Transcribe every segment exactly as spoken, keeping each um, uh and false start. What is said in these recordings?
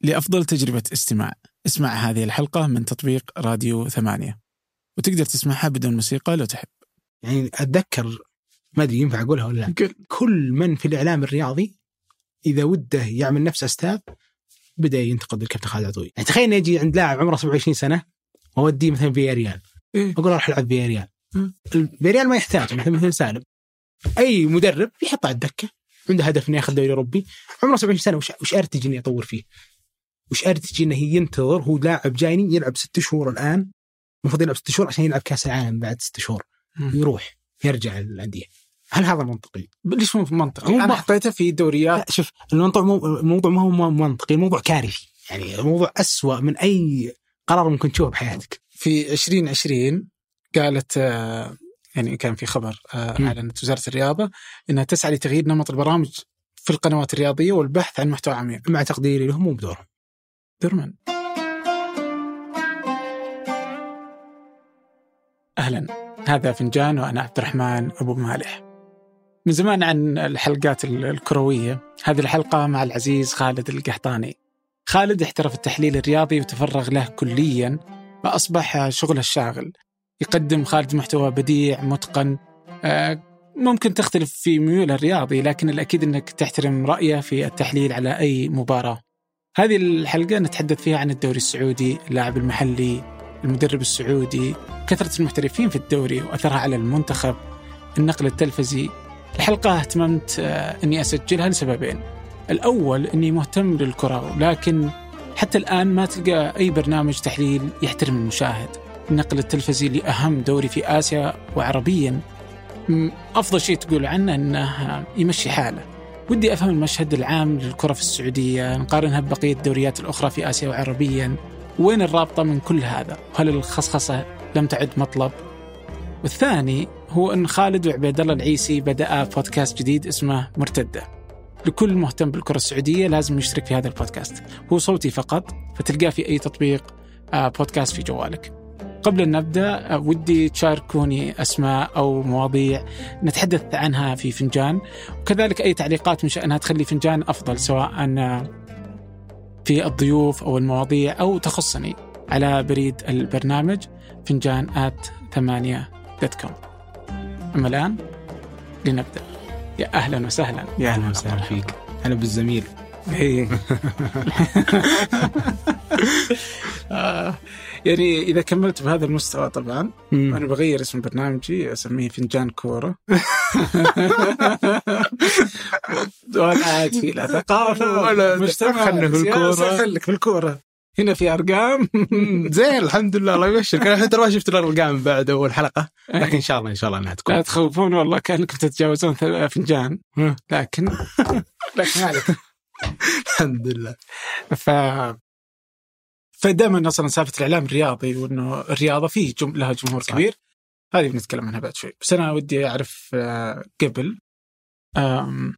لأفضل تجربة استماع. اسمع هذه الحلقة من تطبيق راديو ثمانية، وتقدر تسمعها بدون موسيقى لو تحب. يعني أتذكر، ما أدري ينفع أقولها ولا لا، كل من في الإعلام الرياضي إذا وده يعمل نفس أستاذ بدأ ينتقد الكابتن خالد العطوي. يعني تخيل يجي عند لاعب عمره سبعة وعشرين سنة ووديه مثلا فياريال، إيه؟ أقول راح ألعب فياريال. فياريال ما يحتاج مثلا مثل سالم، أي مدرب يحط على الدكة عنده هدف إنه ياخذ دوري أوروبي، عمره سبعة وعشرين سنة، وش وش أرتجي إنه يطور فيه؟ وش أرتجي إنه ينتظر؟ هو لاعب جايني يلعب ست شهور الآن، المفروض يلعب ست شهور عشان يلعب كأس العالم بعد ست شهور، يروح يرجع للأندية. هل هذا منطقي؟ ليش مو منطقي؟ أنا حطيته في دوريات. شوف الموضوع مو الموضوع ما هو منطقي، الموضوع كارثي، يعني الموضوع أسوأ من أي قرار ممكن تشوفه بحياتك. في عشرين عشرين قالت يعني كان في خبر أعلنت وزارة الرياضة إنها تسعى لتغيير نمط البرامج في القنوات الرياضية والبحث عن محتوى عميق. مع تقديري لهم مو بدورهم. دور من؟ أهلا، هذا فنجان وأنا عبد الرحمن أبو مالح. من زمان عن الحلقات الكروية، هذه الحلقة مع العزيز خالد القحطاني. خالد احترف التحليل الرياضي وتفرغ له كليا، وأصبح شغله الشاغل. يقدم خالد محتوى بديع متقن، ممكن تختلف في ميوله الرياضي، لكن الأكيد أنك تحترم رأيه في التحليل على أي مباراة. هذه الحلقة نتحدث فيها عن الدوري السعودي، اللاعب المحلي، المدرب السعودي، كثرة المحترفين في الدوري وأثرها على المنتخب، النقل التلفزي. الحلقة اهتممت أني أسجلها لسببين. الأول أني مهتم للكرة، لكن حتى الآن ما تلقى أي برنامج تحليل يحترم المشاهد. النقل التلفزي لأهم دوري في آسيا وعربيا، أفضل شيء تقول عنه أنه يمشي حاله. ودي أفهم المشهد العام للكرة في السعودية، نقارنها ببقية الدوريات الأخرى في آسيا وعربيا. وين الرابطة من كل هذا؟ وهل الخصخصة لم تعد مطلب؟ والثاني هو أن خالد وعبيد الله العيسي بدأ بودكاست جديد اسمه مرتدة. لكل مهتم بالكرة السعودية لازم يشترك في هذا البودكاست، هو صوتي فقط، فتلقاه في أي تطبيق بودكاست في جوالك. قبل أن نبدأ ودي تشاركوني أسماء أو مواضيع نتحدث عنها في فنجان، وكذلك أي تعليقات من شأنها تخلي فنجان أفضل، سواء في الضيوف أو المواضيع أو تخصني، على بريد البرنامج فنجان آت ثمانية دوت كوم. أما الآن لنبدأ. يا أهلا وسهلا. يا أهلا وسهلا فيك. أنا بالزميل. يعني إذا كملت بهذا المستوى طبعا مم. أنا بغير اسم برنامجي، أسميه فنجان كورة. ولا عاد في لا ثقافة ولا مجتمع، خلنا في الكورة. خلك في الكورة، هنا في أرقام. زين الحمد لله، الله يبشرك. أنا حتى ما شفت الأرقام بعد أول حلقة، لكن إن شاء الله إن شاء الله أنها تكون. لا تخوفون والله، كأنكم تتجاوزون فنجان، لكن لكن عليك. الحمد لله. ف فدائما أصلا سالفة الإعلام الرياضي وإنه الرياضة فيه جم... لها جمهور صح. كبير، هذه بنتكلم عنها بعد شوي. بس أنا ودي أعرف قبل أم...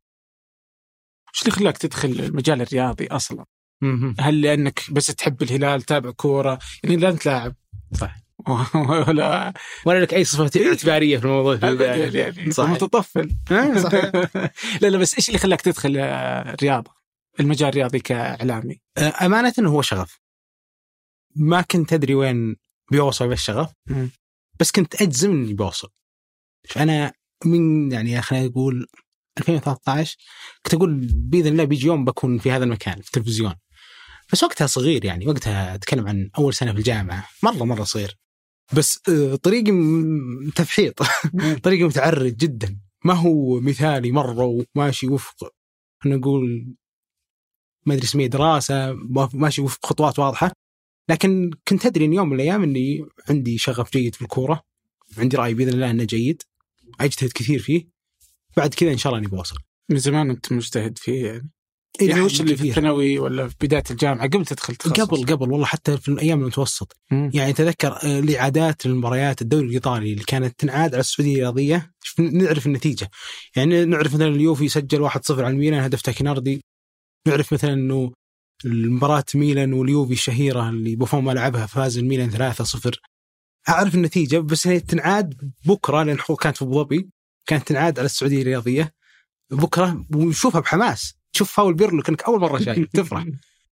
وش اللي خلاك تدخل المجال الرياضي أصلا؟ هل لأنك بس تحب الهلال، تابع كورة، يعني لا أنت لاعب صح ولا ولا لك أي صفة اعتبارية في الموضوع يعني صح متطفل صح. لا لا بس إيش اللي خلاك تدخل الرياضة، المجال الرياضي كإعلامي؟ أمانة هو شغف، ما كنت أدري وين بيوصل بالشغف، بس كنت أجزم إني بوصل. فأنا من يعني خلينا نقول ألفين وثلاثة عشر كنت أقول بإذن الله بيجي يوم بكون في هذا المكان في التلفزيون. بس وقتها صغير، يعني وقتها أتكلم عن أول سنة في الجامعة، مرة مرة صغير. بس طريقي تفحيط طريقي متعرج جدا، ما هو مثالي مرة وماشي وفق نقول ما أدري اسمه دراسة، ماشي وفق خطوات واضحة. لكن كنت أدري إن يوم من الأيام إني عندي شغف جيد في الكورة، عندي رأي بإذن الله إنه جيد، أجتهد كثير فيه. بعد كذا إن شاء الله أني بوصل. من زمان أنت مجتهد فيه يعني؟ يعني وش اللي في الثانوي ولا في بداية الجامعة قبل تدخل تخصص؟ قبل قبل والله حتى في الأيام المتوسط. مم. يعني تذكر لعادات المباريات الدوري الإيطالي اللي كانت تنعاد على السعودية الرياضية، نعرف النتيجة. يعني نعرف مثلا اليوفي يسجل واحد صفر على الميلان، هدف تاكيناردي. نعرف مثلا إنه المباراة ميلان واليوفي الشهيرة اللي بوفون ما لعبها فاز الميلان ثلاثة صفر. أعرف النتيجة، بس هي تنعاد بكرة لأن الحقوق كانت في أبو ظبي، كانت تنعاد على السعودية الرياضية بكرة ونشوفها بحماس. تشوف فاول بيرلو كأنك أول مرة شايف، تفرح.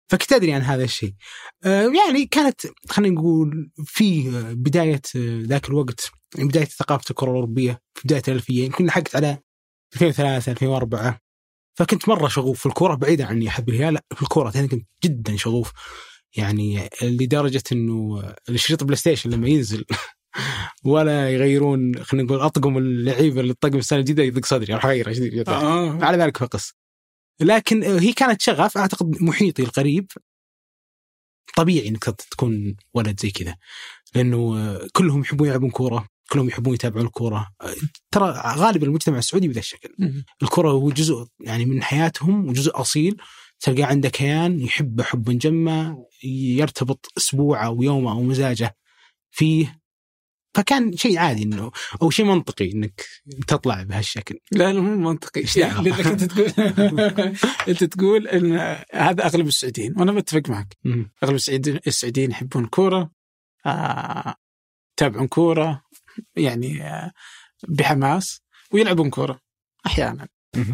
فكنت أدري عن هذا الشيء. يعني كانت خلينا نقول في بداية ذاك الوقت، بداية ثقافة الكرة الأوروبية في بداية الألفية، يمكن حقت على ألفين وثلاثة ألفين وأربعة. فكنت مرة شغوف في الكرة، بعيدا عني أحب الهلال، لا في الكرة يعني كنت جدا شغوف، يعني لدرجة إنه الشريط بلاي ستيشن لما ينزل ولا يغيرون خلينا نقول أطقم اللعيبة اللي الطقم السنة الجديدة يضيق صدري أروح أغيره جديد آه. على ذلك فقص. لكن هي كانت شغف، أعتقد محيطي القريب طبيعي إنك تكون ولد زي كذا، لأنه كلهم يحبون يلعبون كورة، كلهم يحبون يتابعون الكورة. ترى غالب المجتمع السعودي بهذا الشكل، الكرة هو جزء يعني من حياتهم وجزء أصيل. تلقى عندك كيان يحب حب جمة، يرتبط أسبوعه أو يومه أو مزاجه فيه. فكان شيء عادي إنه أو شيء منطقي إنك تطلع بهالشكل. لا لا مو منطقي، لأنك أنت تقول أنت تقول إن هذا أغلب السعوديين، وأنا متفق معك. أغلب السعوديين السعوديين يحبون كورة، آه، تابعون كورة يعني آه، بحماس، ويلعبون كورة أحيانا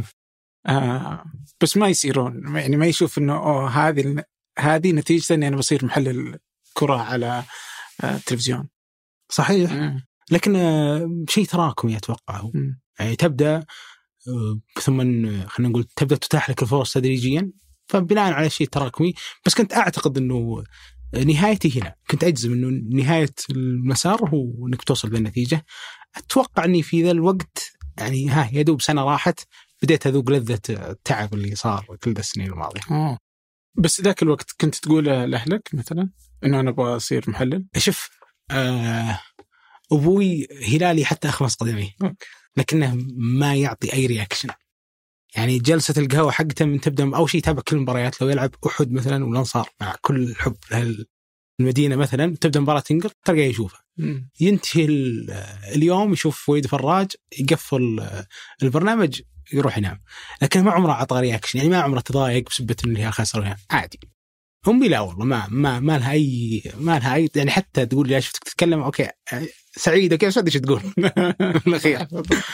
آه، بس ما يصيرون يعني ما يشوف إنه أوه هذه هذه نتيجة إني أنا بصير محلل كرة على آه، التلفزيون. صحيح. مم. لكن شيء تراكمي أتوقع. مم. يعني تبدأ ثم خلينا نقول تبدأ تتاح لك الفرص تدريجيا، فبناء على شيء تراكمي. بس كنت أعتقد أنه نهايتي هنا، كنت أجزم أنه نهاية المسار هو أنك توصل بالنتيجة. أتوقع أني في ذا الوقت يعني ها يدوب سنة راحت بديت أذوق لذة التعب اللي صار كل السنين الماضية. آه. بس ذاك الوقت كنت تقول لأهلك مثلا أنه أنا أبغى أصير محلل؟ شوف آه أبوي هلالي حتى أخمص قدمي، لكنه ما يعطي أي رياكشن. يعني جلسة القهوة حقته من تبدأ أول شيء يتابع كل المباريات، لو يلعب أحد مثلا والأنصار مع كل حب المدينة مثلا تبدأ مباراة تنقر تلقى يشوفها. ينتهي اليوم يشوف وليد فراج يقفل البرنامج يروح ينام، لكن ما عمره عطى رياكشن. يعني ما عمره تضايق بسبة إن الهلال خسر، عادي. أمي لا والله ما ما ما لها أي ما لها أي يعني حتى تقول لي شفتك تتكلم أوكي سعيدة كيف صدق تقول الأخير.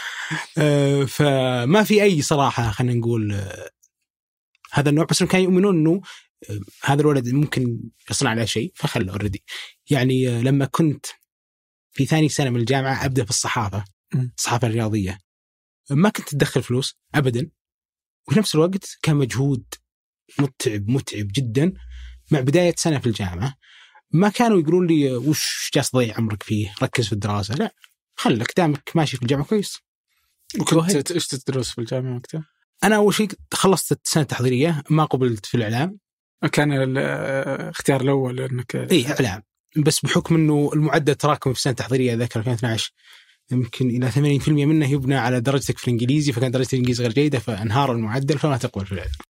آه فما في أي صراحة خلينا نقول آه هذا النوع. بس كانوا يؤمنون إنه آه هذا الولد ممكن يصنع على شيء فخله أوريدي. يعني آه لما كنت في ثاني سنة من الجامعة أبدأ في الصحافة الصحافة الرياضية، ما كنت تدخل فلوس أبدا، وفي نفس الوقت كان مجهود متعب متعب جدا. مع بداية سنة في الجامعة ما كانوا يقولون لي وش جالس تضيع عمرك فيه، ركز في الدراسة، لا خلك دامك ماشي في الجامعة كويس. وكنت إيش تدرس في الجامعة وقتها؟ أنا أول شيء خلصت السنة التحضيرية، ما قبلت في الإعلام. كان الاختيار الأول إنك إيه إعلام، بس بحكم إنه المعدل تراكمي في السنة التحضيرية ذكر ألفين واثني عشر يمكن إلى ثمانين بالمئة منه يبنى على درجتك في الإنجليزي، فكان درجة الإنجليزي غير جيدة فانهار المعدل فما تقبل في الإعلام.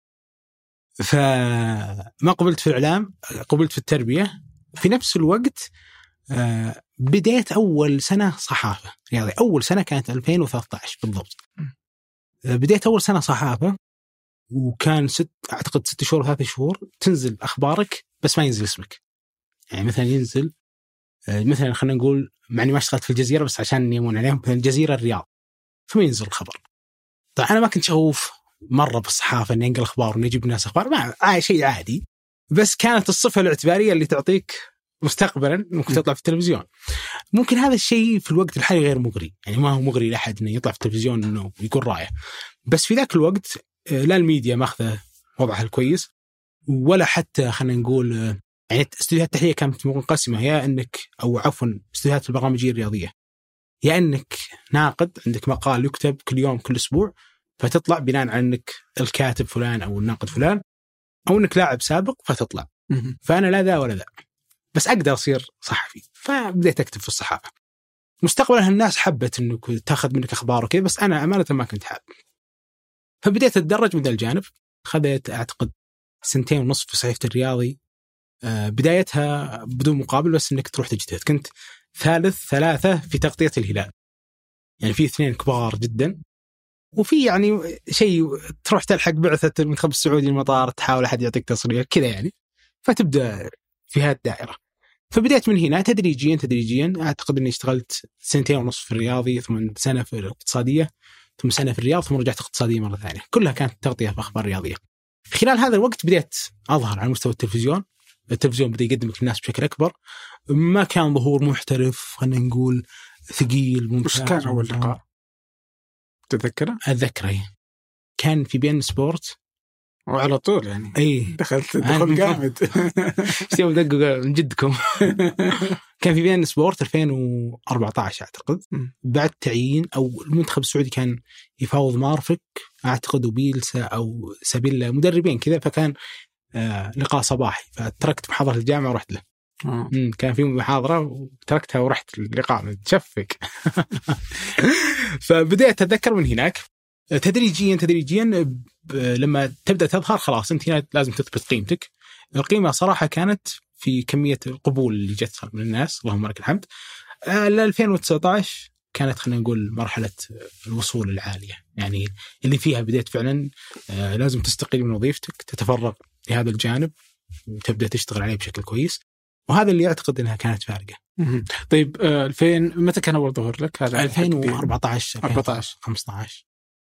فما قبلت في الإعلام، قبلت في التربية. في نفس الوقت آه بديت أول سنة صحافة رياضية. أول سنة كانت ألفين وثلاثة عشر بالضبط. آه بديت أول سنة صحافة، وكان ست أعتقد ست شهور ثلاثة شهور تنزل أخبارك بس ما ينزل اسمك. يعني مثلا ينزل آه مثلا خلينا نقول مع إني ما اشتغلت في الجزيرة بس عشان يمون عليهم مثلا الجزيرة الرياض، ثم ينزل الخبر. طبعا أنا ما كنت شغوف مرة بالصحافة إني أنقل أخبار ونجيب الناس أخبار، ما آه شيء عادي. بس كانت الصفة الاعتبارية اللي تعطيك مستقبلا ممكن تطلع في التلفزيون. ممكن هذا الشيء في الوقت الحالي غير مغري، يعني ما هو مغري لأحد إنه يطلع في التلفزيون إنه يكون رائع. بس في ذاك الوقت لا الميديا ماخذة وضعها الكويس، ولا حتى خلينا نقول يعني استوديوهات التحليل كانت منقسمة، يا إنك أو عفوا استوديوهات البرامجية الرياضية، يا إنك ناقد عندك مقال يكتب كل يوم كل أسبوع فتطلع بناء على إنك الكاتب فلان أو الناقد فلان، أو إنك لاعب سابق فتطلع. فأنا لا ذا ولا ذا، بس أقدر أصير صحفي، فبديت أكتب في الصحافة. مستقبلا الناس حبت إنك تأخذ منك أخبار وكذا، بس أنا أمانة ما كنت حاب. فبديت أتدرج من ذا الجانب. خذت أعتقد سنتين ونصف في صحيفة الرياضي، بدايتها بدون مقابل بس إنك تروح تجتهد. كنت ثالث ثلاثة في تغطية الهلال، يعني في اثنين كبار جدا، وفي يعني شيء تروح تلحق بعثة المنتخب السعودي المطار تحاول أحد يعطيك تصريح كذا يعني، فتبدأ في هذه الدائرة. فبدأت من هنا تدريجيا تدريجيا. أعتقد أني اشتغلت سنتين ونصف في الرياضي، ثم سنة في الاقتصادية، ثم سنة في الرياض، ثم رجعت اقتصادية مرة ثانية. كلها كانت تغطية في أخبار رياضية. خلال هذا الوقت بديت أظهر على مستوى التلفزيون. التلفزيون بدأ يقدمك للناس بشكل أكبر. ما كان ظهور محترف، خلينا نقول ثقيل ممتاز. وش كان أول لقاء تذكره؟ أتذكره كان في بي إن سبورت، وعلى طول يعني أي دخلت دخل جامد. سيبوا دقوا من جدكم. كان في بي إن سبورت ألفين وأربعة عشر أعتقد، بعد تعيين أو المنتخب السعودي كان يفاوض مارفك أعتقد وبيلسا أو سابيلا مدربين كذا، فكان آه لقاء صباحي، فتركت محاضرة الجامعة ورحت له. آه. كان في محاضرة وتركتها ورحت اللقاء متشفق. فبدأت أتذكر من هناك تدريجيا تدريجيا لما تبدأ تظهر خلاص أنت هنا لازم تثبت قيمتك. القيمة صراحة كانت في كمية القبول اللي جت من الناس، اللهم لك الحمد. ل ألفين وتسعة عشر كانت خلينا نقول مرحلة الوصول العالية، يعني اللي فيها بديت فعلا لازم تستقيل من وظيفتك، تتفرغ لهذا الجانب وتبدأ تشتغل عليه بشكل كويس، وهذا اللي أعتقد أنها كانت فارقة. طيب ألفين متى كان أول ظهور لك؟ هذا ألفين وأربعة عشر أربعة عشر خمسة عشر،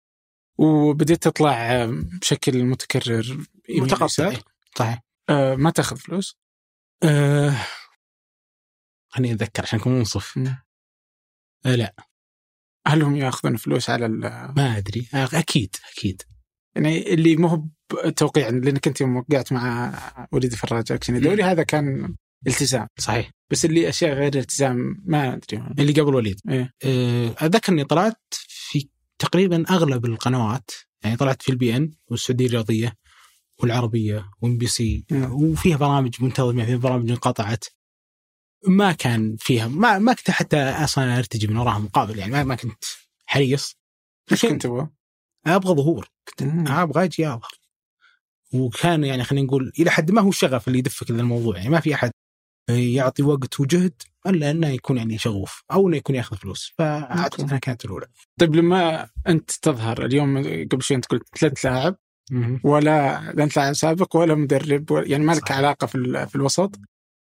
وبديت تطلع بشكل متكرر متقطع. صحيح. أه ما تأخذ فلوس؟ أه خليني أتذكر عشان أكون منصف. أه لا. هل هم يأخذون فلوس على ما أدري. أكيد أكيد يعني اللي مو توقيع، لأنك أنت يوم وقعت مع وليد فراج أكشن دولي هذا كان التزام. صحيح. بس اللي أشياء غير التزام ما أدري. اللي قبل وليد إيه؟ أتذكر أني طلعت في تقريبا أغلب القنوات، يعني طلعت في البي إن والسعودية الرياضية والعربية وام بي سي، وفيها برامج منتظمة، فيها برامج انقطعت ما كان فيها، ما ما كنت حتى أصلا أرتجي من وراها مقابل، يعني ما ما كنت حريص. إيش كنت أبغى؟ أبغى ظهور، كنت أبغى أجي أظهر، وكان يعني خلينا نقول إلى حد ما هو الشغف اللي يدفك لهذا الموضوع، يعني ما في أحد يعطي وقت وجهد إلا أنه يكون يعني شغوف أو أنه يكون يأخذ فلوس، فأعتقد أنها كانت الأولى. طيب لما أنت تظهر اليوم، قبل شوي أنت قلت لا أنت لاعب ولا لا أنت لاعب سابق ولا مدرب، يعني ما لك علاقة في في الوسط.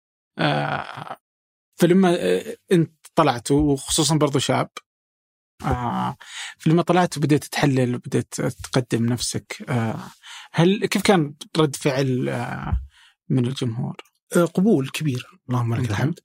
آه فلما أنت طلعت وخصوصا برضو شاب، آه فلما طلعت وبدأت تحلل وبدأت تقدم نفسك، آه هل كيف كان رد فعل آه من الجمهور؟ قبول كبير اللهم لك الحمد.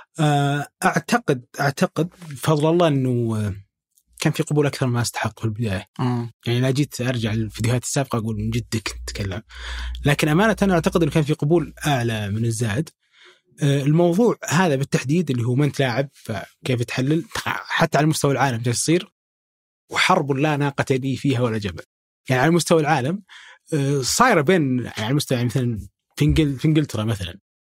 أعتقد أعتقد بفضل الله أنه كان في قبول أكثر ما استحق في البداية. آه. يعني لا جيت أرجع الفيديوهات السابقة أقول من جدك تتكلم، لكن أمانة أنا أعتقد أنه كان في قبول أعلى من الزائد. الموضوع هذا بالتحديد اللي هو من تلاعب فكيف تحلل، حتى على مستوى العالم جالس يصير وحرب لا ناقة لي فيها ولا جبل. يعني على مستوى العالم صايرة بين، يعني على مستوى يعني مثلا في إنجلترا مثلا،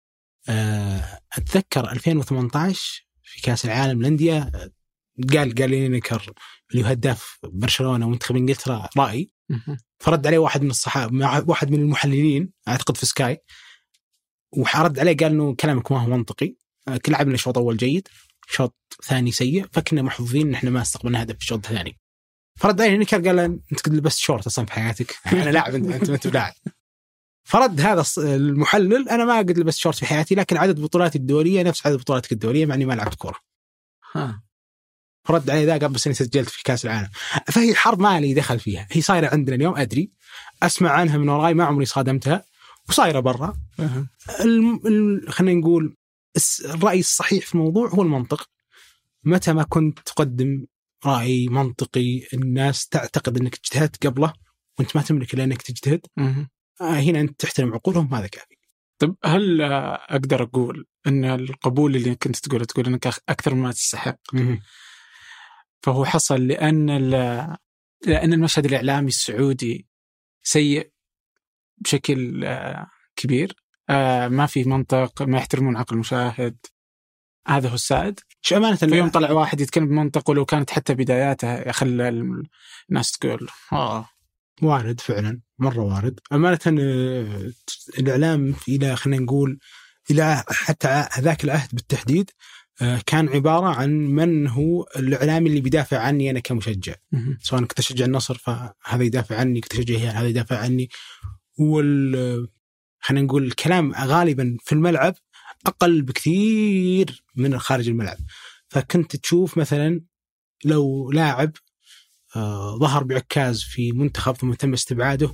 أتذكر ألفين وثمانية عشر في كأس العالم للأندية قال قال لي نكر اللي هو هداف برشلونة ومنتخب إنجلترا رأي، فرد عليه واحد من الصحابة، واحد من المحللين أعتقد في سكاي، وحرد عليه قال إنه كلامك ما هو منطقي، كل لعبنا شوط أول جيد، شوط ثاني سيء، فكنا محظوظين إن إحنا ما استقبلنا هدف في الشوط الثاني. فرد عليه نكر قال أنت قد لبست شورت أصلا في حياتك، أنا لاعب أنت أنت لاعب. فرد هذا المحلل أنا ما قد لبست شورت في حياتي، لكن عدد بطولاتي الدولية نفس عدد بطولاتك الدولية، معني ما لعبت كورة. ها. فرد عليه ذا قبل بس إني سجلت في كأس العالم. فهي حرب ما لي دخل فيها، هي صايرة عندنا اليوم أدري، أسمع عنها من وراي، ما عمري صادمتها، وصايرة برا. خلينا نقول الرأي الصحيح في الموضوع هو المنطق. متى ما كنت تقدم رأي منطقي الناس تعتقد أنك اجتهدت قبله وأنت ما تملك إلا أنك تجتهد، هنا أنت تحترم عقولهم، هذا كافي. طب هل أقدر أقول أن القبول اللي كنت تقول تقول أنك أكثر مما تستحق فهو حصل لأن لأن المشهد الإعلامي السعودي سيء بشكل كبير، ما في منطق، ما يحترمون عقل المشاهد، هذا هو السائد؟ شو أمانة في يوم طلع واحد يتكلم بمنطق ولو كانت حتى بداياته يخلى الناس تقول آه وارد، فعلا مرة وارد. أمانة الإعلام إلى خلينا نقول إلى حتى ذاك العهد بالتحديد كان عبارة عن من هو الإعلامي اللي بيدافع عني أنا كمشجع، سواء كنت أشجع النصر فهذا يدافع عني، كنت أشجع الهلال هذا يدافع عني، وال خلينا نقول الكلام غالبا في الملعب أقل بكثير من خارج الملعب. فكنت تشوف مثلا لو لاعب آه ظهر بعكاز في منتخب ثم تم استبعاده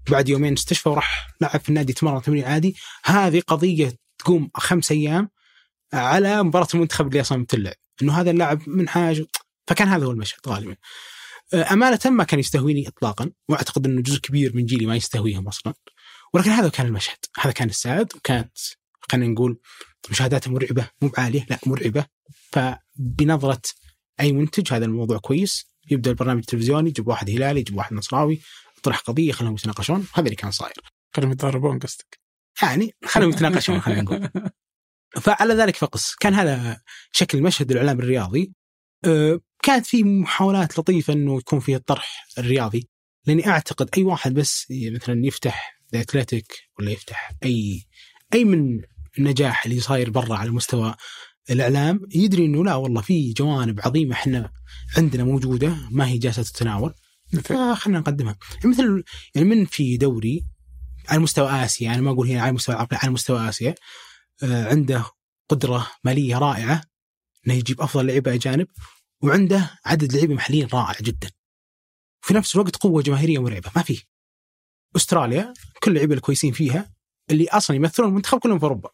بعد يومين استشفى وراح لعب في النادي تمرن تمرين عادي. هذه قضية تقوم خمس أيام على مباراة المنتخب اللي أصلا بتلعب إنه هذا اللاعب من حاجة. فكان هذا هو المشهد غالبا. أمانة ما كان يستهويني إطلاقا، وأعتقد إنه جزء كبير من جيلي ما يستهويهم أصلا، ولكن هذا كان المشهد، هذا كان السائد. وكانت خلينا نقول مشاهداتها مرعبة، مو عالية لا مرعبة. فبنظرة أي منتج هذا الموضوع كويس، يبدأ البرنامج التلفزيوني يجيب واحد هلالي يجيب واحد نصراوي طرح قضية خلهم يتناقشون. هذا اللي كان صاير، خلهم يتضاربون قصدك يعني خلهم يتناقشون خلينا نقول. فعلى ذلك فقس كان هذا شكل المشهد الإعلام الرياضي. أه كانت في محاولات لطيفة إنه يكون فيه الطرح الرياضي، لأني أعتقد أي واحد بس مثلا يفتح الأتلتيك ولا يفتح أي أي من النجاح اللي صاير برا على مستوى الإعلام يدري إنه لا والله في جوانب عظيمة إحنا عندنا موجودة ما هي جالسة تتناول، فخلنا نقدمها. مثل يعني من في دوري على مستوى آسيا، أنا يعني ما أقول هنا على مستوى العرب، على مستوى آسيا آه عنده قدرة مالية رائعة إنه يجيب أفضل لعيبة أجانب، وعنده عدد لعيبة محليين رائع جدا، في نفس الوقت قوة جماهيرية مرعبة ما فيه. أستراليا كل لعيبة الكويسين فيها اللي أصلا يمثلون المنتخب كلهم في أوروبا.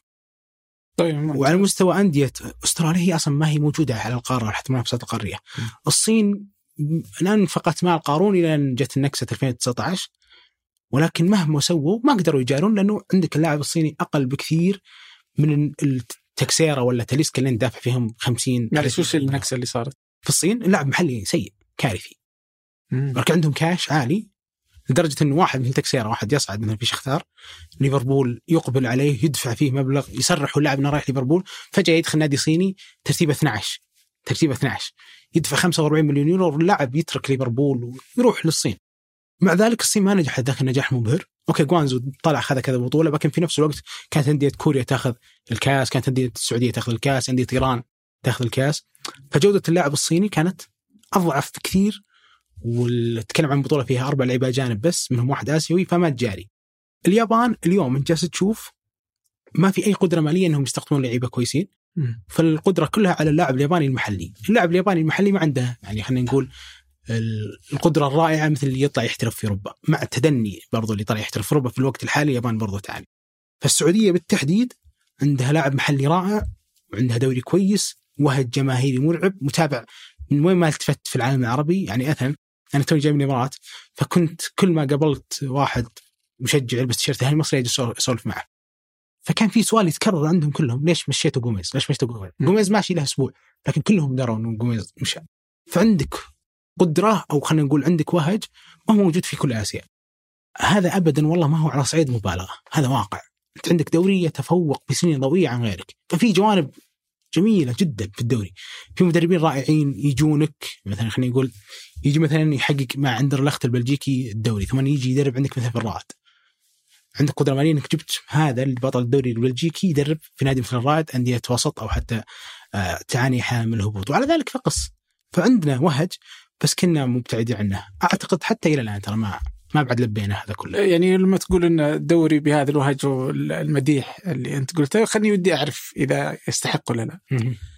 طيب وعلى مستوى أندية أستراليا هي أصلا ما هي موجودة على القارة حتى منافسات القارية. الصين الآن فقط مع القارون إلى أن جت النكسة ألفين وتسعة عشر، ولكن مهما سووا ما قدروا يجارون، لأنه عندك اللاعب الصيني أقل بكثير من التكسيرة ولا تاليسكا اللي ندافع فيهم خمسين. يعني شو الشيء النكسة اللي صارت في الصين؟ اللاعب محلي سيء كارثي، ولكن عندهم كاش عالي لدرجة أنه واحد مثل تكسيرة واحد يصعد مثلا في شختار ليفربول يقبل عليه يدفع فيه مبلغ يصرح اللاعب أنه رايح ليفربول، فجأة يدخل نادي صيني ترتيب اثنا عشر ترتيب اثنا عشر يدفع خمسة وأربعين مليون يورو واللاعب يترك ليفربول ويروح للصين. مع ذلك الصين ما نجحت ذاك النجاح مبهر. أوكي جوانزو طلع خذ كذا بطولة، لكن في نفس الوقت كانت أندية كوريا تأخذ الكاس، كانت أندية السعودية تأخذ الكاس، أندية إيران تأخذ الكاس. فجودة اللاعب الصيني كانت أضعف بكثير، والتكلم عن بطولة فيها أربع لعيبة أجانب بس منهم واحد آسيوي فما تجاري. اليابان اليوم أنت جالس تشوف ما في أي قدرة مالية أنهم يستقطبون لعيبة كويسين، فالقدرة كلها على اللاعب الياباني المحلي. اللاعب الياباني المحلي ما عنده يعني خلينا نقول القدرة الرائعة مثل اللي يطلع يحترف في أوروبا، مع التدني برضو اللي طلع يحترف في أوروبا في الوقت الحالي اليابان برضو تعاني. فالسعودية بالتحديد عندها لاعب محلي رائع وعندها دوري كويس، وهج جماهيري مرعب متابع من وين ما التفت في العالم العربي. يعني أثن أنا توني جاي من الإمارات، فكنت كل ما قابلت واحد مشجع يلبس تيشيرت أهلي مصري أجي أسولف معه، فكان في سؤال يتكرر عندهم كلهم: ليش مشيتوا جوميز؟ ليش مشيتوا جوميز؟ جوميز ماشي له أسبوع، لكن كلهم دروا إنه جوميز مشى. فعندك قدرة أو خلينا نقول عندك وهج ما هو موجود في كل آسيا. هذا أبدا والله ما هو على صعيد مبالغة، هذا واقع. أنت عندك دوري يتفوق بسنين ضوئية عن غيرك، ففي جوانب جميلة جدا في الدوري. في مدربين رائعين يجونك مثلا خلينا نقول يجي مثلا يحقق مع اندرلخت البلجيكي الدوري ثم يجي يدرب عندك مثلا في الرائد. عندك قدرة مالية انك جبت هذا اللي بطل الدوري البلجيكي يدرب في نادي مثل الرائد أندية وسط او حتى آه تعاني حامل الهبوط، وعلى ذلك فقس. فعندنا وهج بس كنا مبتعدين عنه. اعتقد حتى الى الان ترى ما ما بعد لبينا هذا كله. يعني لما تقول ان الدوري بهذا الوهج والمديح اللي انت قلته خلني ودي اعرف اذا يستحق ولا لا.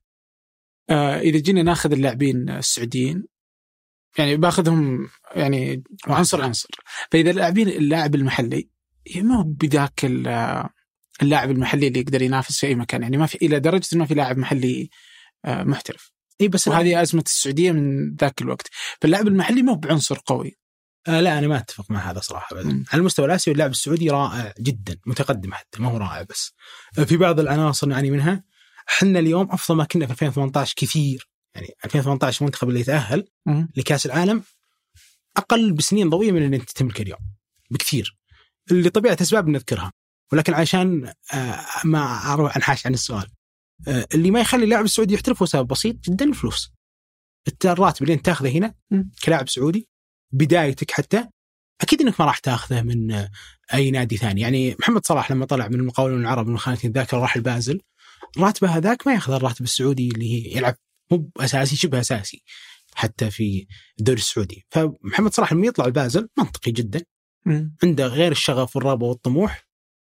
آه اذا جينا ناخذ اللاعبين السعوديين يعني باخذهم يعني عنصر عنصر، فاذا اللاعبين اللاعب المحلي ما هو بذاك اللاعب المحلي اللي يقدر ينافس في اي مكان، يعني ما في الى درجه ما في لاعب محلي آه محترف. اي بس هذه ازمه السعوديه من ذاك الوقت، فاللاعب المحلي ما هو بعنصر قوي. آه لا أنا ما أتفق مع هذا صراحة. على المستوى الآسيوي اللاعب السعودي رائع جدا متقدم، حتى ما هو رائع بس في بعض العناصر نعاني منها. حنا اليوم أفضل ما كنا في ألفين وثمانية عشر كثير. يعني ألفين وثمانية عشر المنتخب اللي يتأهل م- لكأس العالم أقل بسنين ضوئية من اللي أنت تملك اليوم بكثير، اللي طبيعة أسباب نذكرها. ولكن عشان آه ما أروح أنحاش عن السؤال، آه اللي ما يخلي اللاعب السعودي يحترف هو سبب بسيط جدا: الفلوس. الراتب اللي أنت تأخذه هنا م- كلاعب سعودي بدايتك حتى أكيد أنك ما راح تأخذه من أي نادي ثاني. يعني محمد صلاح لما طلع من المقاولون العرب من خانة الذاكرة راح البازل، راتبه هذاك ما يأخذ الراتب السعودي اللي هي يلعب مو أساسي شبه أساسي حتى في الدوري السعودي. فمحمد صلاح لما يطلع البازل منطقي جدا، عنده غير الشغف والرغبة والطموح،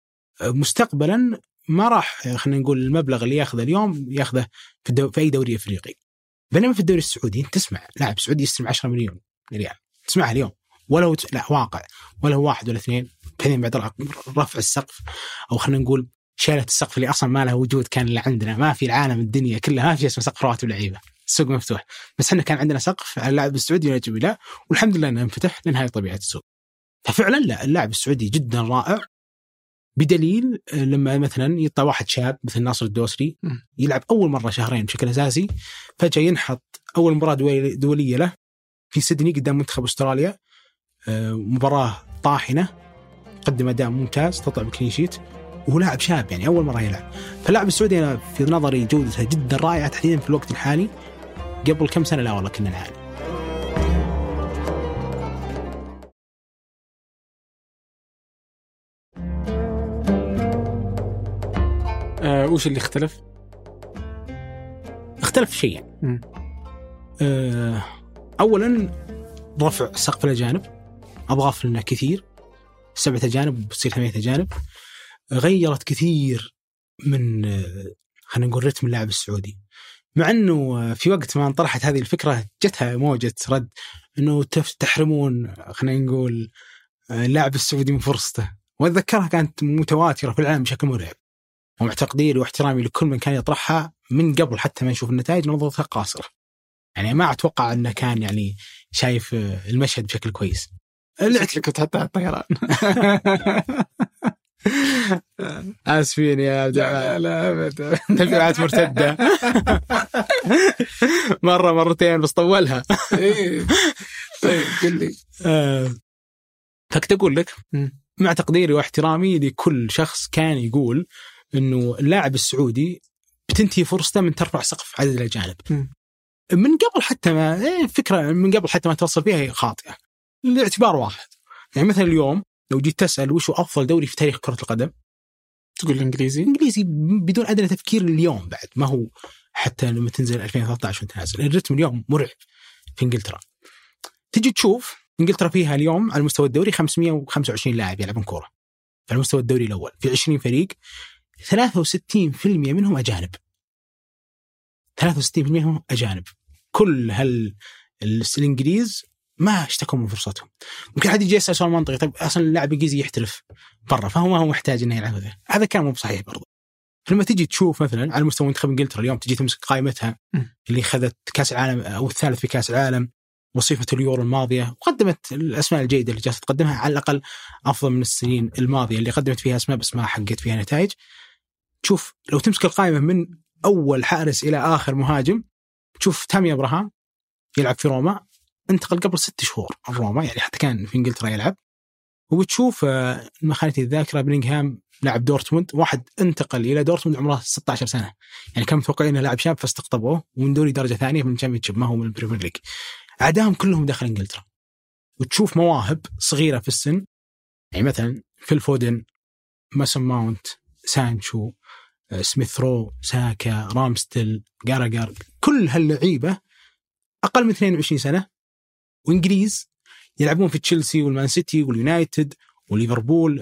مستقبلا ما راح خلينا نقول المبلغ اللي يأخذه اليوم يأخذه في, الدو... في أي دوري أفريقي. بينما في الدوري السعودي تسمع لاعب سعودي يستلم عشرة مليون ريال، تسمعها اليوم ولا لا واقع ولا واحد ولا اثنين. بعدين بعد رفع السقف أو خلينا نقول شالة السقف اللي أصلا ما له وجود كان اللي عندنا، ما في العالم الدنيا كلها ما في اسمه سقف رواتب لعيبة، السوق مفتوح، بس احنا كان عندنا سقف على اللاعب السعودي ولا جميل، لا والحمد لله انه انفتح، لأن هاي طبيعة السوق. ففعلا لا اللاعب السعودي جدا رائع، بدليل لما مثلا يطلع واحد شاب مثل ناصر الدوسري يلعب أول مرة شهرين بشكل أساسي، فجأة ينحط أول مباراة دولية له في سيدني قدام منتخب أستراليا، مباراة طاحنة، قدم أداء ممتاز، تطلع بكلين شيت، وهو لاعب شاب يعني أول مرة يلعب. فاللاعب السعودي أنا في نظري جودته جدا رائعة تحديدا في الوقت الحالي. قبل كم سنة لا والله كنا نعاني. أه وش اللي اختلف؟ اختلف شيء يعني. أه أولا رفع سقف الأجانب، أضاف لنا كثير، سبعة أجانب وبتصير ثمانية أجانب، غيرت كثير من خلينا نقول رتم اللاعب السعودي. مع أنه في وقت ما انطرحت هذه الفكرة جتها موجة رد أنه تحرمون خلينا نقول اللاعب السعودي من فرصته، وأتذكرها كانت متواترة في العالم بشكل مرعب، ومع تقديري واحترامي لكل من كان يطرحها من قبل حتى ما نشوف النتائج نظرتها قاصرة، يعني ما أتوقع أنه كان يعني شايف المشهد بشكل كويس. شكلك كنت حتى على الطيران. آسفين يا عبد لا لا أبدا، تبعات مرتدة مرة مرتين بس طولها. طيب قل لي. فكنت أقول لك مع تقديري واحترامي لكل شخص كان يقول إنه اللاعب السعودي بتنتهي فرصته من ترفع سقف عدد الأجانب من قبل حتى ما فكرة من قبل حتى ما توصل فيها هي خاطئة لاعتبار واحد. يعني مثلا اليوم لو جيت تسأل وش هو أفضل دوري في تاريخ كرة القدم تقول الإنجليزي. إنجليزي بدون أدنى تفكير اليوم، بعد ما هو حتى لما تنزل ألفين وثلاثة عشر وتنازل الرتم اليوم مرعب في إنجلترا. تجي تشوف إنجلترا فيها اليوم على المستوى الدوري خمسمائة وخمسة وعشرين لاعب يلعبون كورة على المستوى الدوري الأول في عشرين فريق، ثلاثة وستين بالمئة منهم أجانب، ثلاثة وستين بالمئة منهم أجانب. كل هال الإنجليز ما اشتكوا من فرصتهم. ممكن حد يجي يسأل سؤال منطقي، طيب أصلا اللاعب الإنجليزي يحترف برا فهو ما هو محتاج إنه يلعب هذا، هذا كان مو صحيح برضه. لما تيجي تشوف مثلا على مستوى منتخب إنجلترا اليوم، تجي تمسك قائمتها اللي خذت كأس العالم أو الثالث في كأس العالم وصيفة اليورو الماضية، وقدمت الأسماء الجيدة اللي جالسة تقدمها على الأقل أفضل من السنين الماضية اللي قدمت فيها أسماء بس ما حققت فيها نتائج. تشوف لو تمسك القائمة من أول حارس إلى آخر مهاجم، تشوف تامي أبراهام يلعب في روما، انتقل قبل ست شهور روما، يعني حتى كان في إنجلترا يلعب. وبتشوف ما خانتني الذاكرة بلينغهام لاعب دورتموند، واحد انتقل إلى دورتموند عمره ستة عشر سنة، يعني كان متوقعين انه لاعب شاب فاستقطبوه ومن دوري درجة ثانية من الشامبيونشيب ما هو من البريمير ليج. أعداهم كلهم داخل إنجلترا. وتشوف مواهب صغيرة في السن، يعني مثلا فيل فودن، ماسون ماونت، سانشو، سميث رو، ساكا، رامستيل، جاراجر، كل هاللعيبة أقل من اثنين وعشرين سنة، وإنجليز يلعبون في تشيلسي والمان سيتي واليونايتد وليفربول.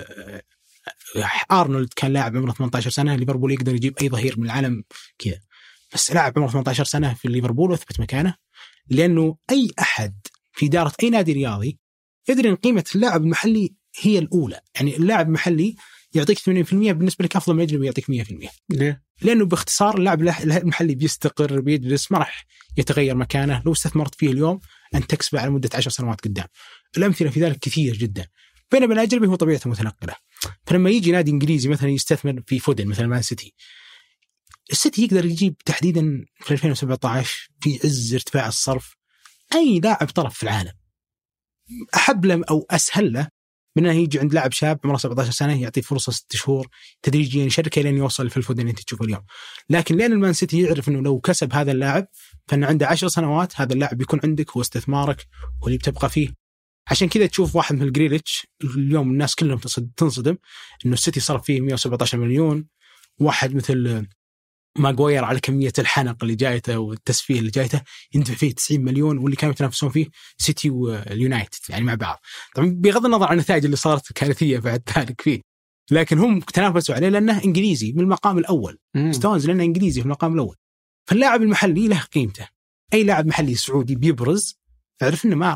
أرنولد كان لاعب عمره ثمانية عشر سنة، ليفربول يقدر يجيب أي ظهير من العالم كذا، بس لاعب عمره ثمانية عشر سنة في ليفربول وثبت مكانه، لأنه أي أحد في إدارة أي نادي رياضي يدري أن قيمة اللاعب المحلي هي الأولى. يعني اللاعب المحلي يعطيك ثمانين بالمئة، بالنسبة لك أفضل من الأجنبي يعطيك مئة بالمئة. ليه؟ لأنه باختصار اللاعب المحلي بيستقر، بيجلس، ما راح يتغير مكانه لو استثمرت فيه اليوم أن تكسبه على مدة عشر سنوات قدام. الأمثلة في ذلك كثير جدا. بينما الأجنبي هو طبيعته متنقلة. فلما يجي نادي إنجليزي مثلا يستثمر في فودن مثلا مان سيتي، السيتي يقدر يجيب تحديدا في ألفين وسبعة عشر في عز ارتفاع الصرف أي لاعب طرف في العالم، أحب له أو أسهل له من أنه يجي عند لاعب شاب عمره سبعة عشر سنة يعطيه فرصة ست شهور تدريجيا يشارك لين يوصل في الفودن اللي انت تشوفه اليوم. لكن لأن المان سيتي يعرف أنه لو كسب هذا اللاعب فإن عنده عشر سنوات هذا اللاعب بيكون عندك هو استثمارك واللي بتبقى فيه. عشان كذا تشوف واحد مثل جريليتش اليوم الناس كلهم تنصدم إنه السيتي صرف فيه مئة وسبعة عشر مليون. واحد مثل ماغواير على كمية الحنق اللي جايته والتسفيه اللي جايته يندفع فيه تسعين مليون، واللي كانوا يتنافسون فيه سيتي واليونايتد يعني مع بعض. طبعا بغض النظر عن النتائج اللي صارت كارثية بعد ذلك فيه، لكن هم تنافسوا عليه لأنه إنجليزي من المقام الأول، ستونز لأنه إنجليزي في المقام الأول. فاللاعب المحلي له قيمته. أي لاعب محلي سعودي بيبرز فعرف إنه ما راح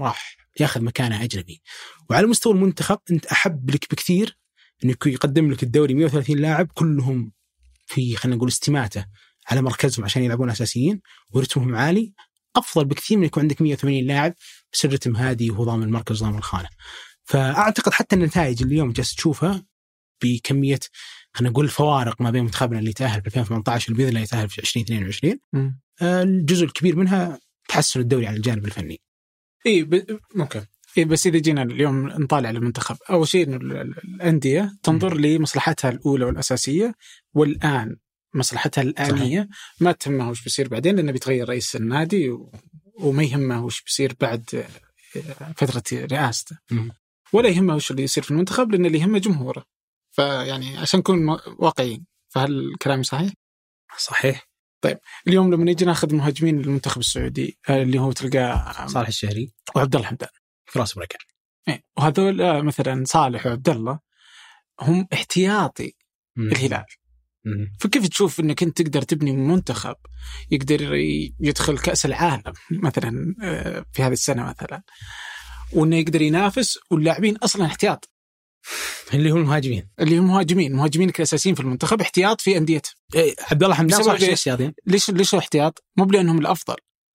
ياخذ مكانه أجنبي. وعلى مستوى المنتخب أنت أحب لك بكثير إنه يقدم لك الدوري مئة وثلاثين لاعب كلهم في خلينا نقول استماتة على مركزهم عشان يلعبون أساسيين ورتمهم عالي، أفضل بكثير من يكون عندك مئة وثمانين لاعب بس الرتم هادي وهو ضامن المركز ضامن الخانة. فأعتقد حتى النتائج اللي اليوم جالس تشوفها بكمية خلينا نقول الفوارق ما بين منتخبنا اللي يتأهل في ألفين وثمانية عشر والبيض اللي يتأهل في عشرين اثنين وعشرين، الجزء الكبير منها تحسن الدوري على الجانب الفني. إيه ب... ممكن إيه بس إذا جينا اليوم نطالع على المنتخب، أول شيء إنه الأندية تنظر لمصلحتها الأولى والأساسية، والآن مصلحتها الآنية ما تهمها وش بيصير بعدين، لأنه بيتغير رئيس النادي و... وما يهمه وش بيصير بعد فترة رئاسته، ولا يهمه وش اللي يصير في المنتخب، لأن اللي يهمه جمهوره. فيعني عشان نكون واقعيين، فهل الكلام صحيح؟ صحيح. طيب اليوم لما نيجي ناخذ مهاجمين للمنتخب السعودي اللي هو تلقاه صالح الشهري وعبد الله حمدان في راس بركان، إيه، وهذول مثلا صالح وعبد الله هم احتياطي مم. الهلال. مم. فكيف تشوف انك انت تقدر تبني منتخب يقدر يدخل كأس العالم مثلا في هذه السنة مثلا، وانه يقدر ينافس واللاعبين اصلا احتياط اللي هم المهاجمين اللي هم مهاجمين مهاجمينك الاساسيين في المنتخب احتياط في انديته. إيه عبد الله حمدان صح احتياطي. ليش ليش احتياط؟ مو بلانهم الافضل،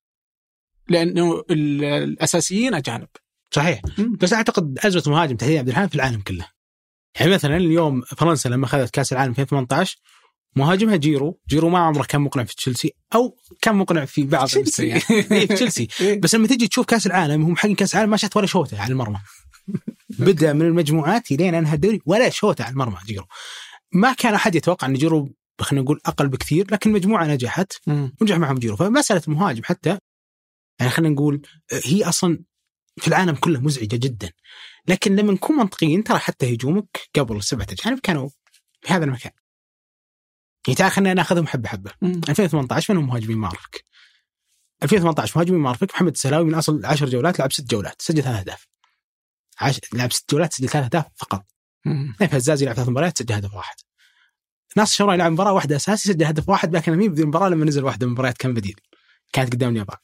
لانه الاساسيين اجانب. صحيح. م. بس اعتقد ازمه مهاجم تحديدا عبد الحميد في العالم كله. يعني مثلا اليوم فرنسا لما اخذت كاس العالم في ألفين وثمانية عشر مهاجمها جيرو جيرو ما عمره كان مقنع في تشيلسي او كان مقنع في بعض المستويات في تشيلسي. بس لما تيجي تشوف كاس العالم هم حق كاس العالم ما شات ولا شوطه على المرمى. بدأ من المجموعات لين انهى الدوري ولا شوطه على المرمى جيرو. ما كان احد يتوقع ان جيرو خلينا نقول اقل بكثير، لكن المجموعه نجحت ونجح معهم جيرو. فمساله المهاجم حتى يعني خلينا نقول هي اصلا في العالم كله مزعجه جدا، لكن لما نكون منطقيين ترى حتى هجومك قبل سبعة أجانب كانوا في هذا المكان. يعني تعال خلينا ناخذهم حبه حبه. ألفين وثمانية عشر منهم مهاجمين مارفك. ألفين وثمانية عشر مهاجمين مارفك محمد السلاوي من اصل عشر جولات لعب ست جولات سجل ثلاث اهداف. عش... لعب ست جولات سجل ثلاث اهداف فقط. نايف هزازي لعب ثلاث مباريات سجل هدف واحد. ناصر الشمراني لعب مباراه واحده اساسي سجل هدف واحد، لكن مين بدي المباراه لما نزل واحده من المباريات كان بديل كانت قدام اليابان.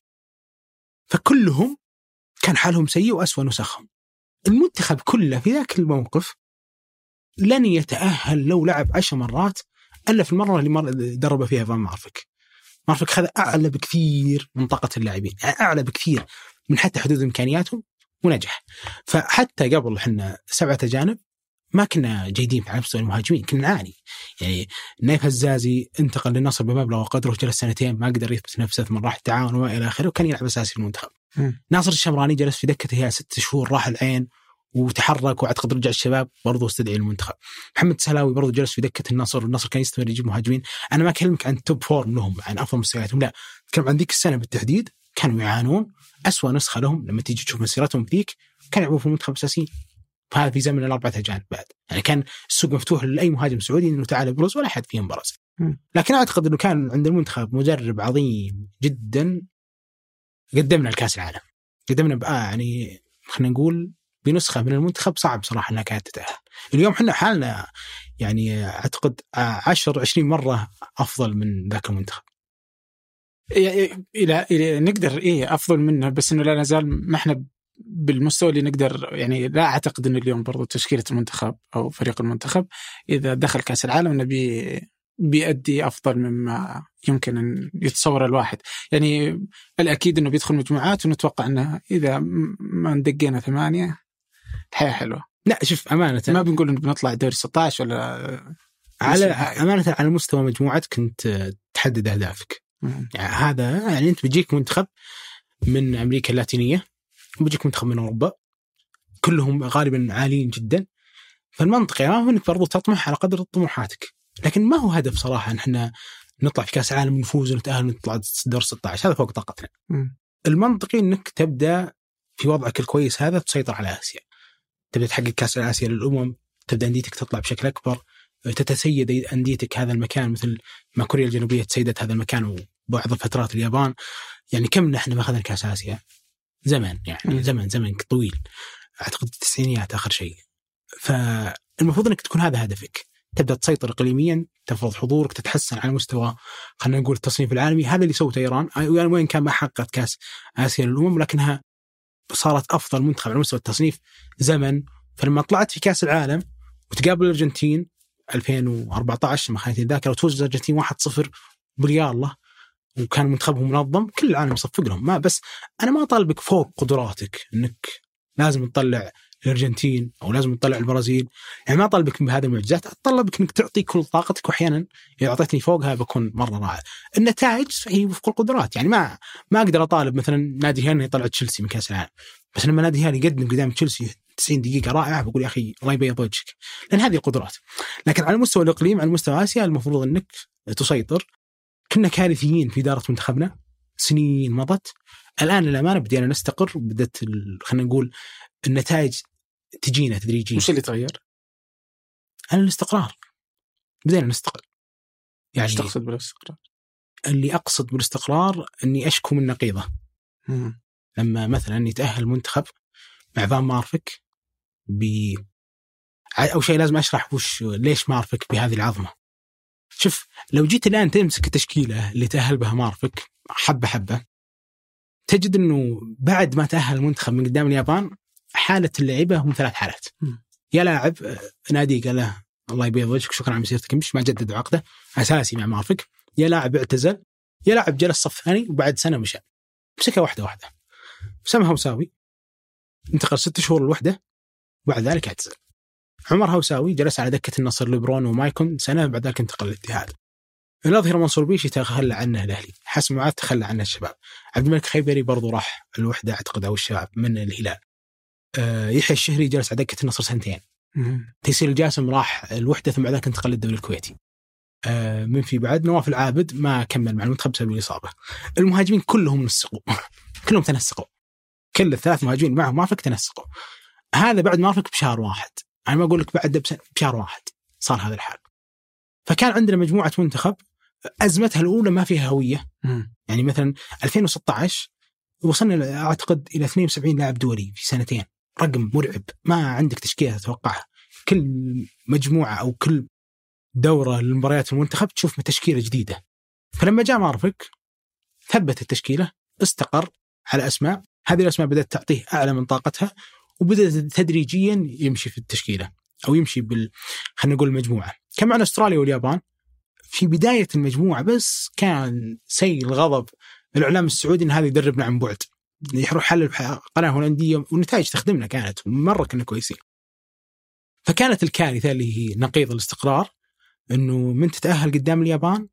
فكلهم كان حالهم سيء وأسوأ نسخهم. المنتخب كله في ذاك الموقف لن يتأهل لو لعب عشر مرات إلا في المرة اللي مر... درب فيها فان مارفك. مارفك خذ أعلى بكثير من طاقة اللاعبين، أعلى بكثير من حتى حدود إمكانياتهم ونجح. فحتى قبل حنا سبعة أجانب ما كنا جيدين على مستوى المهاجمين، كنا نعاني. يعني نايف هزازي انتقل للنصر بمبلغ وقدره جلس سنتين ما قدر يثبت نفسه ثم راح التعاون وما إلى آخره، وكان يلعب أساسي في المنتخب. م. ناصر الشمراني جلس في دكته هي ست شهور راح العين وتحرك واعتقد رجع الشباب برضو استدعي المنتخب. محمد السلاوي برضو جلس في دكة النصر، والنصر كان يستمر يجيب مهاجمين. أنا ما أكلمك عن توب فورم لهم عن أفضل مستوياتهم، لا أتكلم عن ذيك السنة بالتحديد كانوا يعانون. أسوأ نسخة لهم لما تيجي تشوف مسيرتهم ذيك كانوا يلعبون في المنتخب أساسي، فهذا في زمن الأربعة أجانب بعد. يعني كان السوق مفتوح لأي مهاجم سعودي إنه تعال برز ولا أحد فيهم برز. لكن أعتقد إنه كان عند المنتخب مدرب عظيم جدا قدمنا الكاس العالم، قدمنا بقى يعني خلينا نقول بنسخة من المنتخب صعب صراحة أنها كانت تتأهل. اليوم حنا حالنا يعني أعتقد عشر عشرين مرة أفضل من ذاك المنتخب. إلى إلى نقدر إيه أفضل منه، بس إنه لا نزال ما إحنا بالمستوى اللي نقدر. يعني لا أعتقد إنه اليوم برضو تشكيلة المنتخب أو فريق المنتخب إذا دخل كأس العالم إنه بي بيأدي أفضل مما يمكن أن يتصور الواحد. يعني الأكيد إنه بيدخل مجموعات ونتوقع إنه إذا ما ندقينا ثمانية الحياة حلوة. لا شوف أمانة ما بنقول إنه بنطلع دوري ستة عشر ولا على أمانة على مستوى مجموعتك كنت تحدد أهدافك. يعني هذا يعني أنت بيجيك منتخب من أمريكا اللاتينية وبيجيك منتخب من أوروبا كلهم غالبا عاليين جدا، فالمنطقة ما هو إنك برضو تطمح على قدر طموحاتك. لكن ما هو هدف صراحة نحن نطلع في كأس العالم ونفوز ونتأهل ونطلع دور ستة عشر، هذا فوق طاقتنا. المنطقي إنك تبدأ في وضعك الكويس هذا تسيطر على آسيا، تبدأ تحقق كأس الآسيا للأمم، تبدأ أنديتك تطلع بشكل أكبر، تتسيد أنديتك هذا المكان مثل ما كوريا الجنوبية تسيدت هذا المكان وبعض الفترات اليابان. يعني كم نحن ما أخذنا كأس آسيا زمان، يعني زمن زمن طويل، أعتقد التسعينيات آخر شيء. فالمفروض أنك تكون هذا هدفك، تبدأ تسيطر إقليميا، تفرض حضورك، تتحسن على مستوى خلينا نقول التصنيف العالمي. هذا اللي سوته إيران، يعني وين كان ما حققت كأس آسيا للأمم لكنها صارت أفضل منتخب على مستوى التصنيف زمن. فلما طلعت في كأس العالم وتقابل الأرجنتين ألفين وأربعة عشر ما خانتني الذاكرة وتفوز الأرجنتين واحد صفر بريال الله وكان منتخبهم منظم، كل العالم يصفق لهم. ما بس أنا ما أطالبك فوق قدراتك إنك لازم تطلع الأرجنتين أو لازم تطلع البرازيل، يعني ما أطالبك بهذه المعجزات، أطلبك إنك تعطي كل طاقتك، وأحيانا إذا أعطيتني فوقها بكون مرة رائع. النتائج هي وفق القدرات، يعني ما ما أقدر أطالب مثلا نادي هيرني يطلع تشيلسي من كأس العالم، بس لما نادي هيرني يقدم قدام تشيلسي تسعين دقيقة رائعة بقول يا أخي الله يبيض وجهك، لأن هذه قدرات. لكن على مستوى الإقليم، على مستوى آسيا، المفروض أنك تسيطر. كنا كارثيين في إدارة منتخبنا، سنين مضت، الآن للأمانة بدينا نستقر، بدأت خلينا نقول النتائج تجينا تدريجيا. وش اللي تغير؟ أنا الاستقرار، بدينا نستقر. يعني ايش تقصد بالاستقرار؟ اللي أقصد بالاستقرار أني أشكو من نقيضة. مم. لما مثلا يتأهل منتخب مع فان مارفك ب أو شيء لازم أشرح وش ليش مارفك بهذه العظمة. شوف لو جيت الآن تمسك التشكيلة اللي تأهل بها مارفك حبة حبة تجد أنه بعد ما تأهل المنتخب من قدام اليابان حالة اللعيبة هم ثلاث حالات. م. يا لاعب نادي قال له الله يبيض وجهك شكرا على مسيرتك مش ما جدد عقده أساسي مع مارفك، يا لاعب اعتزل، يا لاعب جلس صف ثاني وبعد سنة مشى. مسكها واحدة واحدة. سام هوساوي انتقل ست شهور الوحدة وبعد ذلك اعتزل. عمر هوساوي جلس على دكة النصر ليبرون ومايكون سنة بعد ذلك انتقل للاتحاد. الأظهر منصور بيشي تخلى عنه الأهلي، حسن معاذ تخلى عنه الشباب، عبد الملك خيبري برضو راح الوحدة أعتقد أو الشباب من الهلال. أه يحيى الشهري جلس على دكة النصر سنتين. مم. تيسير الجاسم راح الوحدة ثم بعد ذلك انتقل للدوري الكويتي. أه من في بعد نواف العابد ما كمل مع المنتخب بسبب الإصابة. المهاجمين كلهم نسقوا كلهم تنسقوا، كل الثلاث مهاجمين معهم مارفك تنسقوا. هذا بعد مارفك بشهر واحد، أنا ما أقول لك بعد بشهر واحد صار هذا الحال. فكان عندنا مجموعة منتخب أزمتها الأولى ما فيها هوية. مم. يعني مثلا ألفين وستة عشر وصلنا أعتقد إلى اثنين وسبعين لاعب دولي في سنتين، رقم مرعب، ما عندك تشكيلة تتوقعها. كل مجموعة أو كل دورة للمباريات المنتخب تشوف تشكيلة جديدة. فلما جاء مارفك ثبت التشكيلة، استقر على أسماء، هذه الأسماء بدأت تعطيه أعلى من طاقتها وبدأت تدريجيا يمشي في التشكيلة أو يمشي بال خلينا نقول المجموعة. كما عن أستراليا واليابان في بداية المجموعة بس كان سيل الغضب الإعلام السعودي إن هذا يدربنا عن بعد، يروح حل قناة هولندية والنتائج تخدمنا كانت مرة كنا كويسين. فكانت الكارثة اللي هي نقيض الاستقرار إنه من تتأهل قدام اليابان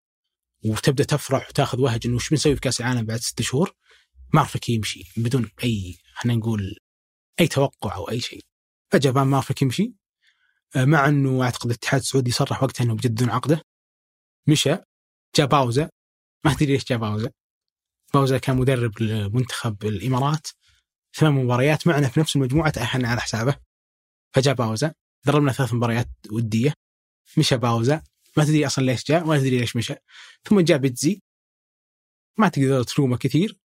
وتبدأ تفرح وتأخذ وهج إنه وش بنسوي في كأس العالم بعد ست شهور، مارفك يمشي بدون أي خلينا نقول أي توقع أو أي شيء. فجأة فان مارفك يمشي مع أنه أعتقد الاتحاد السعودي صرح وقتها أنه بجدون عقده، مشى جاء باوزة، ما أدري ليش جاء باوزة. باوزة كان مدرب لمنتخب الإمارات، ثمان مباريات معنا في نفس المجموعة تأهلنا على حسابه، فجاء باوزة دربنا ثلاث مباريات ودية، مشى باوزة ما تدري أصلا ليش جاء ولا تدري ليش مشى. ثم جاء بيتزي ما تقدر تلومه كثير،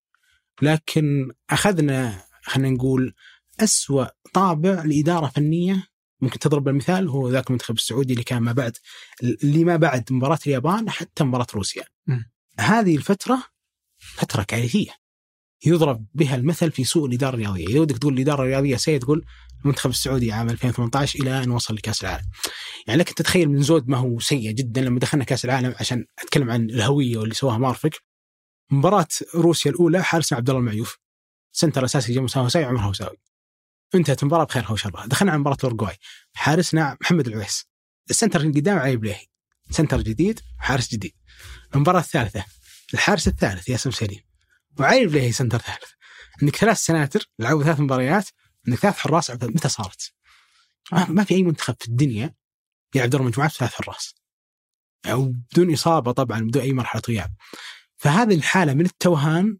لكن أخذنا خلينا نقول أسوأ طابع لإدارة فنية ممكن تضرب المثال هو ذاك المنتخب السعودي اللي كان ما بعد اللي ما بعد مباراة اليابان حتى مباراة روسيا. م. هذه الفترة فترة كارثية يضرب بها المثل في سوء الإدارة الرياضية. إذا بدك تقول الإدارة الرياضية سيد تقول المنتخب السعودي عام ألفين وثمانية عشر إلى أن وصل لكأس العالم. يعني لك تتخيل من زود ما هو سيء جدا لما دخلنا كأس العالم. عشان أتكلم عن الهوية واللي سواها مارفك، مباراة روسيا الأولى حارسنا عبد الله المعيوف سنتر أساسي جنب هوساوي عمر هوساوي، انتهت المباراة بخير وشر. دخلنا على مباراة الأورجواي حارسنا محمد العويس، السنتر القدام علي بليهي سنتر جديد حارس جديد. المباراة الثالثة الحارس الثالث ياسم سليم وعلي بليهي سنتر ثالث. عندك ثلاث سناتر لعبوا ثلاث مباريات، عندك ثلاث حراس. متى صارت؟ ما في أي منتخب في الدنيا يلعب دور مجموعات ثلاث حراس أو بدون إصابة طبعا بدون أي مرحلة غياب. فهذه الحالة من التوهان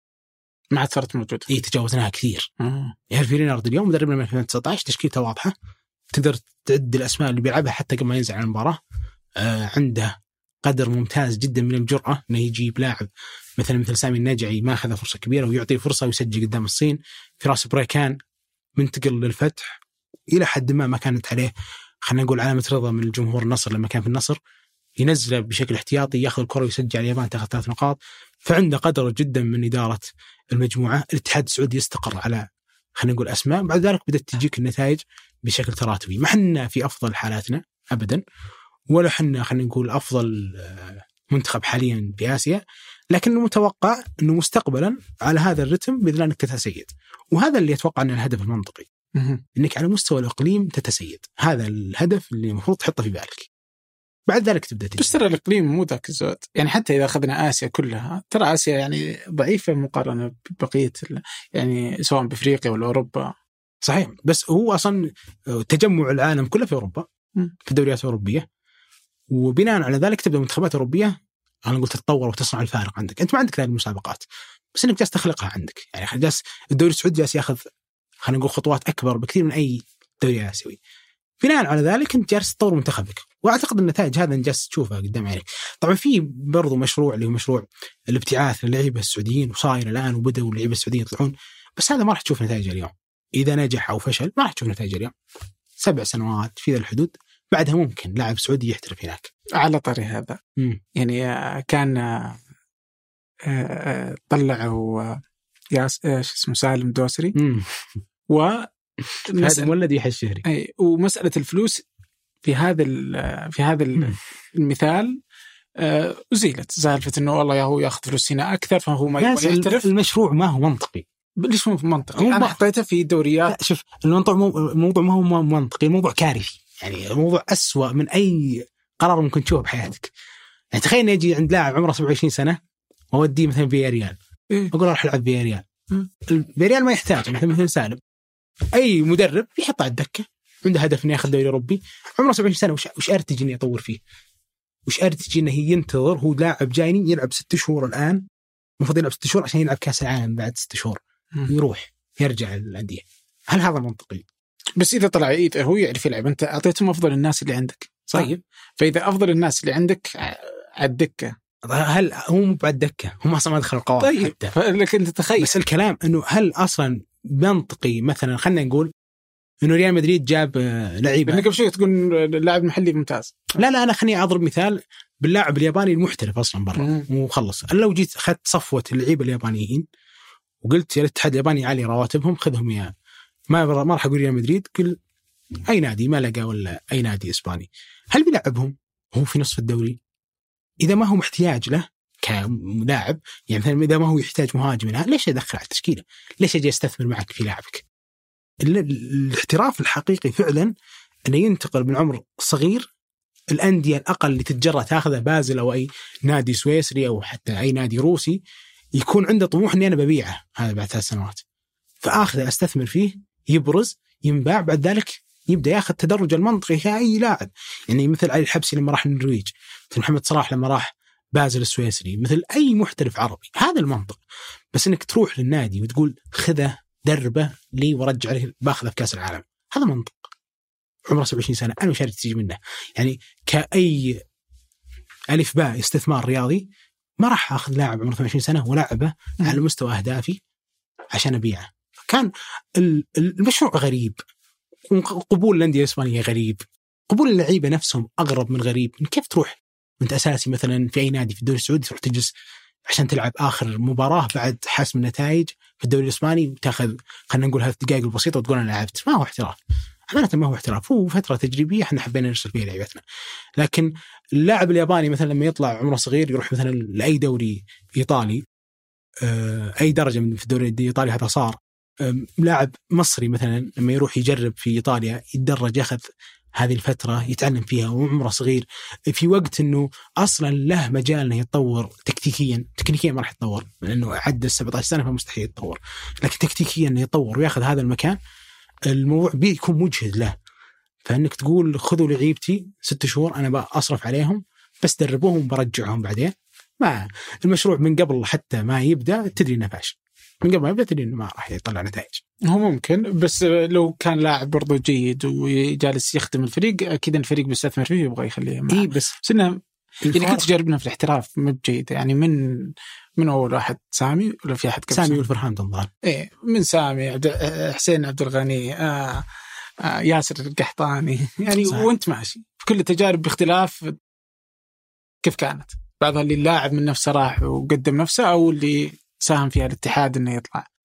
ما عاد صارت موجودة. إيه تجاوزناها كثير. يعرف رينارد اليوم مدربنا من ألفين وتسعة عشر تشكيلته واضحة، تقدر تعد الأسماء اللي بيلعبها حتى قبل ما ينزل عن المباراة. آه عنده قدر ممتاز جدا من الجرأة إنه يجيب لاعب مثلا مثل سامي النجعي ما أخذ فرصة كبيرة ويعطيه فرصة ويسجل قدام الصين. فراس بريكان منتقل للفتح إلى حد ما ما كانت عليه خلينا نقول علامة رضا من الجمهور النصر لما كان في النصر، ينزله بشكل احتياطي ياخذ الكرة ويسجل على اليابان تاخذ ثلاث نقاط. فعنده قدر جدا من إدارة المجموعة. الاتحاد السعودي يستقر على خلينا نقول أسماء، بعد ذلك بدأت تجيك النتائج بشكل تراتبي. ما حنا في أفضل حالاتنا أبدا، ولا حنا خلينا نقول أفضل منتخب حاليا بآسيا، لكن المتوقع أنه مستقبلا على هذا الرتم بإذن الله أنك تتسيد، وهذا اللي يتوقع أن الهدف المنطقي، أنك على مستوى الإقليم تتسيد. هذا الهدف اللي المفروض تحطه في بالك. بعد ذلك تبدأ تجي. بس ترى الإقليم مو ذاك الزود، يعني حتى إذا أخذنا آسيا كلها، ترى آسيا يعني ضعيفة مقارنة ببقية يعني سواء بأفريقيا ولا أوروبا. صحيح، بس هو أصلا تجمع العالم كله في أوروبا، في الدوريات الأوروبية، وبناء على ذلك تبدأ منتخبات أوروبية أنا قلت تتطور وتصنع الفارق عندك. أنت ما عندك هذه المسابقات، بس إنك جالس تخلقها عندك. يعني جالس الدوري السعودي جالس يأخذ خلينا نقول خطوات أكبر بكثير من أي دوري آسيوي. بناء على ذلك أنت جالس تطور منتخبك، وأعتقد النتائج هذا جالس تشوفها قدام عينك. طبعا في برضو مشروع اللي هو مشروع الابتعاث للعيبة السعوديين، وصاير الآن وبدأوا اللعيبة السعوديين يطلعون، بس هذا ما راح تشوف نتائج اليوم. إذا نجح أو فشل ما راح تشوف نتائج اليوم. سبع سنوات في ذا الحدود، بعدها ممكن لاعب سعودي يحترف هناك. على طريق هذا مم. يعني كان طلعوا ياس ايش اسمه سالم دوسري و هذا مولد يحيى الشهري. اي ومساله الفلوس في هذا في هذا المثال أزيلت سالفة إنه والله يا هو يأخذ فلوس هنا أكثر فهو ما يحترف. المشروع ما هو منطقي. ليش مو منطقي؟ أنا حطيته في دوريات. شوف الموضوع مو الموضوع ما هو منطقي، الموضوع كارثي. يعني الموضوع أسوأ من أي قرار ممكن تشوفه بحياتك. يعني تخيل يجي عند لاعب عمره سبعة وعشرين سنة ووديه مثلا فياريال، إيه؟ أقول راح ألعب فياريال. فياريال ما يحتاج مثلا مثل سالم، أي مدرب يحط على الدكة عنده هدف إنه يأخذ دوري أوروبي، عمره سبعة وعشرين سنة، وش وش أرتجي إنه يطور فيه؟ وش أرتجي إنه ينتظر؟ هو لاعب جايني يلعب ست شهور الآن، المفروض يلعب ست شهور عشان يلعب كأس العالم بعد ست شهور، يروح يرجع للأندية. هل هذا منطقي؟ بس إذا طلع إذا هو يعرف يلعب، أنت أعطيتهم أفضل الناس اللي عندك، طيب فإذا أفضل الناس اللي عندك على الدكة، هل هو مو بعد الدكة؟ هم أصلا ما دخلوا القواعد. طيب لكن تتخيل بس الكلام إنه هل أصلا منطقي مثلا خلنا نقول إنه ريال مدريد جاب لعيبة، إنك بشيء تقول لاعب محلي ممتاز. لا لا أنا خليني أضرب مثال باللاعب الياباني المحترف أصلا برا وخلص. أنا لو جيت أخذت صفوة اللعيبة اليابانيين وقلت يا الاتحاد الياباني عالي رواتبهم خذهم يا ما ما راح أقول ريال مدريد، كل أي نادي ملقا ولا أي نادي إسباني، هل بيلعبهم هو في نصف الدوري؟ إذا ما هو محتاج له كلاعب، يعني مثلا إذا ما هو يحتاج مهاجم، ليش يدخل على التشكيلة؟ ليش أجي أستثمر معك في لاعبك؟ الاحتراف الحقيقي فعلا أنه ينتقل من عمر صغير. الأندية الأقل اللي تتجرأ تأخذه بازل أو أي نادي سويسري أو حتى أي نادي روسي يكون عنده طموح أني أنا ببيعه هذا بعد ثلاث سنوات، فآخذه أستثمر فيه يبرز ينباع، بعد ذلك يبدأ يأخذ تدرج المنطقي كأي لاعب. يعني مثل علي الحبسي لما راح النرويج، مثل محمد صلاح لما راح بازل السويسري، مثل أي محترف عربي. هذا المنطق. بس إنك تروح للنادي وتقول خذه دربه لي ورجع له باخذه في كأس العالم، هذا منطق. عمره سبعة وعشرين سنة أنا مشارك تيجي منه، يعني كأي ألف باء استثمار رياضي ما راح أخذ لاعب عمره ثمانية وعشرين سنة ولعبه على مستوى أهدافي عشان أبيعه. كان المشروع غريب، قبول الأندية الإسبانية غريب، قبول اللعيبة نفسهم أغرب من غريب. كيف تروح وأنت أساسي مثلا في أي نادي في الدوري السعودي تروح تجلس عشان تلعب آخر مباراة بعد حسم النتائج في الدوري الإسباني وتأخذ خلينا نقول هذه الدقائق البسيطة وتقول أنا لعبت؟ ما هو احتراف، أمانة ما هو احتراف، هو فترة تجريبية احنا حبينا نرسل فيها لعيبتنا. لكن اللاعب الياباني مثلا لما يطلع عمره صغير يروح مثلا لأي دوري إيطالي، أي درجة من في الدوري الإيطالي هذا صار. لاعب مصري مثلا لما يروح يجرب في إيطاليا يتدرج يأخذ هذه الفترة يتعلم فيها وعمره صغير، في وقت أنه أصلا له مجال أنه يتطور تكتيكيا. تكنيكيا ما راح يتطور لأنه عدى سبعة عشر سنة فمستحيل يتطور، لكن تكتيكيا أنه يتطور ويأخذ هذا المكان. الموضوع بيكون مجهد له. فإنك تقول خذوا لعيبتي ست شهور أنا بأصرف عليهم بس دربوهم برجعهم بعدين، ما المشروع من قبل حتى ما يبدأ تدري إنه فاشل، من قبل ما يبدأ تدري إنه ما راح يطلع نتائج. هو ممكن بس لو كان لاعب برضو جيد وجالس يخدم الفريق أكيد الفريق بيستثمر فيه يبغى يخليه معه. إيه بس سنة يعني كنت جربنا في الاحتراف مو جيد، يعني من من أول واحد سامي ولا في أحد سامي والفرحان تنظر إيه من سامي عبد حسين عبد الغني آه آه ياسر القحطاني يعني صحيح. وانت ماشي في كل التجارب باختلاف كيف كانت، بعضها اللي اللاعب من نفسه راح وقدم نفسه أو اللي ساهم فيها الاتحاد إنه يطلع.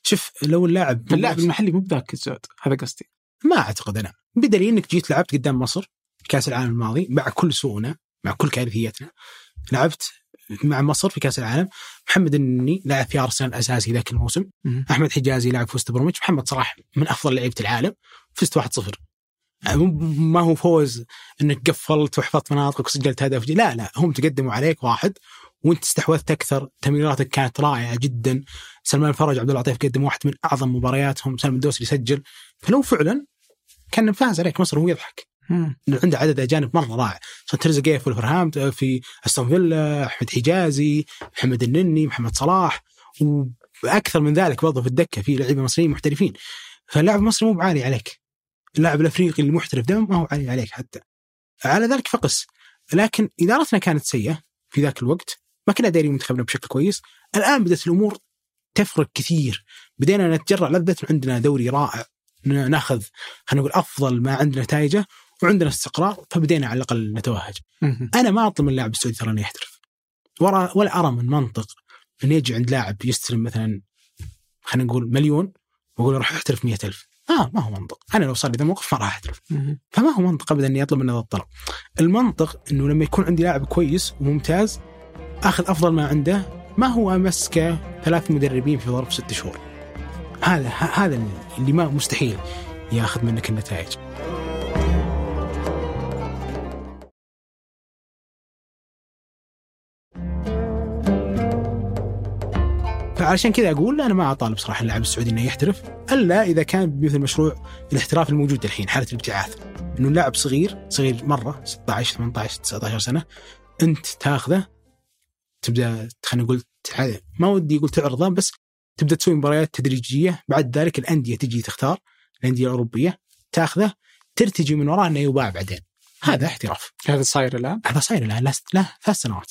شوف لو اللاعب اللاعب المحلي مو بذاك الزود، هذا قصدي. ما أعتقد أنا، بدليل إنك جيت لعبت قدام مصر في كأس العالم الماضي مع كل سوءنا مع كل كارثيتنا، لعبت مع مصر في كأس العالم. محمد النني لعب في أرسنال أساسي ذاك الموسم، م- أحمد حجازي لعب في وست بروميتش، محمد صلاح من أفضل لعيبة العالم، فزت واحد صفر. ما هو فوز إنك قفلت وحفظت مناطقك وسجلت هدف، لا لا، هم تقدموا عليك واحد وانت استحوذت أكثر، تمريراتك كانت رائعة جدا. سلمان الفرج عبد العطيف قدم واحد من أعظم مبارياتهم، سلمان الدوسري سجل، فلو فعلا كان فاز عليك مصر وهو يضحك. إنه عنده عدد أجانب مرة رائع، ترزقيه في الفرهام في أستون فيلا، أحمد حجازي، محمد النني، محمد صلاح، وأكثر من ذلك برضه في الدكة في لعيبة مصريين محترفين. فاللاعب المصري مو بعالي عليك، اللاعب الأفريقي المحترف ده ما هو عالي عليك حتى، على ذلك فقس. لكن إدارتنا كانت سيئة في ذاك الوقت، ما كنا دايرين منتخبنا بشكل كويس. الآن بدأت الأمور تفرق كثير، بدينا نتجرع لذة، عندنا دوري رائع، ناخذ خلينا نقول أفضل ما عندنا نتائجه، وعندنا استقرار، فبدينا على الأقل نتوهج. أنا ما أطلب من اللاعب السعودي ترى أنه يحترف، ولا ولا أرى من منطق أن يجي عند لاعب يستلم مثلا خلينا نقول مليون ويقول راح يحترف مئة ألف. آه ما هو منطق. أنا لو صار لي ذا موقف ما راح أحترف، فما هو منطق أبدا أني أطلب منه هذا الطلب. المنطق إنه لما يكون عندي لاعب كويس وممتاز أخذ أفضل ما عنده، ما هو أمسك ثلاث مدربين في ظرف ست شهور. هذا هذا اللي ما مستحيل يأخذ منك النتائج. فعشان كذا أقول أنا ما أطالب صراحة اللاعب السعودي إنه يحترف إلا إذا كان بمثل مشروع الاحتراف الموجود الحين، حالة الابتعاث، إنه اللاعب صغير صغير مرة ستة عشر ثمانية عشر تسعة عشر سنة، أنت تأخذه تبدأ خلينا نقول ما ودي يقول تعرضه، بس تبدأ تسوي مباريات تدريجية. بعد ذلك الأندية تجي تختار، الأندية الأوروبية تأخذه ترتجي من وراء أنه يباع بعدين. هذا احتراف. هذا صاير الآن هذا صاير الآن لا لا ثلاث سنوات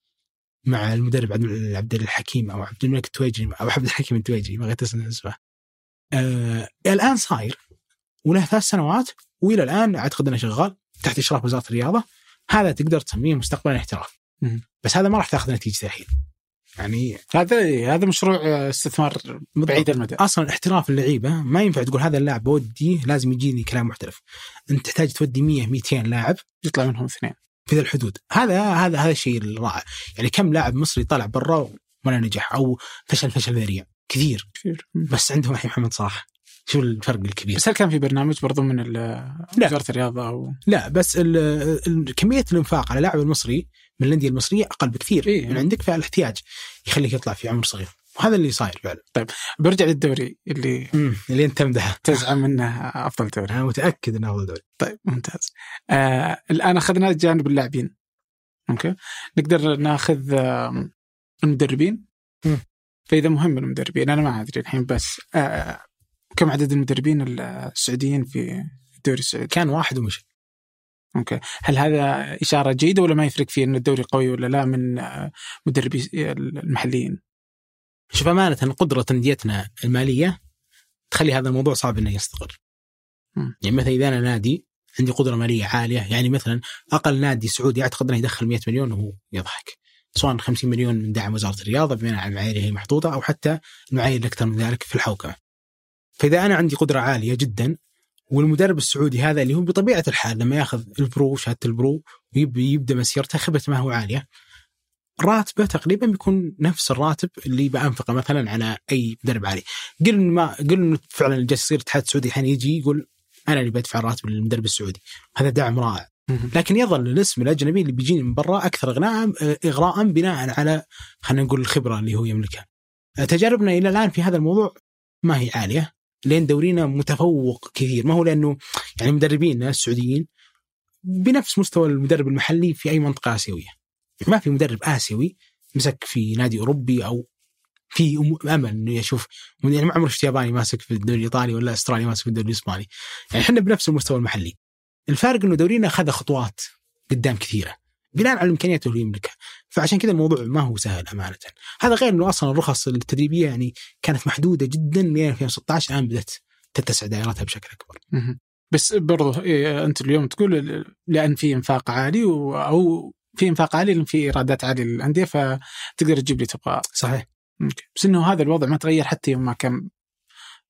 مع المدرب عبد الحكيم أو عبد الملك التويجري أو عبد الحكيم التويجري، ما غيرت اسمه. آه الآن صاير وله ثلاث سنوات، وإلى الآن أعتقد أنه شغال تحت إشراف وزارة الرياضة. هذا تقدر تسميه مستقبلا احتراف، بس هذا ما راح تأخذ نتيجة الحين. يعني هذا هذا مشروع استثمار بعيد المدى. أصلا احتراف اللعيبة ما ينفع تقول هذا اللاعب بودي لازم يجيني كلام محترف. أنت تحتاج تودي مية مئتين لاعب يطلع منهم اثنين في ذا الحدود. هذا هذا هذا الشيء الرائع. يعني كم لاعب مصري طلع برا ولا نجح أو فشل فشل ذريع كثير كثير، بس عندهم الحين محمد صلاح. شو الفرق الكبير؟ بس هل كان في برنامج برضو من وزارة الرياضة أو لا؟ بس ال ال كمية الانفاق على لاعب المصري من الأندية المصرية أقل بكثير إيه؟ من عندك، فالاحتياج يخليك يطلع في عمر صغير، وهذا اللي صاير فعلا. طيب برجع للدوري اللي مم. اللي أنت مدحه تزعم منه أفضل دوري. أنا متأكد أنه أفضل دوري. طيب ممتاز. آه الآن أخذنا جانب اللاعبين، أوكي نقدر نأخذ آه المدربين. مم. فإذا مهم المدربين، أنا ما أدري الحين بس آه كم عدد المدربين السعوديين في الدوري السعودي؟ كان واحد ومشي. أوكي، هل هذا إشارة جيدة ولا ما يفرق فيه إنه الدوري قوي ولا لا من مدربي المحليين؟ شوف أمانة قدرة أنديتنا المالية تخلي هذا الموضوع صعب إنه يستقر. م. يعني مثلا إذا أنا نادي عندي قدرة مالية عالية، يعني مثلا أقل نادي سعودي أعتقد أنه يدخل مئة مليون وهو يضحك، سواء خمسين مليون من دعم وزارة الرياضة بما على المعايير هي محطوطة أو حتى المعايير أكثر من ذلك في الحوكمة. فإذا أنا عندي قدرة عالية جدا والمدرب السعودي هذا اللي هو بطبيعة الحال لما يأخذ البرو شهادة البرو ويبدأ مسيرته خبرة ما هو عالية، راتبه تقريبا بيكون نفس الراتب اللي بأنفقه مثلا على أي مدرب عالي. قل ما قل فعلا الجالس يصير الاتحاد السعودي الحين يجي يقول أنا اللي بدفع راتب للمدرب السعودي، هذا دعم رائع. لكن يظل الاسم الأجنبي اللي بيجيني من برا أكثر إغراء إغراء بناء على خلينا نقول الخبرة اللي هو يملكها. تجاربنا إلى الآن في هذا الموضوع ما هي عالية، لأن دورينا متفوق كثير. ما هو لأنه يعني مدربين السعوديين بنفس مستوى المدرب المحلي في أي منطقة آسيوية. ما في مدرب آسيوي مسك في نادي أوروبي أو في أمل إنه يشوف، يعني ما عمره في ياباني ماسك في الدوري الإيطالي ولا أسترالي ماسك في الدوري الإسباني. يعني إحنا بنفس المستوى المحلي. الفارق إنه دورينا أخذ خطوات قدام كثيرة بناء على الإمكانيات اللي يملكها، فعشان كذا الموضوع ما هو سهل أمانة. هذا غير إنه أصلا الرخص التدريبية يعني كانت محدودة جدا من ألفين وستة عشر، الآن بدأت تتسع دائرتها بشكل أكبر. بس برضو أنت اليوم تقول لأن في إنفاق عالي أو في إنفاق عالي لأن في إيرادات عالية للأندية فتقدر تجيب لي تبغى. صحيح. ممكن. بس إنه هذا الوضع ما تغير حتى يوم ما كان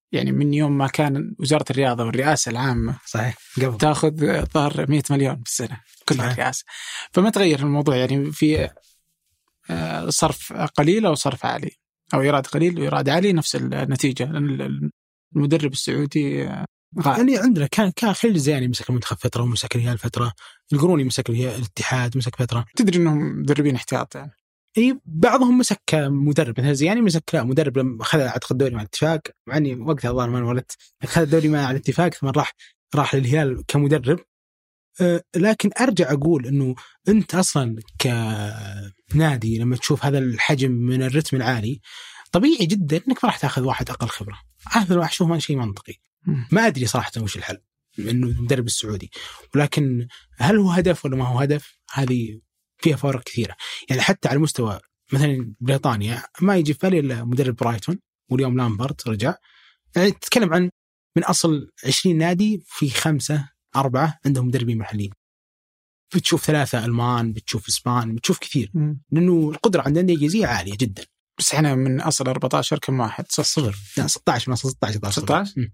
يعني من يوم ما كان وزارة الرياضة والرئاسة العامة صحيح قبل تأخذ ظهر مئة مليون بالسنة كل الرئاسة، فما تغير الموضوع يعني في صرف قليل أو صرف عالي أو إيراد قليل وإيراد عالي نفس النتيجة. المدرب السعودي يعني عندنا كان كان خليل زياني مسك المنتخب فترة ومسك الهلال فترة، القروني مسك الاتحاد مسك فترة. تدري إنهم مدربين احتياط يعني؟ اي بعضهم مسك مدرب، مثلا زياني مسك لا مدرب لما اخذ اعتقد الدوري مع الاتفاق، مع اني وقتها الظاهر ما انولدت، اخذ الدوري مع الاتفاق ثم راح راح للهلال كمدرب. أه لكن ارجع اقول انه انت اصلا كنادي لما تشوف هذا الحجم من الرتم العالي طبيعي جدا انك ما راح تاخذ واحد اقل خبره. هذا راح اشوف ما شيء منطقي. ما ادري صراحه وش الحل انه المدرب السعودي، ولكن هل هو هدف ولا ما هو هدف؟ هذه فيها فوارق كثيرة. يعني حتى على مستوى مثلا بريطانيا ما يجي في بالي إلا مدرب برايتون، واليوم لامبرت رجع. يعني تتكلم عن من أصل عشرين نادي في خمسة أربعة عندهم مدربين محليين. بتشوف ثلاثة ألمان، بتشوف إسبان، بتشوف كثير، لأنه القدرة عند الأندية الإنجليزية عالية جدا. بس إحنا من أصل أربعة عشر كم واحد؟ صفر لا ستة عشر من أصل ستة عشر ستة عشر.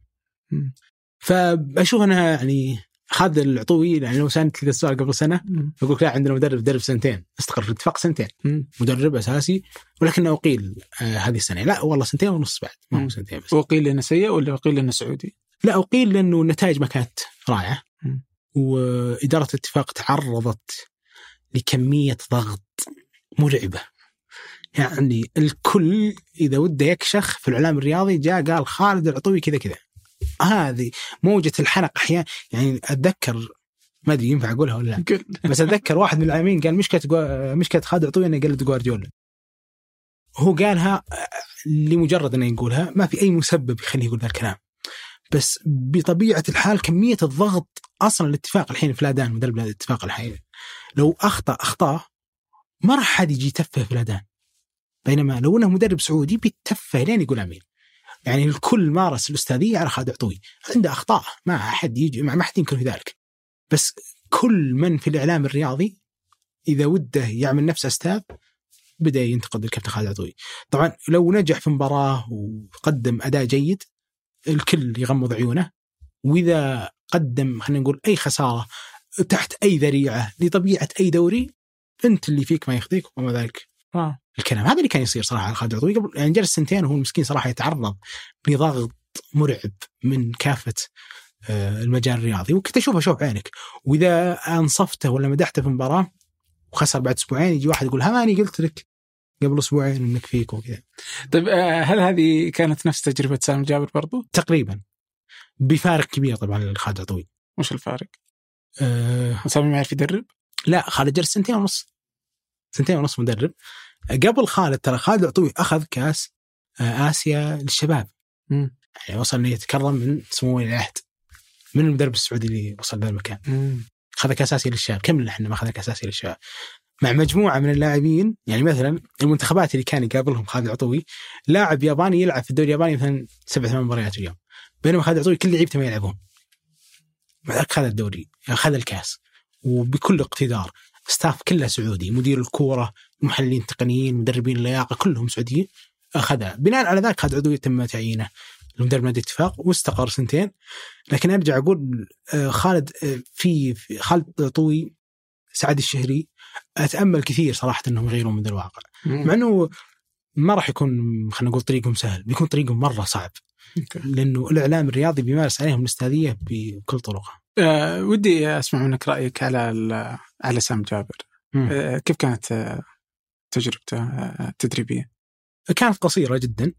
فأشوف أنا يعني هذا العطوي يعني لو سألت كذا السؤال قبل سنة يقول لا عندنا مدرب درب سنتين استقر في الاتفاق سنتين مم. مدرب أساسي ولكنه أقيل آه هذه السنة. لا والله سنتين ونص بعد ما هو سنتين بس. وقيل لأنه سيء ولا وقيل لأنه سعودي؟ لا أقيل لأنه النتائج ما كانت رائعة مم. وإدارة الاتفاق تعرضت لكمية ضغط مرعبة. يعني الكل إذا وده يكشخ في الإعلام الرياضي جاء قال خالد العطوي كذا كذا. هذه موجة الحنق أحيانا. يعني أتذكر ما أدري ينفع أقولها ولا لا بس أتذكر واحد من اللاعبين قال مشكلة مشكلة خالد العطوي أنه قلد جوارديولا. هو قالها لمجرد أنه يقولها، ما في أي مسبب يخليه يقول ذا الكلام، بس بطبيعة الحال كمية الضغط. أصلا الاتفاق الحين فلادان مدرب الاتفاق الحين لو أخطأ أخطاء ما راح حد يجي يتفه فلادان، بينما لو أنه مدرب سعودي بيتفه لين يقول أمين. يعني الكل مارس الأستاذية على خالد العطوي، عنده أخطاء ما أحد يجي ما أحد ينكر في ذلك، بس كل من في الإعلام الرياضي إذا وده يعمل نفس أستاذ بدأ ينتقد الكابتن خالد العطوي. طبعا لو نجح في مباراة وقدم أداء جيد الكل يغمض عيونه، وإذا قدم خلينا نقول أي خسارة تحت أي ذريعة لطبيعة أي دوري أنت اللي فيك ما يخطيك وما ذلك. آه. الكلام هذا اللي كان يصير صراحة على خالد العطوي قبل يعني جلس سنتين وهو المسكين صراحة يتعرض لضغط مرعب من كافة المجال الرياضي، وكنت أشوفه شوف عينك. وإذا أنصفته ولا مدحته في مباراة وخسر بعد أسبوعين يجي واحد يقول هماني قلت لك قبل أسبوعين إنك فيك وكذا. طيب هل هذه كانت نفس تجربة سامي جابر برضو؟ تقريبا بفارق كبير طبعا لخالد العطوي. وش الفارق؟ أه سامي ما يعرف يدرب؟ لا خالد جلس سنتين ونص سنتين ونص مدرب. قبل خالد ترى خالد العطوي أخذ كاس آسيا للشباب م. يعني وصل إنه يتكرم من سمو ولي العهد من المدرب السعودي اللي وصل ذا المكان. أخذ كاس آسيا للشباب كم إحنا ما أخذ كاس آسيا للشباب مع مجموعة من اللاعبين. يعني مثلا المنتخبات اللي كان يقابلهم خالد العطوي لاعب ياباني يلعب في الدوري الياباني مثلا سبع ثمان مباريات اليوم، بينما خالد العطوي كل لعيبته ما يلعبون. مع ذلك خذ الدوري أخذ الكاس وبكل اقتدار. ستاف كله سعودي، مدير الكورة، محللين تقنيين، مدربين اللياقة كلهم سعوديين أخذها. بناء على ذلك خالد العطوي تم تعيينه المدرب نادي الاتفاق واستقر سنتين. لكن أرجع أقول خالد في خالد العطوي سعد الشهري أتأمل كثير صراحة أنهم يغيرون من الواقع، مع أنه ما راح يكون خلينا نقول طريقهم سهل، بيكون طريقهم مرة صعب لأنه الإعلام الرياضي بيمارس عليهم الاستاذية بكل طرقها. أه ودي أسمع منك رأيك على على سام جابر. أه كيف كانت تجربته التدريبية؟ كانت قصيرة جدا.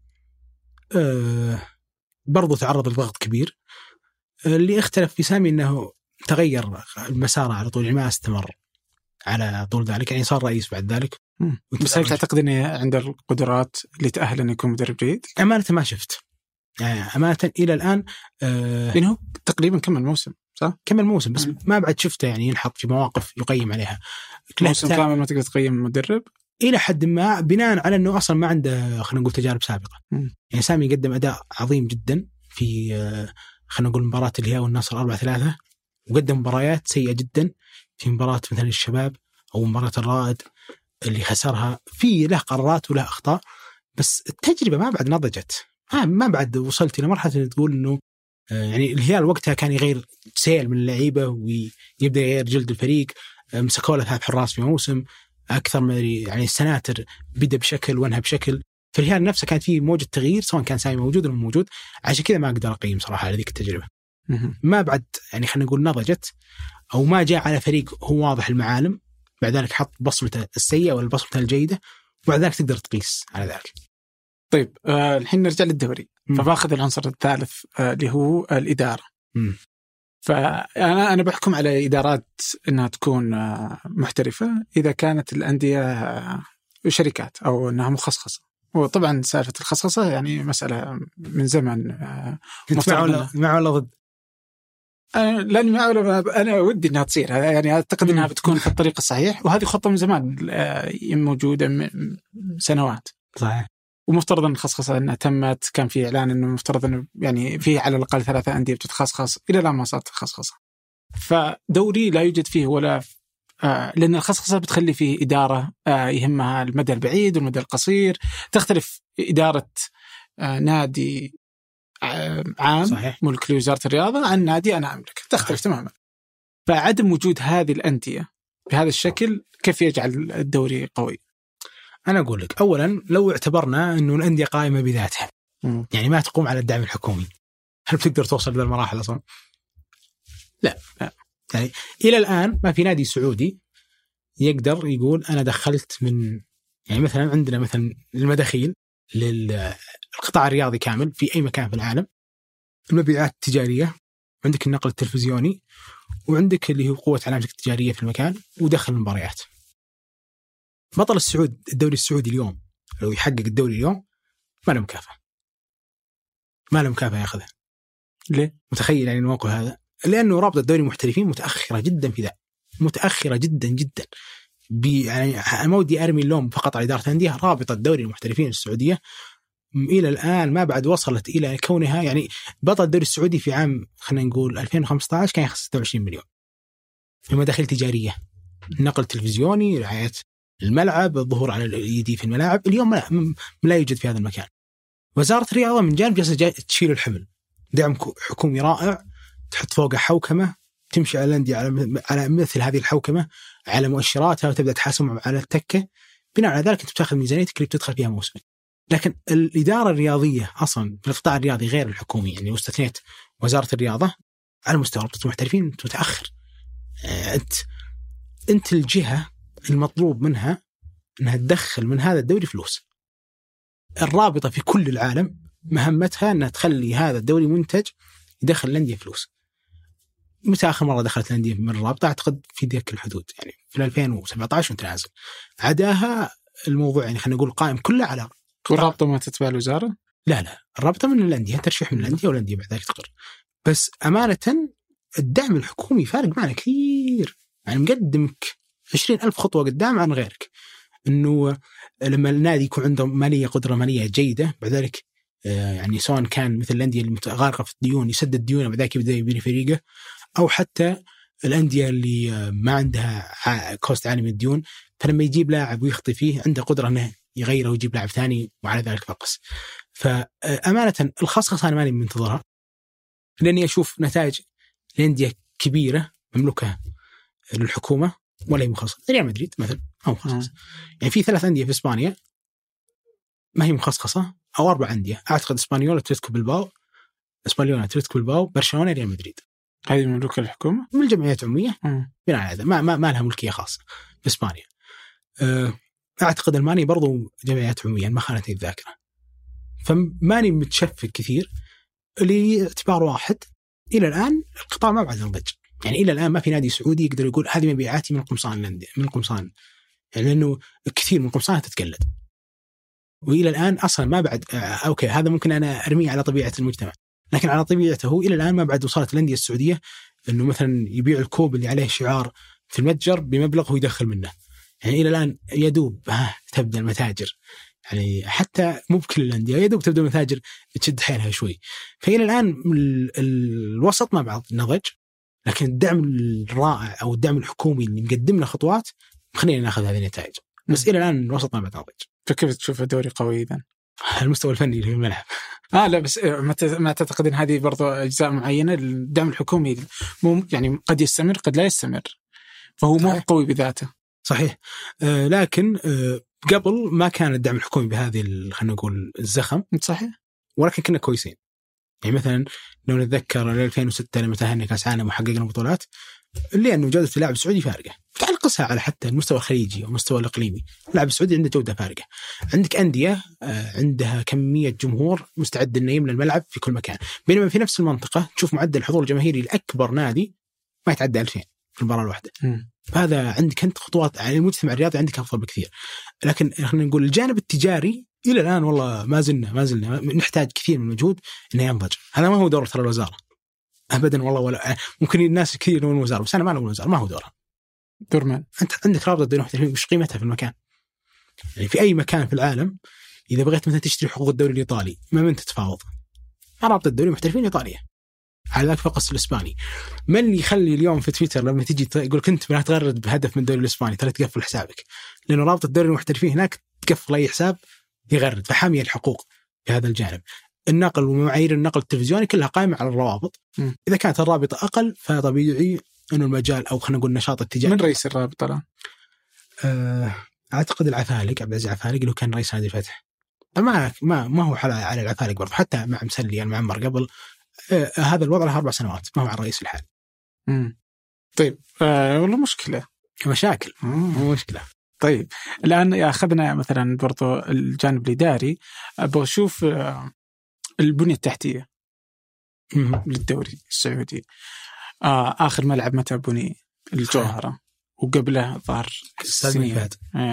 أه برضو تعرض لضغط كبير. أه اللي اختلف في سامي أنه تغير المسار على طول، ما استمر على طول ذلك، يعني صار رئيس بعد ذلك. بس هل تعتقد أنه عنده القدرات اللي تأهل أن يكون مدرب جيد؟ أمانة ما شفت، يعني أمانة إلى الآن أه لأنه تقريبا كمل موسم صح؟ كمل موسم بس مم. ما بعد شفته يعني ينحط في مواقف يقيم عليها. موسم كامل ما تقدر تقيم مدرب إلى حد ما بناء على أنه أصلا ما عنده خلينا نقول تجارب سابقة. مم. يعني سامي قدم أداء عظيم جدا في خلينا نقول مباراة الهلال والنصر أربعة ثلاثة، وقدم مباريات سيئة جدا في مباراة مثلا الشباب أو مباراة الرائد اللي خسرها. في له قرارات وله أخطاء، بس التجربة ما بعد نضجت آه ما بعد وصلت إلى مرحلة إن تقول إنه آه يعني الهلال وقتها كان يغير سيل من اللعيبة ويبدأ يغير جلد الفريق، آه مسكوا له ثلاث حراس في موسم أكثر من يعني السناتر بدأ بشكل وانها بشكل. فالهلال نفسه كانت فيه موجة تغيير سواء كان سامي موجود ولا موجود. عشان كذا ما أقدر أقيم صراحة على ذيك التجربة. ما بعد يعني خلينا نقول نضجت أو ما جاء على فريق هو واضح المعالم، بعد ذلك حط بصمته السيئة ولا بصمته الجيدة، وبعد ذلك تقدر تقيس على ذلك. طيب آه الحين نرجع للدوري. م. فباخذ العنصر الثالث آه اللي هو الإدارة. م. فأنا أنا بحكم على إدارات أنها تكون آه محترفة إذا كانت الأندية آه شركات أو أنها مخصصة. وطبعا سالفة الخصخصة يعني مسألة من زمن. آه مع ولا مع ولا ضد؟ أنا لأني مع ولا أنا ودي أنها تصير، يعني أعتقد أنها بتكون في الطريق الصحيح، وهذه خطة من زمان آه موجودة من سنوات. صحيح. ومفترض أن الخصخصة أنها تمت، كان في إعلان أنه مفترض أنه يعني في على الأقل ثلاثة أندية بتتخصخص، إلى الآن ما صارت خصخصة. فدوري لا يوجد فيه ولا آه لأن الخصخصة بتخلي فيه إدارة آه يهمها المدى البعيد والمدى القصير. تختلف إدارة آه نادي آه عام صحيح. ملك لوزارة الرياضة عن نادي أنا أملك، تختلف تماما. فعدم وجود هذه الأندية بهذا الشكل كيف يجعل الدوري قوي؟ أنا أقول لك أولاً لو اعتبرنا أنه الأندية قائمة بذاتها م. يعني ما تقوم على الدعم الحكومي، هل بتقدر توصل إلى المراحل أصلاً؟ لا. لا يعني إلى الآن ما في نادي سعودي يقدر يقول أنا دخلت من يعني مثلاً عندنا مثلاً المداخيل للقطاع الرياضي كامل في أي مكان في العالم، المبيعات التجارية، عندك النقل التلفزيوني، وعندك اللي هو قوة علامتك التجارية في المكان، ودخل المباريات. بطل السعود الدوري السعودي اليوم لو يحقق الدوري اليوم ما له مكافأة، ما له مكافأة ياخذها. ليه؟ متخيل يعني الموقف هذا؟ لأنه رابطة الدوري المحترفين متأخرة جدا في ذا، متأخرة جدا جدا. يعني ما ودي أرمي اللوم فقط على إدارة الأندية، رابطة الدوري المحترفين السعودية إلى الآن ما بعد وصلت إلى كونها يعني بطل الدوري السعودي في عام خلينا نقول ألفين وخمسة عشر كان يخسر ستة وعشرين مليون في مداخل تجارية، نقل تلفزيوني، رعاية الملعب، الظهور على الإيدي في الملاعب. اليوم لا, لا يوجد في هذا المكان. وزارة الرياضة من جانب جالسة تشيل الحمل، دعم حكومي رائع، تحط فوقه حوكمة، تمشي على الأندية على على مثل هذه الحوكمة على مؤشراتها، وتبدأ تحاسب على التكة. بناء على ذلك أنت بتأخذ ميزانيتك اللي بتدخل فيها موسم. لكن الإدارة الرياضية أصلا في القطاع الرياضي غير الحكومي، يعني واستثنيت وزارة الرياضة، على مستوى رابطة المحترفين متأخر. أنت أنت الجهة المطلوب منها أنها تدخل من هذا الدوري فلوس. الرابطة في كل العالم مهمتها أنها تخلي هذا الدوري منتج يدخل الأندية فلوس. متى آخر مرة دخلت الأندية من الرابطة؟ أعتقد في ذيك الحدود، يعني في ألفين وسبعة عشر وانت نازل. عداها الموضوع يعني خلينا نقول قائم كله على. والرابطة ما تتبع الوزارة؟ لا لا، الرابطة من الأندية، ترشيح من الأندية والأندية بعد ذلك تقر. بس أمانة الدعم الحكومي فارق معنا كثير، يعني مقدمك عشرين ألف خطوة قدام عن غيرك. إنه لما النادي يكون عنده مالية قدرة مالية جيدة، بعد ذلك يعني سواء كان مثل الأندية المتغارقة في الديون يسدد ديونه بعد ذلك يبدأ يبني فريقه، أو حتى الأندية اللي ما عندها كوست عالي من الديون، فلما يجيب لاعب ويخطي فيه عنده قدرة أنه يغيره ويجيب لاعب ثاني وعلى ذلك فقس. فأمانة الخصخصة أنا ماني منتظرها، لأني أشوف نتائج الأندية كبيرة مملوكة للحكومة ولا هي مخصصة. ريال مدريد مثلا أو مخصصة، يعني في ثلاث أندية في إسبانيا ما هي مخصصة، أو أربع أندية أعتقد: إسبانيول، أتلتيكو بلباو، إسبانيول، أتلتيكو بلباو، برشلونة، ريال مدريد. هذه مملوكة للحكومة من الجمعيات العمومية بناء على هذا، ما ما ما لها ملكية خاصة في إسبانيا. أعتقد ألمانيا برضو جمعيات عمومية ما خانتني الذاكرة. فماني متشفق كثير لاعتبار واحد. إلى الآن القطاع ما بعد نضج، يعني إلى الآن ما في نادي سعودي يقدر يقول هذه مبيعاتي من قمصان الأندية، من قمصان، يعني لأنه كثير من قمصانها تتقلد. وإلى الآن أصلا ما بعد آه أوكي هذا ممكن أنا أرميه على طبيعة المجتمع، لكن على طبيعته إلى الآن ما بعد وصلت الأندية السعودية إنه مثلا يبيع الكوب اللي عليه شعار في المتجر بمبلغ هو يدخل منه. يعني إلى الآن يدوب ها تبدأ المتاجر، يعني حتى مو بكل الأندية يدوب تبدأ المتاجر تشد حيلها شوي. فإلى الآن الوسط ما بعد نضج، لكن الدعم الرائع أو الدعم الحكومي اللي مقدم لنا خطوات خلينا ناخذ هذه النتائج. بس إلى الآن الوسط ما بعد نضج. فكيف تشوف الدوري قوي إذن؟ المستوى الفني اللي في الملعب اه لا بس ما تعتقد ان هذه برضو اجزاء معينه الدعم الحكومي مو يعني قد يستمر قد لا يستمر، فهو مو قوي بذاته. صحيح. آه لكن آه قبل ما كان الدعم الحكومي بهذه خلينا نقول الزخم. صحيح. ولكن كنا كويسين. يعني مثلا لو نتذكر ألفين وستة لما تأهلنا كأس عالم وحققنا بطولات، اللي أنه جودة اللاعب السعودي فارقة. تعال قسها على حتى المستوى الخليجي والمستوى الإقليمي، اللاعب السعودي عنده جودة فارقة. عندك أندية عندها كمية جمهور مستعد إنه يملى الملعب في كل مكان، بينما في نفس المنطقة تشوف معدل الحضور الجماهيري الأكبر نادي ما يتعدى ألفين في المباراة الواحدة. فهذا عندك أنت خطوات على المجتمع الرياضي عندك أفضل بكثير. لكن خلينا نقول الجانب التجاري إلى الآن والله ما زلنا ما زلنا نحتاج كثير من المجهود إنه ينضج. هذا ما هو دور ترى الوزارة أبدا والله، ولا ممكن الناس كثير يقولون الوزارة، بس أنا ما أقول الوزارة، ما هو دورها. دور من؟ أنت عندك رابطة الدوري المحترفين، وش قيمتها في المكان؟ يعني في أي مكان في العالم إذا بغيت مثلا تشتري حقوق الدوري الإيطالي ما من تتفاوض مع رابطة الدوري المحترفين الإيطالية، على ذاك فقط الإسباني. ما اللي يخلي اليوم في تويتر لما تجي يقول كنت بلا تغرد بهدف من الدوري الإسباني ترى تقفل حسابك، لأنه رابطة الدوري المحترفين هناك تقفل أي حساب يغرد، فحامية الحقوق في هذا الجانب. النقل ومعايير النقل التلفزيوني كلها قائمة على الروابط. م. إذا كانت الرابطة أقل فطبيعي إنه المجال أو خلينا نقول النشاط التجاري. من رئيس الرابطة الآن؟ أه أعتقد العفالق، عبد العزيز العفالق اللي كان رئيس نادي الفتح. ما ما ما هو على على العفالق برضه، حتى مع مسلي يعني معمر قبل أه هذا الوضع له أربع سنوات، ما هو على الرئيس الحالي. امم طيب أه والله مشكلة مشاكل مو مشكلة. طيب الآن أخذنا مثلا برضه الجانب الإداري، أبغى أشوف أه البنية التحتية للدوري السعودي. آه آخر ملعب متى بني؟ الجوهرة، وقبله ظهر السنين.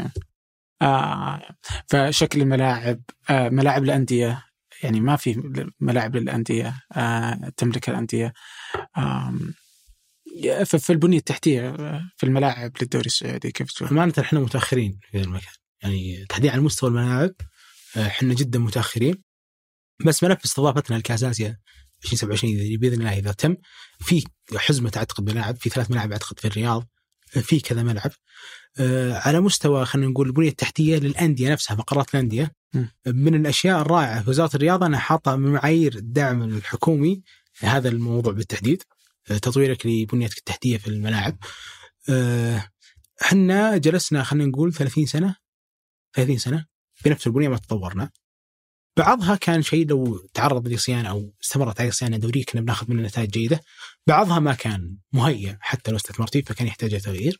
آه فشكل الملاعب، آه ملاعب الأندية يعني ما في ملاعب للأندية آه تملك الأندية. آه ففي البنية التحتية في الملاعب للدوري السعودي كيف تشوف؟ أمانة إحنا متأخرين في المكان، يعني تحديدا على مستوى الملاعب إحنا جدا متأخرين. بس ملف استضافتنا لكأس آسيا عشرين سبعة وعشرين بإذن الله إذا تم، في حزمة أعتقد ملاعب، في ثلاث ملاعب أعتقد في الرياض، في كذا ملعب. آه على مستوى خلينا نقول البنية التحتية للأندية نفسها، فقرات الأندية م. من الأشياء الرائعة في وزارة الرياضة أنا حاطة من معايير الدعم الحكومي هذا الموضوع بالتحديد، آه تطويرك لبنيتك التحتية في الملاعب. آه حنا جلسنا خلينا نقول ثلاثين سنة ثلاثين سنة بنفس البنية ما تطورنا. بعضها كان شيء لو تعرض لصيانة أو استمرت عليه صيانة دورية كنا بناخذ منه نتائج جيدة، بعضها ما كان مهيأ حتى لو استثمرت فيه فكان يحتاج تغيير.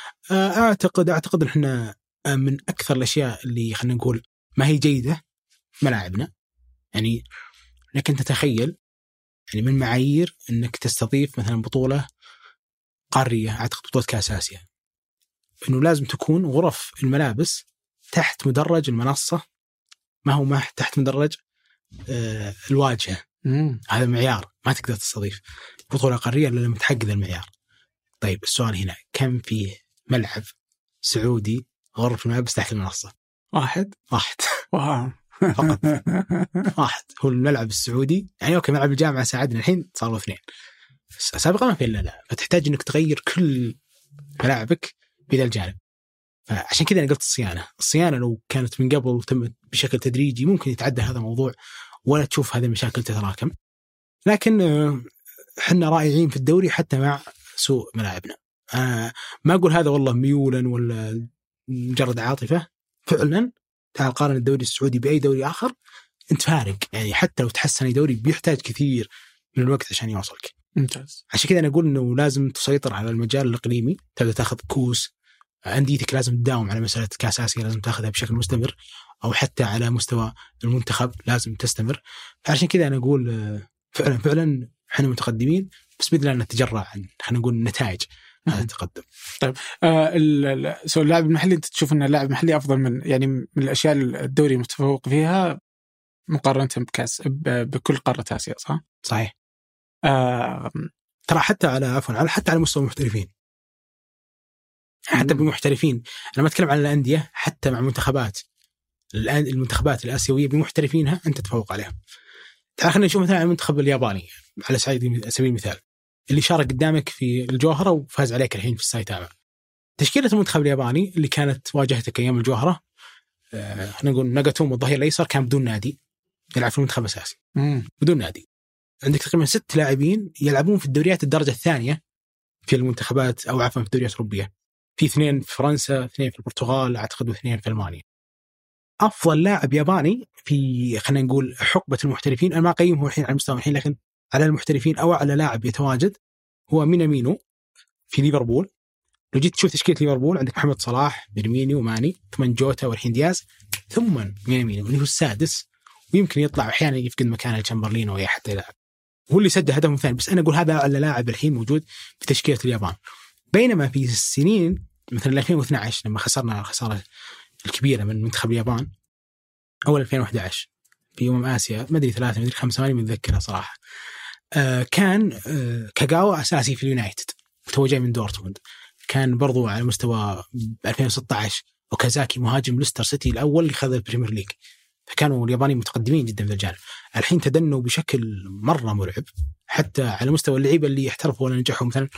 أعتقد أعتقد إن إحنا من أكثر الأشياء اللي خلينا نقول ما هي جيدة ملاعبنا، يعني لكن تتخيل يعني من معايير إنك تستضيف مثلا بطولة قارية، أعتقد بطولة كأس آسيا، إنه لازم تكون غرف الملابس تحت مدرج المنصة، ما هو ما تحت مدرج آه الواجهة. مم. هذا معيار ما تقدر تستضيف بطولة قارية إلا لما تحقق المعيار. طيب السؤال هنا كم فيه ملعب سعودي غرف الملابس تحت المنصة؟ واحد واحد واو فقط واحد هو الملعب السعودي. يعني أوكي ملعب الجامعة ساعدنا الحين صاروا اثنين، سابقا ما في إلا لا، فتحتاج إنك تغير كل ملاعبك بهذا الجانب. فعشان كذا أنا قلت الصيانة الصيانة لو كانت من قبل تمت بشكل تدريجي ممكن يتعدى هذا الموضوع ولا تشوف هذه المشاكل تتراكم. لكن حنا رائعين في الدوري حتى مع سوء ملاعبنا. آه ما أقول هذا والله ميولا ولا مجرد عاطفة، فعلا تعال قارن الدوري السعودي بأي دوري آخر أنت فارق. يعني حتى لو تحسن دوري بيحتاج كثير من الوقت عشان يوصلك. ممتاز. عشان كذا أنا أقول إنه لازم تسيطر على المجال الإقليمي، تبدأ تأخذ كوس، أنديتك لازم تداوم على مسألة كأس آسيا لازم تأخذها بشكل مستمر، أو حتى على مستوى المنتخب لازم تستمر. عشان كذا أنا أقول فعلا فعلا إحنا متقدمين، بس بإذن الله نتجرع عن خلينا نقول نتائج هذا التقدم. طيب آه سو اللاعب المحلي أنت تشوف أن اللاعب المحلي أفضل من يعني من الأشياء الدوري متفوق فيها مقارنة بكأس بكل قارة آسيا صح؟ صحيح. آه ترى حتى على عفوا على حتى على مستوى المحترفين، حتى بمحترفين أنا ما أتكلم عن الأندية، حتى مع منتخبات الآن المنتخبات الآسيوية بمحترفينها أنت تفوق عليها. تعال خلينا نشوف مثلا المنتخب الياباني على سبيل المثال اللي شارك قدامك في الجوهرة وفاز عليك الحين في السايتاما. تشكيلة المنتخب الياباني اللي كانت واجهتك أيام الجوهرة آه، خلينا نقول ناغاتومو الظهير الأيسر كان بدون نادي، يلعب في المنتخب الأساسي بدون نادي. عندك تقريبا ست لاعبين يلعبون في الدوريات الدرجة الثانية في المنتخبات أو عفوا في الدوريات الأوروبية، في اثنين في فرنسا، اثنين في البرتغال أعتقد، واثنين في ألمانيا. أفضل لاعب ياباني في خلينا نقول حقبة المحترفين، أنا ما أقيمه الحين على مستوى الحين، لكن على المحترفين أو على لاعب يتواجد هو مينامينو في ليفربول. لو جيت تشوف تشكيلة ليفربول عندك محمد صلاح، فيرمينيو، وماني، ثم جوتا والحين دياز، ثم مينامينو اللي هو السادس، ويمكن يطلع أحيانا يفقد مكانه لتشامبرلين أو أي حتى لاعب، هو اللي سجل هدف ثاني. بس أنا أقول هذا على لاعب الحين موجود في تشكيلة اليابان. بينما في السنين مثل ألفين واثني عشر لما خسرنا الخسارة الكبيرة من منتخب اليابان، أول ألفين وأحد عشر في أمم آسيا، ما أدري ثلاثة ما أدري خمسة ماني متذكرها صراحة، آه كان آه كاغاوا أساسي في اليونايتد وتو جاي من دورتموند. كان برضو على مستوى ألفين وستة عشر وكازاكي مهاجم ليستر سيتي الأول اللي خذ البريمير ليج، فكانوا اليابانيين متقدمين جدا في الجانب. الحين تدنوا بشكل مرة مرعب، حتى على مستوى اللعيبة اللي احترفوا ولا نجحوا، مثلا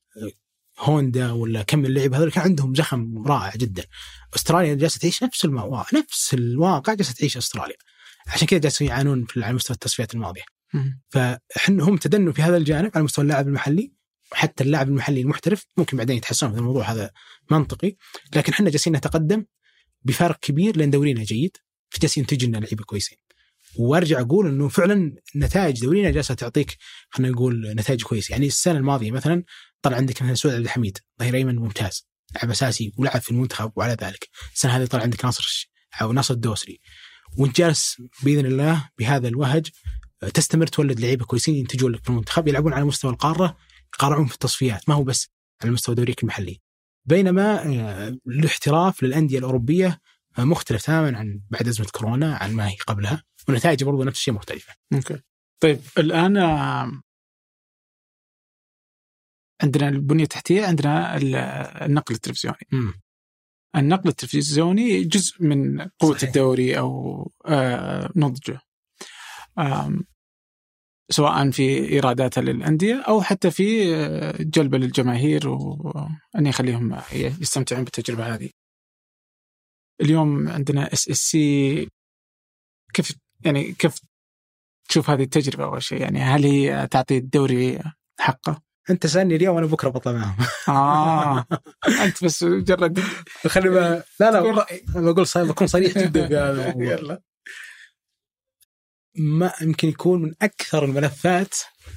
هوندا ولا كم اللعيبة هذول كان عندهم زخم رائع جدا. أستراليا جالسة تعيش نفس الواقع، نفس الواقع جالسة تعيش أستراليا، عشان كذا جالسين يعانون في على مستوى التصفيات الماضية. فحن هم تدنوا في هذا الجانب على مستوى اللاعب المحلي، وحتى اللاعب المحلي المحترف ممكن بعدين يتحسنون في الموضوع، هذا منطقي. لكن حنا جالسين نتقدم بفارق كبير لأن دورينا جيد، في جالسين ينتج لنا لعيبة كويسين. وارجع اقول انه فعلا نتائج دورينا جالسه تعطيك خلينا نقول نتائج كويسه. يعني السنه الماضيه مثلا طلع عندك مثلا سعود عبد الحميد ظهير ايمن ممتاز، لعب اساسي ولعب في المنتخب، وعلى ذلك السنه هذه طلع عندك ناصر او ناصر الدوسري، وانت جالس باذن الله بهذا الوهج تستمر تولد لعيبه كويسين ينتجون لك في المنتخب، يلعبون على مستوى القاره، يقارعون في التصفيات، ما هو بس على مستوى دوريك المحلي. بينما الاحتراف للانديه الاوروبيه مختلف تماما عن بعد ازمه كورونا عن ما هي قبلها، ونتائج برضو نفس الشيء مختلفه. اوكي طيب، الان عندنا البنيه التحتيه، عندنا النقل التلفزيوني. م. النقل التلفزيوني جزء من قوه صحيح. الدوري او آه نضجه، سواء في إيراداتها للأندية أو حتى في جلبة للجماهير وأن يخليهم يستمتعون بالتجربة هذه. اليوم عندنا اس اس سي، كيف يعني كيف تشوف هذه التجربة أول شيء؟ يعني هل هي تعطي الدوري حقه؟ أنت سألني اليوم وأنا بكرة بطلع معهم. آه أنت بس مجرد خلي ما لا لا بقول صحيح، بكون صريح جدا في هذا الموضوع. ما يمكن يكون من أكثر الملفات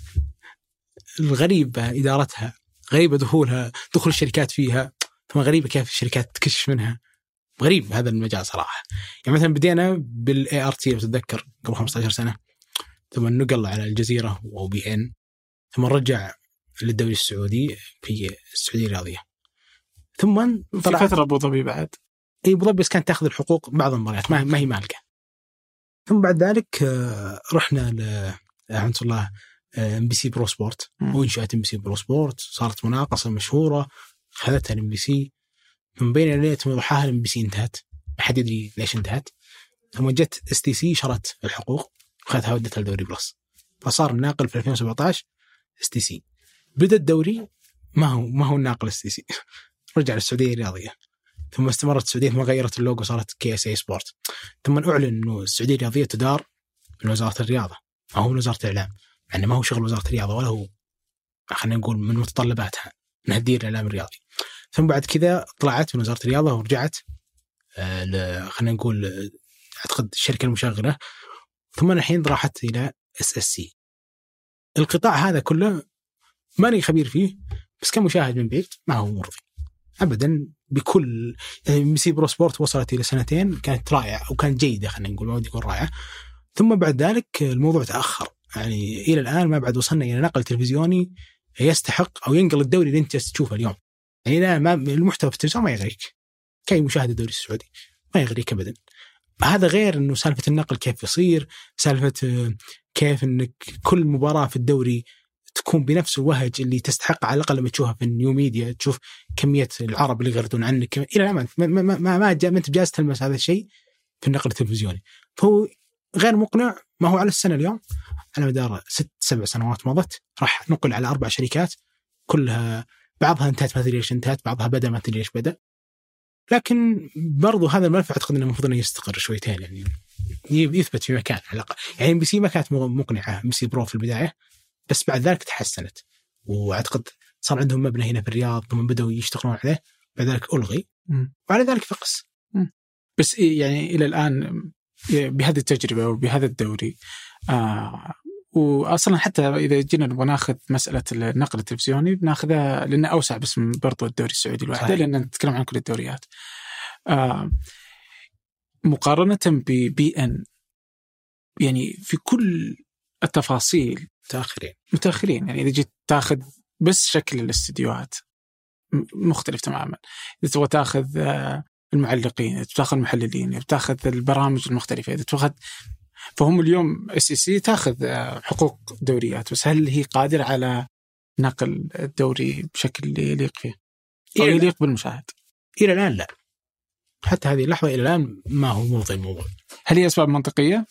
الغريبة إدارتها، غريبة دخولها، دخول الشركات فيها، ثم غريبة كيف الشركات تكشف منها. غريب هذا المجال صراحة. يعني مثلا بدينا بالإي آر تي لو تتذكر قبل خمسة عشر سنة، ثم نقل على الجزيرة و بي إن، ثم رجع للدوري السعودي في السعودية الرياضية، ثم في فترة أبو ظبي بعد. أي أبو ظبي بس كانت تأخذ الحقوق بعض المباريات ما ما هي مالكة. ثم بعد ذلك رحنا ل رحمة الله ام بي سي برو سبورت، وانشأت ام بي سي برو سبورت، صارت مناقصة مشهورة خذتها الام بي سي، من بين الليلة وضحاها الام بي سي انتهت، ما حد يدري ليش انتهت. ثم جت اس تي سي شرت الحقوق وخذتها ودتها الدوري بلس، فصار الناقل في ألفين وسبعة عشر اس تي سي. بدأ الدوري ما هو ما هو الناقل اس تي سي، رجع للسعودية الرياضية، ثم استمرت السعودية، ثم غيرت اللوجو صارت كي اس اي سبورت، ثم أعلن إنه السعودية الرياضية تدار من وزارة الرياضة أو من وزارة الإعلام، يعني ما هو شغل وزارة الرياضة ولا هو خلينا نقول من متطلباتها إنها تدير الإعلام الرياضي. ثم بعد كذا طلعت من وزارة الرياضة ورجعت آه خلينا نقول أعتقد الشركة المشغلة، ثم الحين راحت إلى اس اس سي. القطاع هذا كله ماني خبير فيه، بس كمشاهد من بعيد ما هو مرضي أبدا بكل. يعني ام بي سي برو سبورت وصلت إلى سنتين كانت رائعة وكانت جيدة، خلينا نقول ما ودي يكون رائعة، ثم بعد ذلك الموضوع تأخر، يعني إلى الآن ما بعد وصلنا إلى نقل تلفزيوني يستحق أو ينقل الدوري اللي أنت تشوفه اليوم. يعني لا ما المحتوى في التلفزيون ما يغريك كي مشاهد الدوري السعودي، ما يغريك أبدا. هذا غير إنه سالفة النقل كيف يصير، سالفة كيف إنك كل مباراة في الدوري تكون بنفس الوهج اللي تستحق على الأقل لما تشوفها في النيو ميديا، تشوف كمية العرب اللي يغردون عنك إلى الآن ما ما ما ما, ما أنت بجالس تلمس هذا الشيء في النقل التلفزيوني، فهو غير مقنع. ما هو على السنة اليوم على مدار ست سبع سنوات مضت راح نقل على أربع شركات كلها، بعضها انتهت ما تدري ليش انتهت، بعضها بدأ ما تدري ليش بدأ، لكن برضو هذا الملف أعتقد أنه المفروض أنه يستقر شويتين يعني، يثبت في مكان على الأقل. يعني ام بي سي ما كانت مقنعة، ام سي برو في البداية، بس بعد ذلك تحسنت، وأعتقد صار عندهم مبنى هنا في الرياض ثم بدأوا يشتغلون عليه، بعد ذلك ألغي مم. وعلى ذلك فقس. مم. بس يعني إلى الآن بهذه التجربة وبهذا الدوري آه وأصلا حتى إذا جينا نبغى ناخذ مسألة النقل التلفزيوني بناخذها لأنه أوسع بس من برضو الدوري السعودي الواحد، لأن نتكلم عن كل الدوريات. آه مقارنة ببي إن يعني في كل التفاصيل متأخرين متأخرين يعني إذا جيت تاخذ بس شكل الاستديوهات مختلف تماما، إذا تبغى تاخذ المعلقين، إذا تاخذ المحللين، إذا تاخذ البرامج المختلفة، إذا تاخذ، فهم اليوم اس سي تاخذ حقوق دوريات، بس هل هي قادرة على نقل الدوري بشكل يليق فيه أو يليق بالمشاهد؟ إلى الآن لا، حتى هذه اللحظة إلى الآن ما هو موضوع الموضوع. هل هي أسباب منطقية؟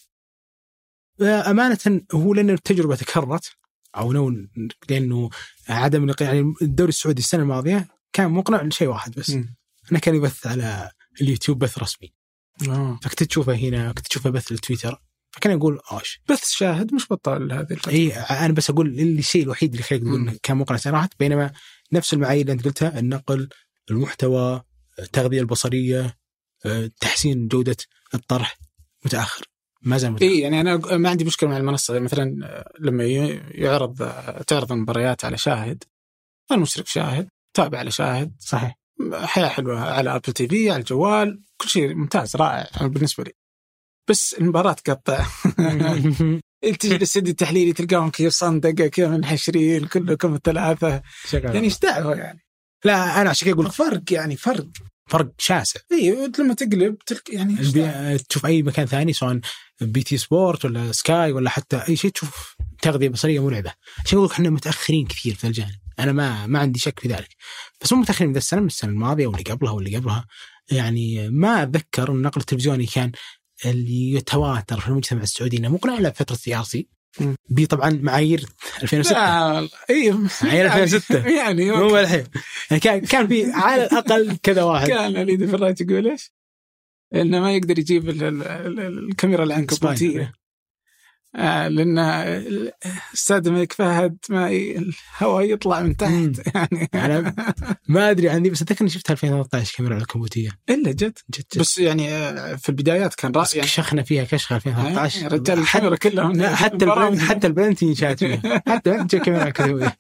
أمانة هو لأن التجربة تكررت، أو لأنه عدم يعني الدوري السعودي السنة الماضية كان مقنع لشيء واحد بس، م. أنا كان يبث على اليوتيوب بث رسمي، آه. فكنت تشوفه هنا، كنت تشوفه بث التويتر، فكان أقول آش بث شاهد مش بطال هذه الفترة. إيه أنا بس أقول الشيء الوحيد اللي خليك تقول كان مقنع صراحة، بينما نفس المعايير اللي أنت قلتها، النقل، المحتوى، التغذية البصرية، تحسين جودة الطرح، متأخر ما زال متأخر. إيه يعني أنا ما عندي مشكلة مع المنصة، مثلا لما يعرض تعرض المباريات على شاهد، المشترك شاهد، تابع على شاهد، صحيح، حياة حلوة على أبل تي في، على الجوال، كل شيء ممتاز رائع بالنسبة لي. بس المباراة تقطع تجي للسد التحليلي تلقاهم كيف صندقة كيف منحشرين كله كم الثلاثة، يعني ايش دعوة يعني. لا أنا عشان كذا أقول فرق يعني فرق فرق شاسع. اي لما تقلب تلك يعني البي... تشوف أي مكان ثاني سواء بي تي سبورت ولا سكاي ولا حتى أي شيء تشوف تغذية بصرية مرعبة. عشان أقول إحنا متأخرين كثير في الجانب، أنا ما ما عندي شك في ذلك، بس مو متأخرين من السنة من السنة الماضية واللي قبلها واللي قبلها. يعني ما أتذكر النقل التلفزيوني كان اللي يتواتر في المجتمع السعودي إنه مقنع إلا فترة سي آر سي بي، طبعا معايير ألفين وستة. اي معايير ألفين وستة يعني مو الحين يعني كان كان في على الأقل كذا واحد كان اليد في الراي يقول إيش إنه ما يقدر يجيب ال ال ال الكاميرا العنكبوتية آه لأن السادة الملك فهد ما ي... الهواء يطلع من تحت يعني أنا ما أدري عندي، بس أتذكر شفتها ألفين وثلاثة عشر كاميرا العنكبوتية إلا جد. جد جد بس يعني في البدايات كان رأي يعني كشخنا فيها كشخة ألفين وثلاثة عشر يعني رجال الكاميرا كلهم حتى البنت حتى البنت ينشات فيها حتى البنت كاميرا عنكبوتية.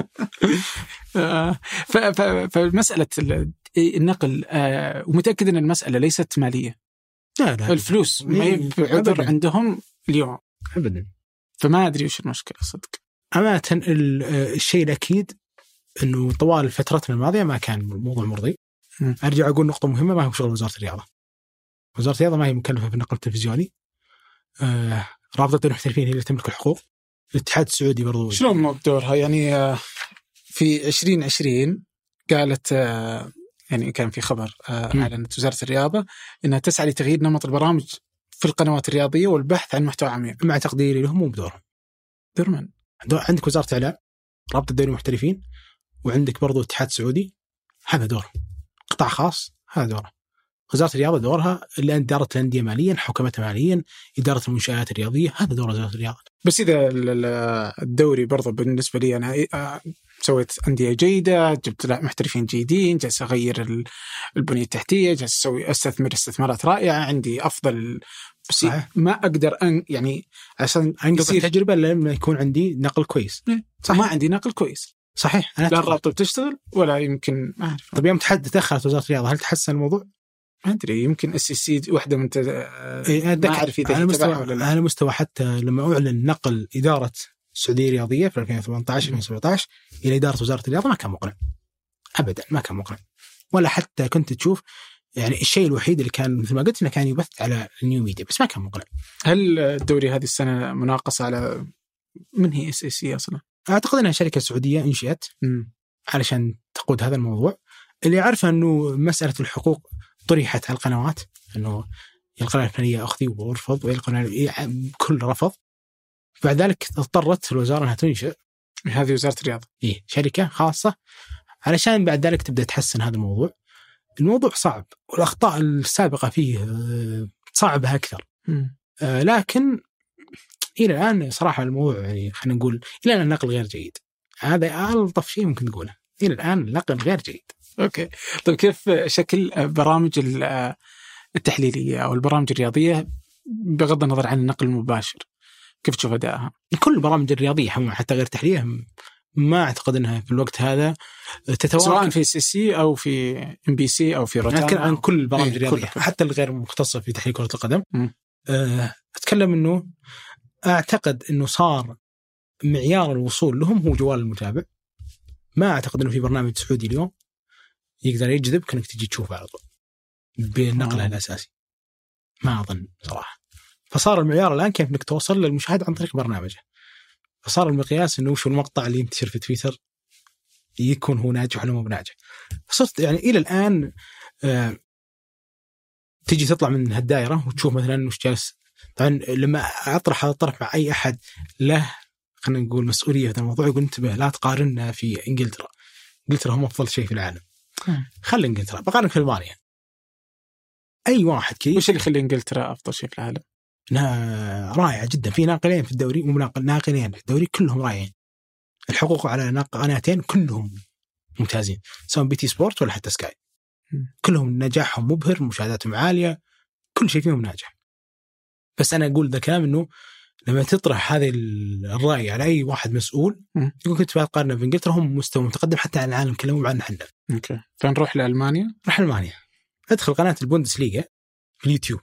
فمسألة النقل ومتأكد أن المسألة ليست مالية، لا لا الفلوس ما يعذر عندهم اليوم أبدا، فما أدري وش المشكلة صدق. أمانة الشيء الأكيد أنه طوال فترتنا الماضية ما كان موضوع مرضي. م. أرجع أقول نقطة مهمة، ما هو شغل وزارة الرياضة. وزارة الرياضة ما هي مكلفة في النقل التلفزيوني. آه رابطة المحترفين هي اللي تملك الحقوق. الاتحاد السعودي برضو شلون مو بدورها يعني؟ آه في عشرين عشرين قالت آه يعني كان في خبر آه أعلنت وزارة الرياضة أنها تسعى لتغيير نمط البرامج في القنوات الرياضية والبحث عن محتوى عميق. مع تقديري لهم مو بدورهم. دور من؟ عندك وزارة الإعلام، رابطة الدوري المحترفين، وعندك برضو الاتحاد السعودي، هذا دور قطاع خاص، هذا دوره. وزارة الرياضة دورها اللي إدارة الأندية ماليا، حكومتها ماليا، إدارة المنشآت الرياضية، هذا دور وزارة الرياضة. بس إذا الدوري برضو بالنسبة لي أنا سويت أندية جيدة، جبت محترفين جيدين، جالس أغير البنية التحتية، جالس أسوي أستثمر استثمارات رائعة، عندي أفضل، بس صحيح. ما أقدر أن يعني عشان أنقذ التجربة لما يكون عندي نقل كويس. صح. ما عندي نقل كويس. صحيح. لا الرابطة بتشتغل ولا يمكن ما أعرف. طب يوم تحدث دخلت وزارة الرياضة هل تحسن الموضوع؟ ما أدري، يمكن اس سي واحدة من تد... إيه ما أعرف إذا على مستوى على مستوى حتى لما أعلن نقل إدارة السعودية الرياضية في ألفين وثمانية عشر ألفين وسبعة عشر إلى إدارة وزارة الرياضة ما كان مقنع أبدا، ما كان مقنع، ولا حتى كنت تشوف يعني الشيء الوحيد اللي كان مثل ما قلت إنه كان يبث على النيو ميديا، بس ما كان مقنع. هل الدوري هذه السنة مناقصة على من هي اس سي أصلا؟ أعتقد أنها شركة سعودية انشئت علشان تقود هذا الموضوع. اللي عارفه أنه مسألة الحقوق طرحت على القنوات، أنه القناة الفلانية أخذي وارفض والقناة كل رفض، بعد ذلك اضطرت الوزارة أنها تنشئ هذه وزارة الرياضة إيه شركة خاصة علشان بعد ذلك تبدأ تحسن هذا الموضوع. الموضوع صعب والأخطاء السابقة فيه صعبها أكثر. م. آه لكن إلى الآن صراحة الموضوع يعني خلينا نقول إلى الآن النقل غير جيد. هذا ألطف شيء ممكن تقوله، إلى الآن النقل غير جيد. أوكي طيب كيف شكل برامج التحليلية أو البرامج الرياضية بغض النظر عن النقل المباشر، كيف تشوف أدائها؟ كل البرامج الرياضية حتى غير تحليلية ما أعتقد أنها في الوقت هذا تتواكب، سواء في سي سي أو في ام بي سي أو في روتانا. أتكلم عن كل البرامج إيه الرياضية كل حتى الغير مختصة في تحليل كرة القدم. م. أتكلم أنه أعتقد أنه صار معيار الوصول لهم هو جوال المتابع. ما أعتقد أنه في برنامج سعودي اليوم يقدر يجذبك أنك تجي تشوفه على طول بنقله الأساسي، ما أظن صراحة. فصار المعيار الآن كيف أنك توصل للمشاهد عن طريق برنامجه. فصار المقياس أنه وش المقطع اللي ينتشر في تويتر يكون هو ناجح ولا مو بناجح. فصرت يعني إلى الآن آه تجي تطلع من هالدائرة وتشوف مثلا وش جالس. طبعا لما أطرح هذا الطرح مع أي أحد له خلينا نقول مسؤولية في الموضوع يقول انتبه لا تقارننا في إنجلترا، إنجلترا هم أفضل شيء في العالم. خلي إنجلترا بقارن في ألمانيا. أي واحد كذي. وش اللي يخلي إنجلترا أفضل شيء في العالم؟ انها رائعه جدا، في ناقلين في الدوري ومناقل ناقلين في الدوري كلهم رائعين. الحقوق على قناتين كلهم ممتازين، سواء بي تي سبورت ولا حتى سكاي. كلهم نجاحهم مبهر، مشاهداتهم عاليه، كل شيء فيهم ناجح. بس انا اقول ذا كلام انه لما تطرح هذه الرأي على اي واحد مسؤول يقول كنت بقارن في انجلترا هم مستوى متقدم حتى عن العالم كله وعن احنا. اوكي فنروح لألمانيا. نروح لألمانيا، ادخل قناه البوندسليغا في اليوتيوب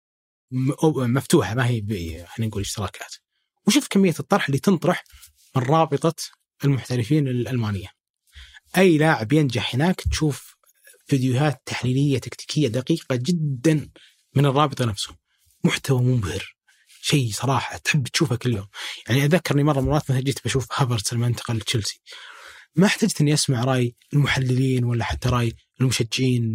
مفتوحة ما هي خلينا نقول اشتراكات، وشوف كمية الطرح اللي تنطرح من رابطة المحترفين الألمانية. أي لاعب ينجح هناك تشوف فيديوهات تحليلية تكتيكية دقيقة جدا من الرابطة نفسه، محتوى مبهر، شيء صراحة تحب تشوفه كل يوم. يعني أذكرني مرة مرات مثلا جيت بشوف هافرتس لما انتقل لتشيلسي، ما احتجت أني أسمع رأي المحللين ولا حتى رأي المشجعين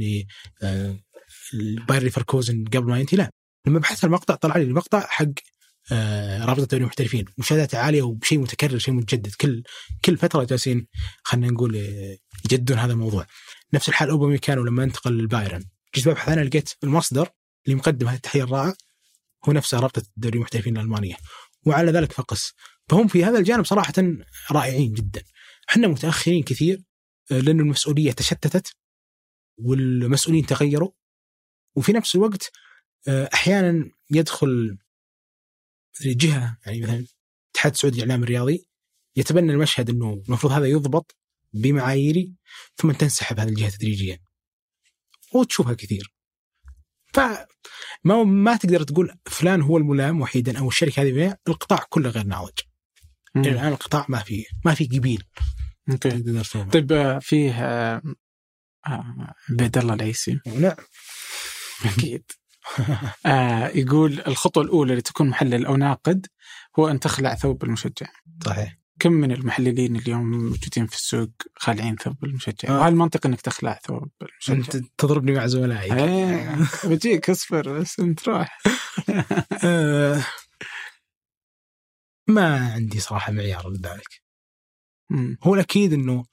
باير ليفركوزن قبل ما ينتهي، لا، لما بحثت المقطع طلع لي المقطع حق آه رابطة دوري المحترفين، مشاهدات عالية وبشيء متكرر، شيء متجدد، كل كل فترة جالسين خلينا نقول يجدون هذا الموضوع. نفس الحال أوباميكانو لما انتقل للبايرن، جيت ببحث أنا لقيت المصدر اللي مقدم هذه التحليل الرائع هو نفسه رابطة دوري المحترفين الألمانية، وعلى ذلك فقس. فهم في هذا الجانب صراحة رائعين جدا. احنا متأخرين كثير لأن المسؤولية تشتتت والمسؤولين تغيروا، وفي نفس الوقت أحيانا يدخل جهة يعني مثلا اتحاد السعودي الإعلام الرياضي يتبنى المشهد أنه المفروض هذا يضبط بمعاييري، ثم تنسحب هذه الجهة تدريجيا وتشوفها كثير. فما ما تقدر تقول فلان هو الملام وحيدا أو الشركة هذه بيع، القطاع كله غير ناضج. الآن القطاع ما في ما في قبيل. طيب فيه عبيد الله العيسي. نعم أكيد. آه يقول الخطوة الأولى لتكون محلل أو ناقد هو أن تخلع ثوب المشجع. صحيح. كم من المحللين اليوم موجودين في السوق خالعين ثوب المشجع؟ آه. وهل المنطق أنك تخلع ثوب المشجع؟ أنت تضربني مع زملائي. ايه بجيك اصبر بس أنت روح. آه ما عندي صراحة معيار لذلك. هو الأكيد أنه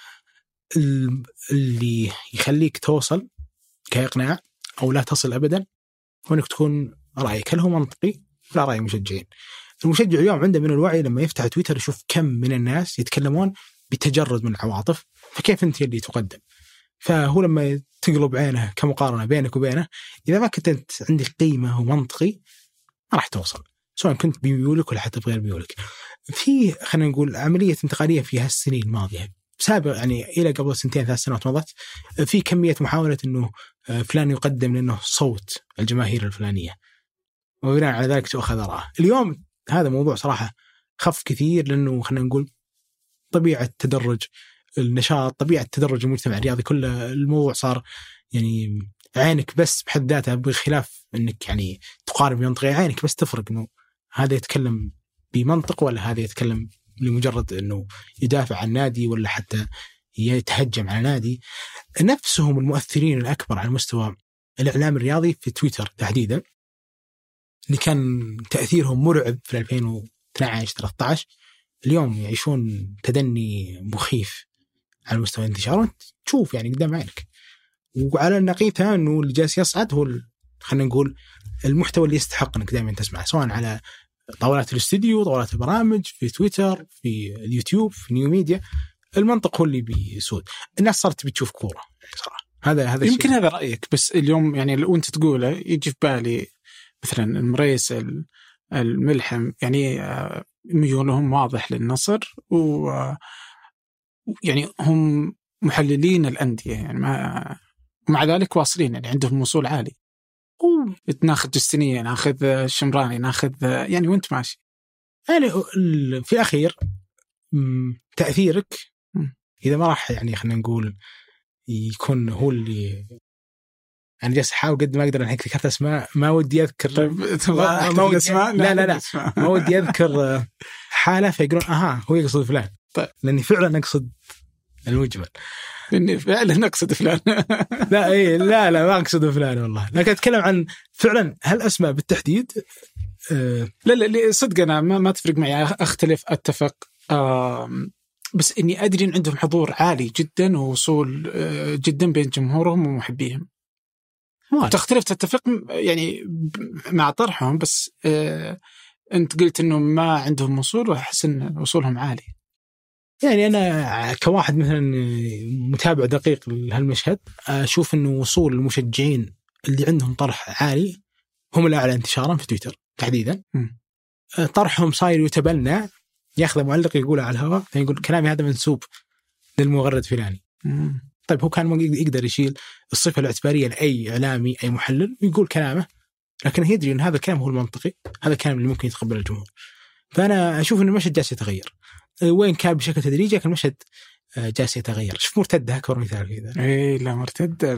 اللي يخليك توصل كإقناع أو لا تصل أبدا هو أنك تكون رأيك هل هو منطقي لا رأي مشجعين. المشجع اليوم عنده من الوعي لما يفتح تويتر يشوف كم من الناس يتكلمون بتجرد من العواطف، فكيف أنت اللي تقدم؟ فهو لما تقلب عينه كمقارنة بينك وبينه، إذا ما كنت أنت عندك قيمة ومنطقي ما راح توصل، سواء كنت بميولك ولا حتى بغير ميولك. في خلينا نقول عملية انتقالية في هالسنين الماضية سابق يعني إلى قبل سنتين ثلاث سنوات مضت، في كمية محاولة إنه فلان يقدم لأنه صوت الجماهير الفلانية وبناء على ذلك تأخذ آراءه. اليوم هذا موضوع صراحة خف كثير، لأنه خلينا نقول طبيعة تدرج النشاط، طبيعة تدرج المجتمع الرياضي كله، الموضوع صار يعني عينك بس بحد ذاتها، بخلاف إنك يعني تقارب منطقي، عينك بس تفرق إنه هذا يتكلم بمنطق ولا هذا يتكلم لمجرد أنه يدافع عن نادي ولا حتى يتهجم على نادي. نفسهم المؤثرين الأكبر على مستوى الإعلام الرياضي في تويتر تحديدا، اللي كان تأثيرهم مرعب في ألفين واثني عشر ثلاثة عشر، اليوم يعيشون تدني مخيف على مستوى الانتشار، تشوف يعني قدام عينك. وعلى النقيض أنه اللي جالس يصعد هو خلينا نقول المحتوى اللي يستحق انك دائما تسمعه، سواء على طاولات الاستديو، طاولات البرامج، في تويتر، في اليوتيوب، في نيو ميديا. المنطق هو اللي بيسود. الناس صارت بتشوف كورة صراحة. هذا هذا يمكن هذا رأيك، بس اليوم يعني وانت تقوله يجي في بالي مثلا المريس الملحم، يعني ميولهم واضح للنصر، و يعني هم محللين الأندية يعني، ما ومع ذلك واصلين، يعني عندهم وصول عالي. ناخذ جستنية، ناخذ شمراني، ناخذ يعني وانت ماشي. يعني في الأخير تأثيرك إذا ما راح يعني خلينا نقول يكون هو اللي أنا جالس أحاول قد ما أقدر أن ذكرت أسماء، ما ودي أذكر طيب ما, ما ودي أسماء لا لا لا ما ودي أذكر حالة فيقولون أها هو يقصد فلان. طيب. لأني فعلا أقصد المجمل، إني فعلا أقصد فلان. لا إيه لا لا ما أقصد فلان والله، لكن أتكلم عن فعلا هل أسماء بالتحديد. أه لا لا صدق أنا ما ما تفرق معي، أختلف أتفق، أه بس إني أدري إن عندهم حضور عالي جدا ووصول أه جدا بين جمهورهم ومحبيهم. تختلف تتفق يعني مع طرحهم، بس أه أنت قلت إنه ما عندهم وصول، وأحس إن وصولهم عالي. يعني أنا كواحد مثلا متابع دقيق لهالمشهد أشوف إنه وصول المشجعين اللي عندهم طرح عالي هم الأعلى انتشارا في تويتر تحديدا. م. طرحهم صاير يتبنى، ياخذ معلق يقوله على الهواء، يقول كلامي هذا منسوب للمغرد فلاني. م. طيب هو كان يقدر يشيل الصفة الاعتبارية لأي إعلامي أي محلل ويقول كلامه، لكن يدري أن هذا الكلام هو المنطقي، هذا الكلام اللي ممكن يتقبل الجمهور. فأنا أشوف أن المشهد جالس يتغير، وين كان بشكل تدريجي لكن المشهد جالس يتغير. شوف مرتدة أكبر مثال في ذا. إيه لا مرتدة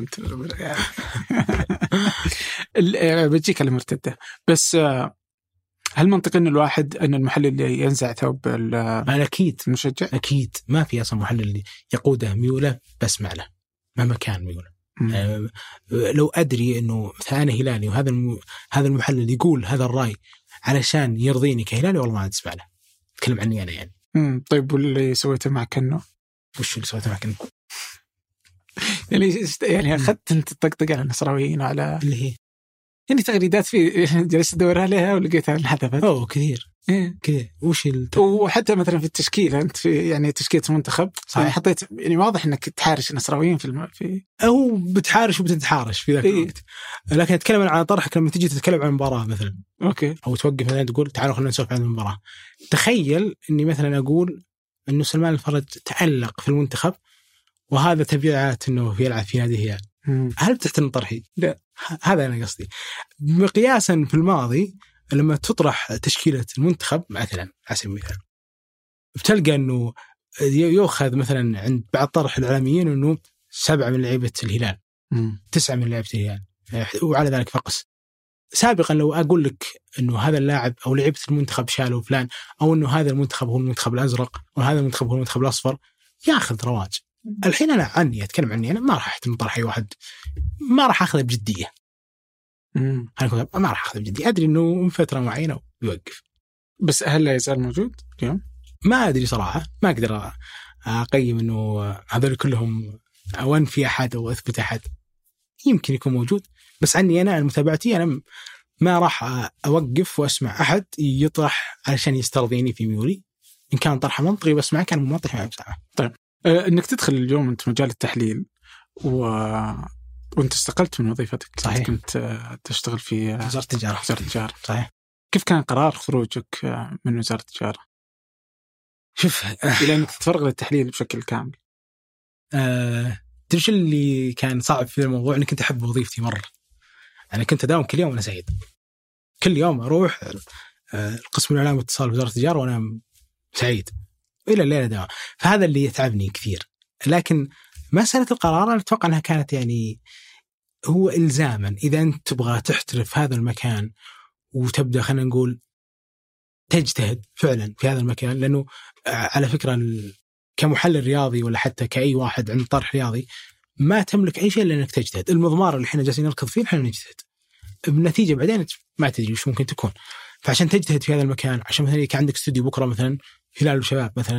بتجيك المرتدة، بس هل منطقي أن الواحد أن المحلل اللي ينزع ثوب أكيد المشجع؟ أكيد ما في أصلا محلل اللي يقوده ميوله بسمع له مهما كان ميوله. أه لو أدري أنه أنا هلالي وهذا الم... هذا المحلل يقول هذا الرأي علشان يرضيني كهلالي والله ما تسمع له. أتكلم عني أنا يعني. امم طيب واللي سويته مع كنو؟ وش اللي سويته مع كنو؟ يعني يعني أخذت أنت الطقطقة على النصراويين وعلى اللي هي يعني تغريدات في جلست أدور عليها ولقيتها انحذفت. أوه كثير إيه كذا. وش الت... وحتى مثلا في التشكيل أنت في يعني تشكيلة منتخب يعني حطيت يعني واضح إنك تحارش النصراويين في الم... في أو بتحارش وبتتحارش في ذاك إيه. الوقت. لكن أتكلم عن طرحك لما تيجي تتكلم عن مباراة مثلا أوكي أو توقف مثلا تقول تعالوا خلينا نسولف عن المباراة. تخيل إني مثلا أقول إنه سلمان الفرج تألق في المنتخب وهذا تبعات إنه يلعب في نادي هلال. هل بتحترم طرحي؟ لا. هذا أنا قصدي. مقياسا في الماضي لما تطرح تشكيلة المنتخب مثلا على سبيل المثال بتلقى إنه يأخذ مثلا عند بعض طرح الإعلاميين إنه سبعة من لعيبة الهلال مم. تسعة من لعيبة الهلال وعلى ذلك فقس. سابقا لو أقول لك إنه هذا اللاعب أو لعيبة المنتخب شالوا فلان أو إنه هذا المنتخب هو المنتخب الأزرق وهذا المنتخب هو المنتخب الأصفر يأخذ رواج. الحين أنا عني أتكلم عني أنا ما راح أحترم طرح أي واحد، ما راح أخذه بجدية. امم أنا ما راح أخذه بجدية، أدري إنه من فترة معينة بيوقف. بس هل لا يزال موجود اليوم؟ ما أدري صراحة، ما أقدر أقيم إنه هذول كلهم أو في أحد أو أثبت أحد. يمكن يكون موجود بس عني أنا المتابعتي أنا ما راح أوقف وأسمع أحد يطرح علشان يسترضيني في ميولي. إن كان طرح منطقي بسمع، كان منطقي ما بسمعه. طيب أه إنك تدخل اليوم أنت مجال التحليل و... وأنت استقلت من وظيفتك. صحيح. كنت تشتغل في وزارة التجارة. وزارة التجارة. صحيح. كيف كان قرار خروجك من وزارة التجارة؟ شوف إلى أنك تتفرغ للتحليل بشكل كامل. أه... ترى اللي كان صعب في الموضوع إني كنت أحب وظيفتي مرة. أنا كنت أداوم كل يوم وأنا سعيد، كل يوم أروح القسم الإعلام والاتصال وزارة التجارة وأنا سعيد إلى الليلة دوام. فهذا اللي يتعبني كثير. لكن مسألة القرار أنا أتوقع أنها كانت يعني هو إلزاما. إذا أنت تبغى تحترف هذا المكان وتبدأ خلينا نقول تجتهد فعلا في هذا المكان، لأنه على فكرة كمحلل رياضي ولا حتى كأي واحد عنده طرح رياضي ما تملك أي شيء إلا أنك تجتهد. المضمار اللي إحنا جالسين نركض فيه إحنا نجتهد، بالنتيجة بعدين ما تدري وش ممكن تكون. فعشان تجتهد في هذا المكان، عشان مثلا كان عندك استوديو بكرة مثلا هلال وشباب مثلا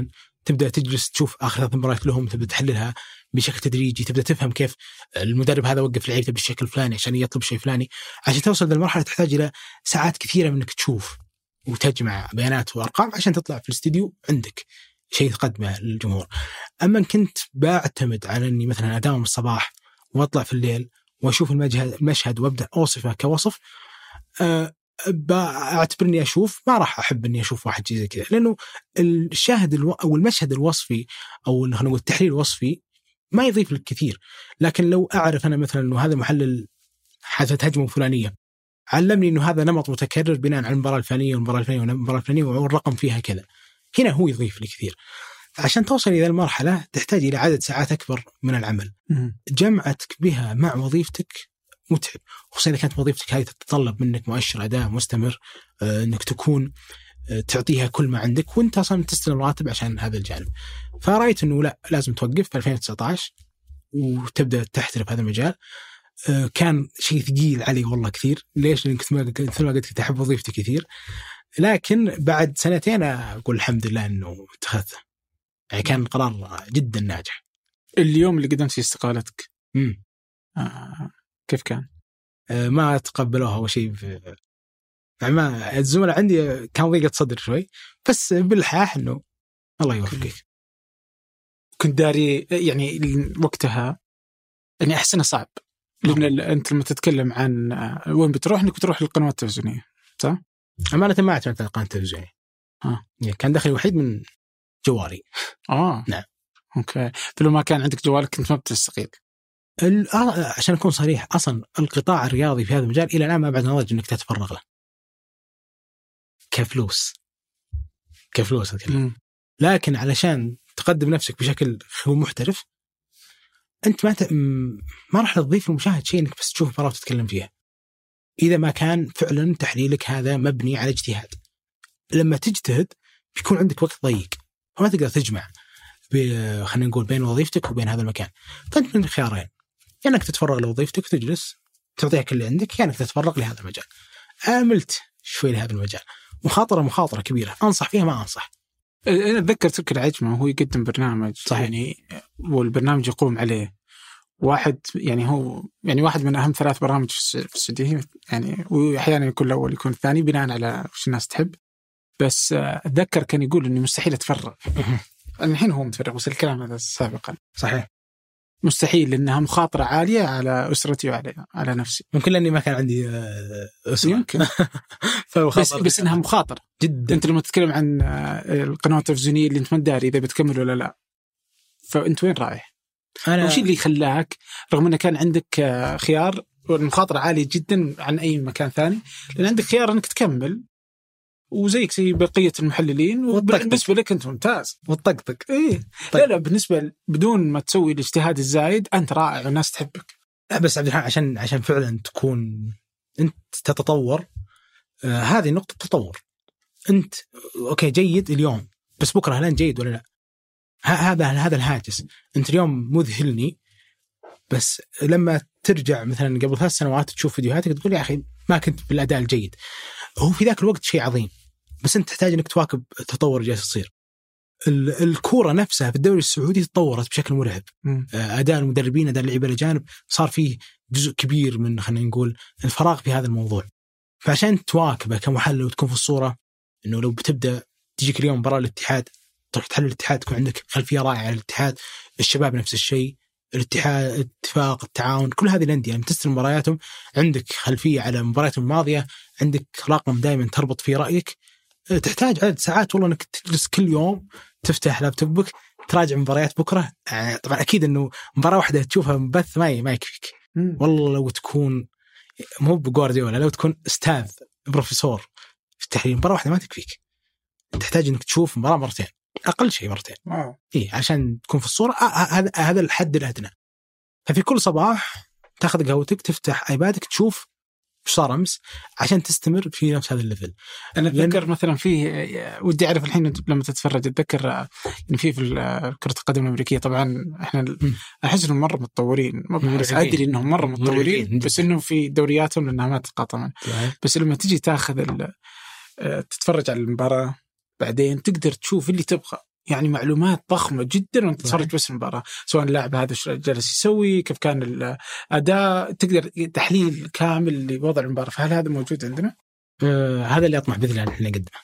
تبدأ تجلس تشوف آخر ثلاث مباريات لهم، تبدأ تحللها بشكل تدريجي، تبدأ تفهم كيف المدرب هذا وقف لعيبته بالشكل الفلاني عشان يطلب شيء فلاني. عشان توصل للمرحلة تحتاج إلى ساعات كثيرة منك تشوف وتجمع بيانات وأرقام عشان تطلع في الاستديو عندك شيء تقدمه للجمهور. أما كنت بعتمد على أني مثلا أداوم الصباح وأطلع في الليل وأشوف المشهد وأبدأ أوصفه كوصف، أه أعتبرني أشوف، ما راح أحب أني أشوف واحد شيء زي كذا، لأنه الشاهد الو... أو المشهد الوصفي أو نقول التحليل الوصفي ما يضيف لك كثير. لكن لو أعرف أنا مثلا أنه هذا محلل حدثت هجمة فلانية علمني أنه هذا نمط متكرر بناء على المباراة الفلانية والمباراة الفلانية والمباراة الفلانية والرقم فيها كذا، هنا هو يضيف لي كثير. عشان توصل إلى المرحلة تحتاج إلى عدد ساعات أكبر من العمل. جمعتك بها مع وظيفتك متعب، خصوصا إذا كانت وظيفتك هذه تتطلب منك مؤشر أداء مستمر، أنك تكون تعطيها كل ما عندك وانت أصلا تستلم راتب عشان هذا الجانب. فرأيت أنه لا، لازم توقف في ألفين وتسعة عشر وتبدأ تحترف هذا المجال. كان شيء ثقيل علي والله كثير. ليش؟ لأن كنت مثل ما قلت أحب وظيفتي كثير، لكن بعد سنتين أقول الحمد لله أنه اتخذته، يعني كان قرار جدا ناجح. اليوم اللي قدمت فيه استقالتك آه كيف كان؟ آه ما تقبلوها أول شيء، يعني ما الزملاء عندي كان ضيقة صدر شوي، بس بالحاح إنه الله يوفقك. كنت داري يعني وقتها يعني أحسنه صعب، لأن أنت لما تتكلم عن وين بتروح إنك بتروح للقنوات التلفزيونية، صح؟ أمانة ما اعتمدت على القناة التلفزيونية. آه. يعني كان دخلي وحيد من جوالي. آه. نعم. أوكي. فلو ما كان عندك جوالك كنت ما بتستقيل. عشان أكون صريح، أصلا القطاع الرياضي في هذا المجال إلى الآن ما بعد نضج إنك تتفرغ له كفلوس كفلوس الكلام. لكن علشان تقدم نفسك بشكل محترف أنت ما ت... ما راح تضيف المشاهد شيء إنك بس تشوف مباراة وتتكلم فيها إذا ما كان فعلا تحليلك هذا مبني على اجتهاد. لما تجتهد بيكون عندك وقت ضيق وما تقدر تجمع ب... خلينا نقول بين وظيفتك وبين هذا المكان. فأنت من خيارين، يعني إنك تتفرغ لوظيفتك وتجلس تعطيها كل اللي عندك، يعني إنك تتفرغ لهذا المجال. عملت شوي لهذا المجال، مخاطرة مخاطرة كبيرة، أنصح فيها ما أنصح. أنا أتذكر تركي العجمة وهو يقدم برنامج صحيح. يعني والبرنامج يقوم عليه واحد، يعني هو يعني واحد من أهم ثلاث برامج في السعودية، يعني وأحيانا يكون الأول يكون الثاني بناء على وش الناس تحب. بس أتذكر كان يقول إني مستحيل أتفرغ. الحين هو متفرغ، بس الكلام هذا سابقا صحيح مستحيل، لأنها مخاطرة عالية على أسرتي وعلى على نفسي. ممكن لأني ما كان عندي أسرة يمكن بس, بس إنها مخاطرة جدا. أنت لما تتكلم عن القناة التلفزيونية اللي أنت ما داري إذا بتكمل ولا لا، فأنت وين رايح؟ أنا وش اللي خلاك رغم أن كان عندك خيار والمخاطرة عالية جدا عن أي مكان ثاني، لأن عندك خيار أنك تكمل وزيك زي بقية المحللين، وبالنسبة لك أنت ممتاز والطقطق إيه طيب. لا لا بالنسبة بدون ما تسوي الاجتهاد الزايد أنت رائع والناس تحبك. لا بس عبد الحميد عشان عشان فعلا تكون أنت تتطور، آه هذه نقطة تطور. أنت أوكي جيد اليوم، بس بكرة هل أنت جيد ولا لا؟ هذا هذا الهاجس. أنت اليوم مذهلني، بس لما ترجع مثلا قبل ثلاث سنوات تشوف فيديوهاتك تقول يا أخي ما كنت بالأداء الجيد. هو في ذاك الوقت شيء عظيم، بس أنت تحتاج أنك تواكب التطور جالس يصير. الكورة نفسها في الدوري السعودي تطورت بشكل مرعب. م. أداء المدربين، أداء اللعيبة الأجانب، صار فيه جزء كبير من خلينا نقول الفراغ في هذا الموضوع. فعشان تواكبه كمحلل وتكون في الصورة، إنه لو بتبدأ تجيك اليوم مباراة الاتحاد تروح تحلل الاتحاد، تكون عندك خلفية رائعة على الاتحاد، الشباب نفس الشيء، الاتحاد اتفاق التعاون، كل هذه الأندية يعني تستلم مبارياتهم، عندك خلفية على مبارياتهم الماضية، عندك رقم دائما تربط في رأيك. تحتاج عدد ساعات والله انك تجلس كل يوم تفتح لابتوبك تراجع مباريات بكره. طبعا اكيد انه مباراه واحده تشوفها مبث ما ما يكفيك. والله لو تكون مو بجوارديولا، لو تكون استاذ بروفيسور في التحليل، مباراه واحده ما تكفيك، تحتاج انك تشوف مباراه مرتين، اقل شيء مرتين. اي عشان تكون في الصوره. هذا هذا الحد الادنى. ففي كل صباح تاخذ قهوتك، تفتح ايبادك، تشوف وش صار أمس عشان تستمر في نفس هذا الليفل. أنا أتذكر لأن... مثلا فيه ودي أعرف الحين لما تتفرج، أتذكر إن في في كرة القدم الأمريكية طبعا إحنا أحس إنهم مرة متطورين، ما أدري إنهم مرة متطورين، بس إنه في دورياتهم لأنها ما تقاطعون. بس لما تيجي تاخذ تتفرج على المباراة بعدين تقدر تشوف اللي تبغى، يعني معلومات ضخمة جدا وانت تتفرج بس المباراة، سواء اللاعب هذا ايش جالس يسوي، كيف كان الأداء، تقدر تحليل كامل لوضع المباراة. فهل هذا موجود عندنا؟ آه هذا اللي أطمح بإذن الله أن احنا نقدمه.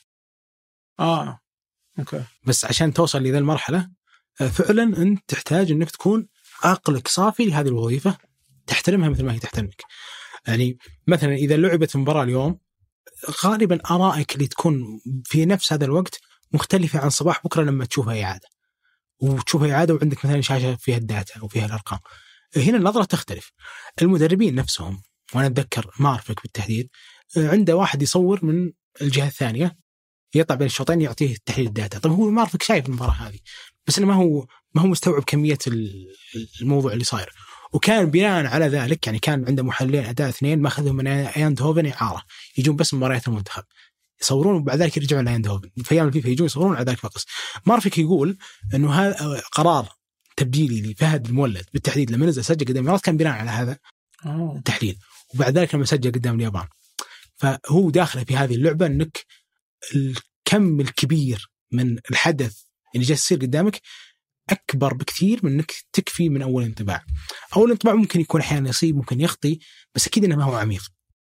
آه أوكي. بس عشان توصل لذا المرحلة آه فعلا أنت تحتاج أنك تكون عقلك صافي لهذه الوظيفة، تحترمها مثل ما هي تحترمك. يعني مثلا إذا لعبت مباراة اليوم، غالبا آرائك اللي تكون في نفس هذا الوقت مختلفة عن صباح بكرة لما تشوفها إعادة، وتشوفها إعادة وعندك مثلا شاشة فيها الداتا أو فيها الأرقام، هنا النظرة تختلف. المدربين نفسهم، وأنا أتذكر مارفك بالتحديد، عنده واحد يصور من الجهة الثانية يطلع بين الشوطين يعطيه تحليل الداتا. طب هو مارفك شايف المباراة هذه، بس أنا ما هو ما هو مستوعب كمية الموضوع اللي صاير. وكان بناء على ذلك يعني كان عنده محللين أداء اثنين ماخذهم من ايندهوفن إعارة، يجون بس مباريات المنتخب يصورون وبعد ذلك يرجعون لايندهوفن في أيام الفيفا، يجون يصورون على ذلك فقط. مارفك يقول إنه هذا قرار تبديلي لفهد المولد بالتحديد لما نزل سجل قدام الإمارات كان بناء على هذا التحليل، وبعد ذلك لما سجل قدام اليابان. فهو داخله في هذه اللعبة أنك الكم الكبير من الحدث اللي جالس يصير قدامك أكبر بكثير من أنك تكفي من أول انطباع. أول انطباع ممكن يكون أحيانا يصيب، ممكن يخطي، بس أكيد أنه ما هو عميق.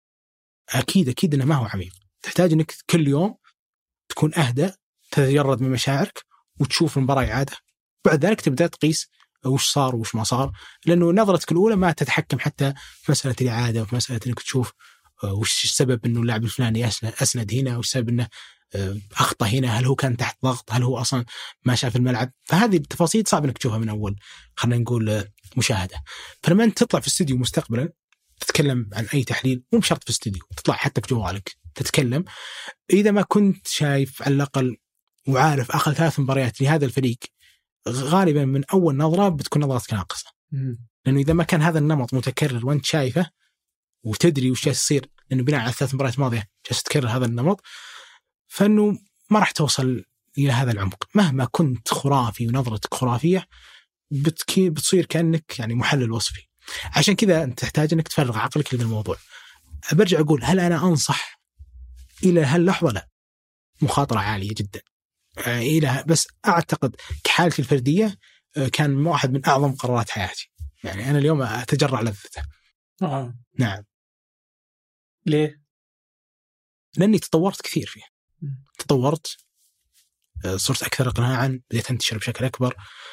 أكيد أكيد أنه ما هو عميق. تحتاج أنك كل يوم تكون أهدى، تتجرد من مشاعرك وتشوف المباراة إعادة، بعد ذلك تبدأ تقيس وش صار وش ما صار، لأنه نظرتك الأولى ما تتحكم حتى في مسألة الإعادة وفي مسألة أنك تشوف وش السبب أنه اللاعب الفلاني أسند هنا، وش السبب أنه أخطأ هنا، هل هو كان تحت ضغط، هل هو أصلا ما شاف الملعب. فهذه التفاصيل صعب أنك تشوفها من أول خلينا نقول مشاهدة. فلما أنت تطلع في الاستديو مستقبلا تتكلم عن أي تحليل، مو بشرط في الاستديو، تطلع حتى في جوالك تتكلم، إذا ما كنت شايف على الأقل وعارف آخر ثلاث مباريات لهذا الفريق، غالبا من أول نظرة بتكون نظرتك ناقصة. لأنه إذا ما كان هذا النمط متكرر وأنت شايفه وتدري وش يصير، لأنه بناء على الثلاث مباريات الماضية جالس تكرر هذا النمط، فإنه ما راح توصل إلى هذا العمق. مهما كنت خرافي ونظرتك خرافية بتكي بتصير كأنك يعني محلل وصفي. عشان كذا أنت تحتاج أنك تفرغ عقلك لهذا الموضوع. برجع أقول هل أنا أنصح إلى هاللحظة؟ لا، مخاطرة عالية جدا إلى، بس أعتقد كحالتي الفردية كان واحد من أعظم قرارات حياتي. يعني أنا اليوم أتجرع لذته. آه. نعم. ليه؟ لأني تطورت كثير فيه. تطورت، صرت أكثر إقناعا، بديت أنتشر بشكل أكبر،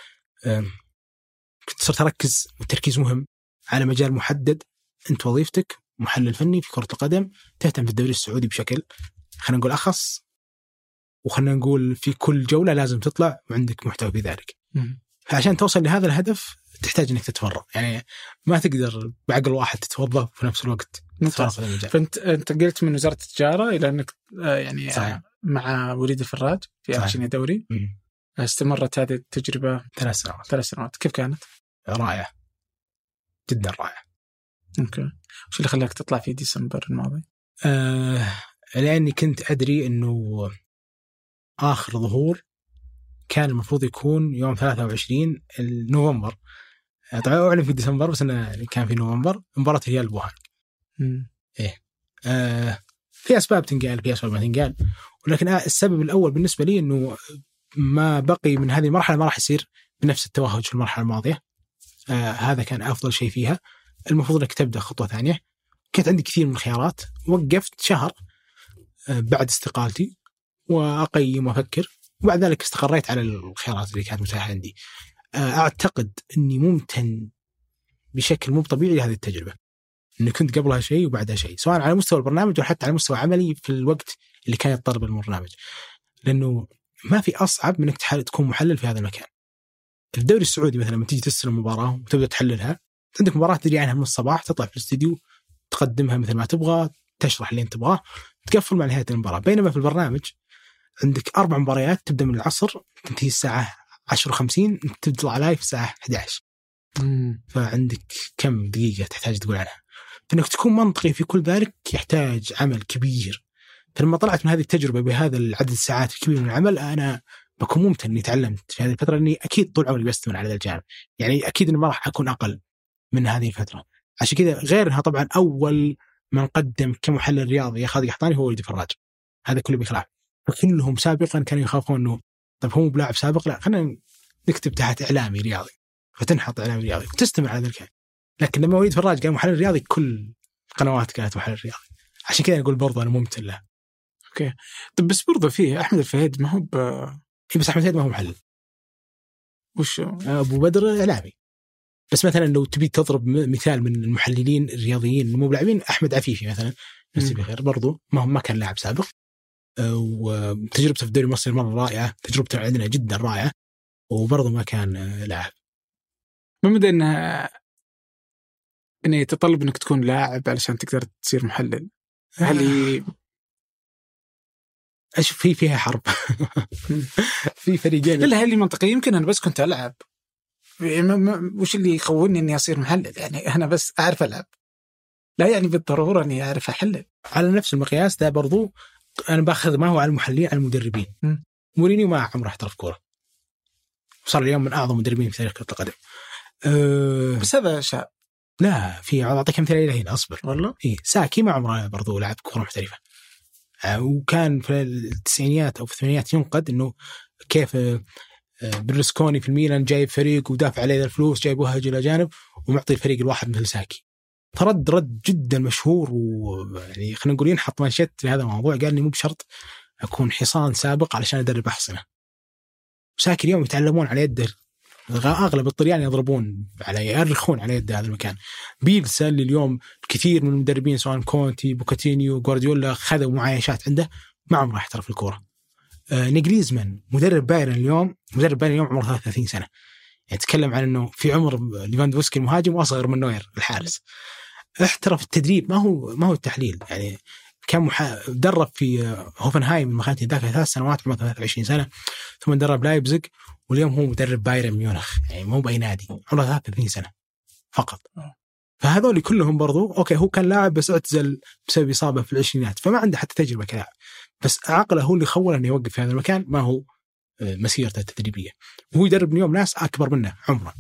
صرت أركز والتركيز مهم على مجال محدد. أنت وظيفتك محلل فني في كرة القدم، تهتم في الدوري السعودي بشكل خلينا نقول أخص، وخلنا نقول في كل جولة لازم تطلع وعندك محتوى في ذلك. فعشان توصل لهذا الهدف تحتاج أنك تتفرغ، يعني ما تقدر بعقل واحد تتوظف في نفس الوقت. فأنت أنت قلت من وزارة التجارة إلى أنك يعني صحيح. مع وليد الفراج في أكشن دوري. مم. استمرت هذه التجربة ثلاث سنوات. ثلاث سنوات كيف كانت؟ رائعة جدا رائعة. أوكي. وش اللي خلاك تطلع في ديسمبر الماضي؟ آه لأني كنت أدري أنه آخر ظهور كان المفروض يكون يوم ثلاثة وعشرين نوفمبر. طبعا أعلن في ديسمبر بس أنا كان في نوفمبر مباراة ريال بوهان. إيه آه في أسباب تنقال، في أسباب ما تنقال، ولكن السبب الأول بالنسبة لي أنه ما بقي من هذه المرحلة ما راح يصير بنفس التوهج في المرحلة الماضية. آه هذا كان أفضل شيء فيها. المفروض أنك تبدأ خطوة ثانية. كنت عندي كثير من الخيارات، وقفت شهر آه بعد استقالتي وأقيم وأفكر، وبعد ذلك استقريت على الخيارات اللي كانت متاحة عندي. آه أعتقد أني ممتن بشكل مو طبيعي لهذه التجربة، أني كنت قبلها شيء وبعدها شيء، سواء على مستوى البرنامج وحتى على مستوى عملي في الوقت اللي كان يتطلب البرنامج. لأنه ما في أصعب من أنك تكون محلل في هذا المكان. في الدوري السعودي مثلا لما تيجي تستلم مباراة وتبدأ تحللها، عندك مباراة تدري عنها من الصباح، تطلع في الاستديو تقدمها مثل ما تبغى، تشرح اللي أنت تبغاه، تقفل مع نهاية المباراة. بينما في البرنامج عندك أربع مباريات تبدأ من العصر، تنتهي الساعة عشرة وخمسين، تطلع لايف الساعة أحد عشر. فعندك كم دقيقة تحتاج تقول عنها. فإنك تكون منطقي في كل ذلك يحتاج عمل كبير. فلما طلعت من هذه التجربة بهذا العدد الساعات الكبير من العمل، أنا بكون ممتن إني تعلمت في هذه الفترة، لأني أكيد طول عمري بستمر على هذا الجانب. يعني أكيد إني ما راح أكون أقل من هذه الفترة. عشان كذا غيرها طبعا أول من قدم كمحلل رياضي يا خالد قحطاني هو وليد الفراج، هذا كله بخلاف. فكلهم سابقا كانوا يخافون إنه طيب هو بلاعب سابق، لا خلينا نكتب تحت إعلامي رياضي، فتنحط إعلامي رياضي وتستمر على ذلك. لكن لما وليد فراج قال محلل رياضي كل قنوات كانت محلل رياضي، عشان كذا أقول برضه أنا ممتن له. أوكي طب بس برضه فيه أحمد الفهيد ما هو ب... بس أحمد الفهيد ما هو محلل. وش أبو بدر إعلامي. بس مثلا لو تبي تضرب مثال من المحللين الرياضيين المو لاعبين، أحمد عفيفي مثلا نفسي بخير برضو، ما هو ما كان لاعب سابق، وتجربته في الدوري المصري مرة رائعة، تجربته عندنا جدا رائعة، وبرضو ما كان لاعب. ما مدى إنه إنه يتطلب إنك تكون لاعب علشان تقدر تصير محلل؟ هل أشوف في فيها حرب في فريقين. لا هل منطقي؟ يمكن أنا بس كنت ألعب، وش اللي يخوني إني أصير محلل؟ يعني أنا بس أعرف ألعب، لا يعني بالضرورة إني أعرف أحلل. على نفس المقياس ده برضو أنا باخذ ما هو على المحللين، على المدربين. م. مورينيو ما عمره احترف كورة، وصار اليوم من أعظم مدربين في تاريخ كرة القدم. أه بس هذا شاب. لا في أعطيك مثال إلى هنا أصبر والله. إيه ساكي ما عمره برضو لعب كورة محترفة، وكان في التسعينيات أو في الثمانينات ينقد إنه كيف برلسكوني في الميلان جايب فريق ودافع عليه الفلوس، جايب وهج إلى جانب ومعطي الفريق الواحد مثل ساكي. ترد رد جدا مشهور، ويعني خلينا نقول ينحط مانشيت لهذا الموضوع، قال لي مو بشرط أكون حصان سابق علشان أدرب أحصنة. ساكي اليوم يتعلمون على يده، أغلب الطليان يضربون على يرخون على يد هذا المكان. بيلسا اللي اليوم كثير من المدربين سواء كونتي بوكاتينيو غوارديولا خذوا معايشات عنده، ما عمره احترف الكورة. آه نيجليزمان مدرب بايرن اليوم، مدرب بايرن اليوم عمره ثلاثة وثلاثين سنة، يعني تكلم عن أنه في عمر ليفاندوفسكي المهاجم وأصغر من نوير الحارس. احترف التدريب، ما هو ما هو التحليل. يعني كان محا... درب في هوفنهايم المخاتي ذاك ثلاث سنوات عمره ثلاثة وعشرين سنة، ثم درب لايبزيغ، واليوم هو مدرب بايرن ميونخ، يعني مو بأي نادي، عمره ثلاثة وثلاثين سنة فقط. فهذول كلهم برضو أوكي هو كان لاعب بس اعتزل بسبب إصابة في العشرينات، فما عنده حتى تجربة كلاعب، بس عقله هو اللي خوله أنه يوقف في هذا المكان، ما هو مسيرته التدريبية. وهو يدرب اليوم ناس أكبر منه عمرا.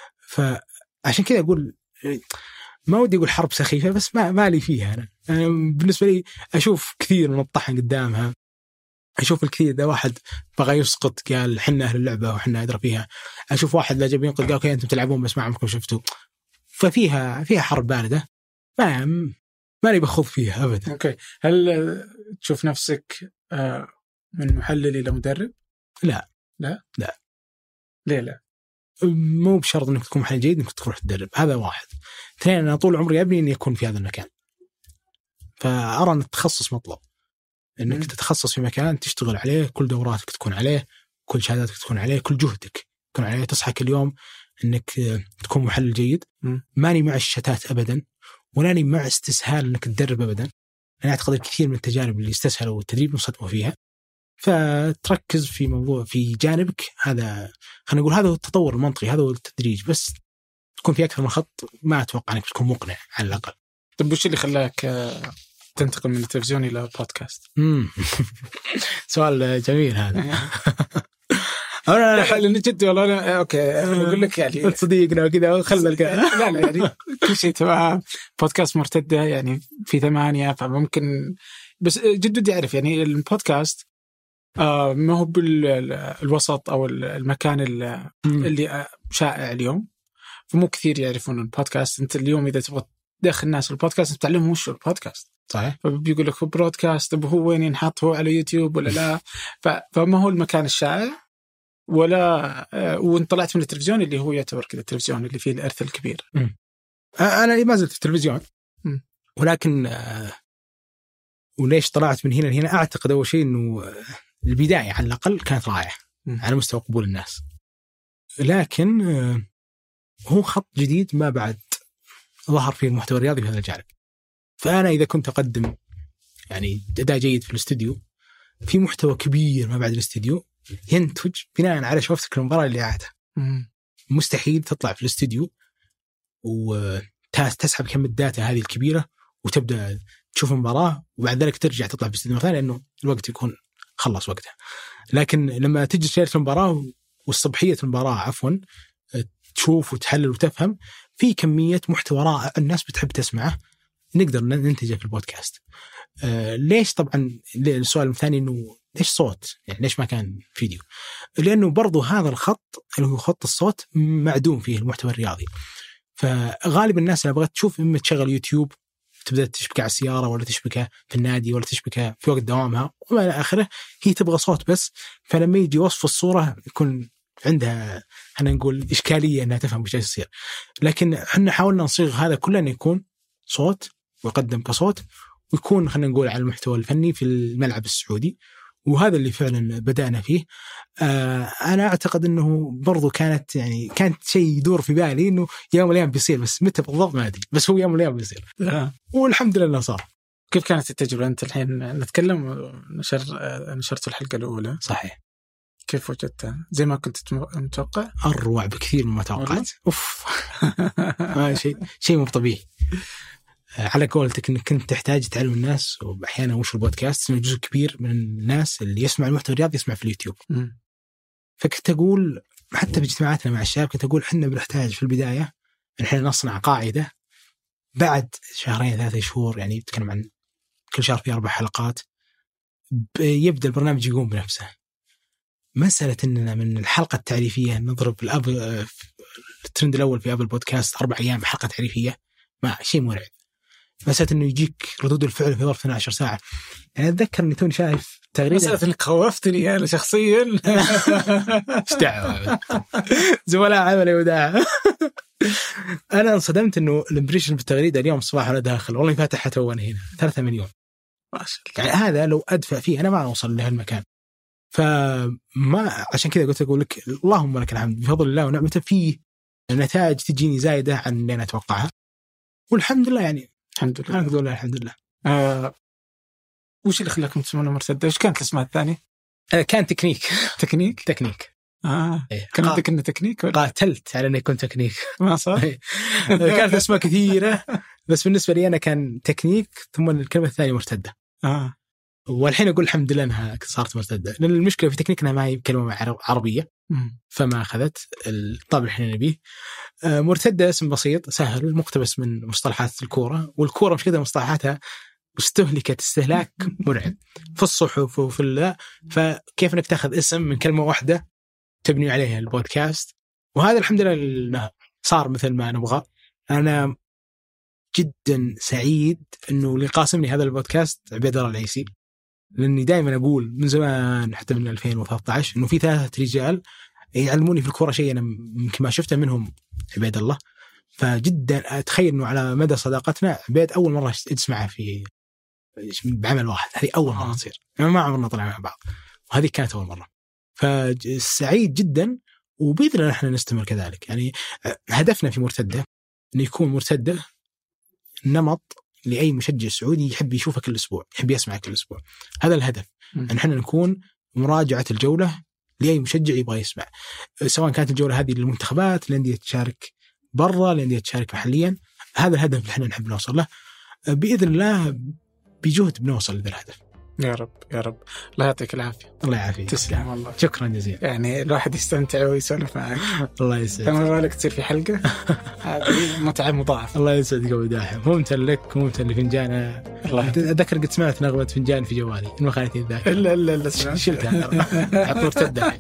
فعشان كذا أقول ما ودي أقول حرب سخيفة، بس ما مالي فيها. أنا. أنا بالنسبة لي أشوف كثير من الطحن قدامها، أشوف الكثير ده واحد بغى يسقط قال حنا أهل اللعبة وحنا أدرى فيها، أشوف واحد لا جاب ينقذ قال أوكي أنتم تلعبون بس ما عمركم شفتوا. ففيها فيها حرب باردة، ما ما لي بخوض فيها أبدا. أوكي هل تشوف نفسك من محلل إلى مدرب؟ لا لا لا ليه لا؟ مو بشرط انك تكون محلل جيد انك تروح تدرب، هذا واحد. اثنين انا طول عمري ابني اني اكون في هذا المكان، فارى ان التخصص مطلوب، انك م. تتخصص في مكان تشتغل عليه، كل دوراتك تكون عليه، كل شهاداتك تكون عليه، كل جهدك تكون عليه، تصحى كل يوم انك تكون محلل جيد. م. ماني مع الشتات ابدا، ولاني مع استسهال انك تدرب ابدا. انا اعتقد الكثير من التجارب اللي استسهلوا التدريب انصدموا فيها، فتركز في موضوع في جانبك. هذا خلينا نقول هذا هو التطور المنطقي، هذا هو التدريج، بس تكون في أكثر من خط ما أتوقع أنك تكون مقنع على الأقل. طب وش اللي خلاك تنتقل من التلفزيون إلى بودكاست؟ سؤال جميل هذا. أنا حال جد والله أنا أوكي أقول لك يعني صديقنا وكذا خلنا الكلام. لا لا يعني كل شيء تبع بودكاست مرتدة يعني في ثمانية، فممكن بس جد بدي أعرف يعني البودكاست آه ما هو بالوسط أو المكان اللي شائع اليوم، فمو كثير يعرفون البودكاست. أنت اليوم إذا تبغى تدخل الناس البودكاست تعلمهم وش البودكاست، صحيح؟ فبيقول لك برودكاست، طب هو وين ينحط، هو على يوتيوب ولا لا؟ فما هو المكان الشائع ولا آه وإن طلعت من التلفزيون اللي هو يعتبر كذا التلفزيون اللي فيه الإرث الكبير. م. أنا ما زلت في التلفزيون، م. ولكن آه وليش طلعت من هنا لهنا؟ أعتقد أول شيء إنه البداية على الأقل كانت رائعة على مستوى قبول الناس، لكن هو خط جديد ما بعد ظهر فيه المحتوى الرياضي بهذا الجانب. فأنا إذا كنت أقدم يعني أداء جيد في الاستوديو، في محتوى كبير ما بعد الاستوديو ينتج بناء على شوفتك المباراة اللي قاعدة، مستحيل تطلع في الاستوديو وتسحب كم الداتا هذه الكبيرة وتبدأ تشوف المباراة وبعد ذلك ترجع تطلع في الاستوديو مثلا، لأنه الوقت يكون خلص وقتها. لكن لما تجي ليلة المباراة والصبحية المباراة عفوا تشوف وتحلل وتفهم، في كمية محتوى رائع الناس بتحب تسمعه نقدر ننتجه في البودكاست. آه ليش؟ طبعا السؤال الثاني إنه ليش صوت؟ يعني ليش ما كان فيديو؟ لأنه برضو هذا الخط اللي هو خط الصوت معدوم فيه المحتوى الرياضي. فغالب الناس اللي بغت تشوف إما تشغل يوتيوب تبدأ تشبكها على السيارة، ولا تشبكها في النادي، ولا تشبكها في وقت دوامها وما إلى آخره، هي تبغى صوت بس. فلما يجي وصف الصورة يكون عندها خلينا نقول إشكالية أنها تفهم وش يصير. لكن احنا حاولنا نصيغ هذا كله أن يكون صوت ويقدم كصوت، ويكون خلينا نقول على المحتوى الفني في الملعب السعودي. وهذا اللي فعلا بدأنا فيه. آه أنا أعتقد أنه برضو كانت يعني كانت شيء يدور في بالي أنه يوم الأيام بيصير، بس متى بالضبط ما أدري، بس هو يوم الأيام بيصير. والحمد لله صار. كيف كانت التجربة؟ أنت الحين نتكلم نشر نشرت الحلقة الأولى. صحيح. كيف وجدتها؟ زي ما كنت متوقع؟ أروع بكثير مما توقعت. أوف. ما شيء شيء مو طبيعي. على قولتك انك كنت تحتاج تعلم الناس، واحيانا وش البودكاست، انه جزء كبير من الناس اللي يسمع المحتوى الرياضي يسمع في اليوتيوب. م. فكنت اقول حتى باجتماعاتنا مع الشباب كنت اقول احنا بنحتاج في البدايه ان احنا نصنع قاعده بعد شهرين ثلاثة شهور، يعني نتكلم عن كل شهر في اربع حلقات، يبدا البرنامج يقوم بنفسه. مساله اننا من الحلقه التعريفيه نضرب الاب الترند الاول في ابل بودكاست اربع ايام حلقه تعريفيه، ما شيء مرعب. مسألة إنه يجيك ردود الفعل في ظرف اثنتي عشرة ساعة. يعني أتذكر إني توني شايف تغريدة. مسألة إنك خوفتني أنا شخصيا. استعوى زملاء عملي وداع. أنا انصدمت إنه الإمبريشن في التغريدة اليوم الصباح أنا داخل والله فاتحته وأنا هنا ثلاثة مليون. ما شاء الله. يعني هذا لو أدفع فيه أنا ما أوصل لهالمكان. فما عشان كذا قلت أقول لك اللهم لك الحمد بفضل الله ونعمته، فيه النتائج تجيني زايدة عن اللي أنا أتوقعها، والحمد لله. يعني الحمد لله. الحمد لله الحمد لله. آه، وش اللي خلاكم تسمونه مرتدة؟ إيش كانت الاسم الثاني؟ آه، كان تكنيك. تكنيك. تكنيك. آه. إيه. كان عندك إنه تكنيك؟ ولا؟ قاتلت على إنه يكون تكنيك. ما صار. إيه. كانت أسماء كثيرة، بس بالنسبة لي أنا كان تكنيك ثم الكلمة الثانية مرتدة. آه. والحين أقول الحمد لله أنها صارت مرتدة، لأن المشكلة في تكنيك أنها ما هي كلمة عربية، فما أخذت الطابع اللي احنا نبيه. مرتدة اسم بسيط سهل مقتبس من مصطلحات الكورة، والكورة مش كده مصطلحاتها استهلكت استهلاك مرعب في الصحف وفي الله. فكيف انك تاخذ اسم من كلمة واحدة تبني عليها البودكاست، وهذا الحمد لله صار مثل ما نبغى. أنا جدا سعيد أنه اللي قاسمني هذا البودكاست عبيد الله العيسي، لأني دائما أقول من زمان حتى من ألفين وثلاثة عشر أنه في ثلاثة رجال يعلموني في الكرة شيء أنا يمكن ما شفته منهم عبيد الله. فجدا أتخيل أنه على مدى صداقتنا عبيد أول مرة أجلس معه في بعمل واحد، هذه أول مرة تصير، ما عمرنا طلع مع بعض، وهذه كانت أول مرة. فسعيد جدا، وبإذن الله نحن نستمر كذلك. يعني هدفنا في مرتدة أنه يكون مرتدة نمط لأي مشجع سعودي يحب يشوفه كل أسبوع، يحب يسمعه كل أسبوع. هذا الهدف، أن احنا نكون مراجعة الجولة لأي مشجع يبغى يسمع، سواء كانت الجولة هذه للمنتخبات، لأندية تشارك برا، لأندية تشارك محليا. هذا الهدف اللي احنا نحب نوصل له، بإذن الله بجهد بنوصل لهذا الهدف. يا رب يا رب. الله يعطيك العافية. الله يعافيك. تسلم والله. شكرا جزيلا. يعني الواحد يستمتع ويسولف معك. الله يسعدك. كمان بالك تصير في حلقة هذه متعة مضاعفة. الله يسعدك أبو داحم. ممتن لك وممتن لفنجان. الله أذكر قد سمعت نغمة فنجان في جوالي ما خانتني الذاكرة. إلا إلا إلا شلتها عطور تدع.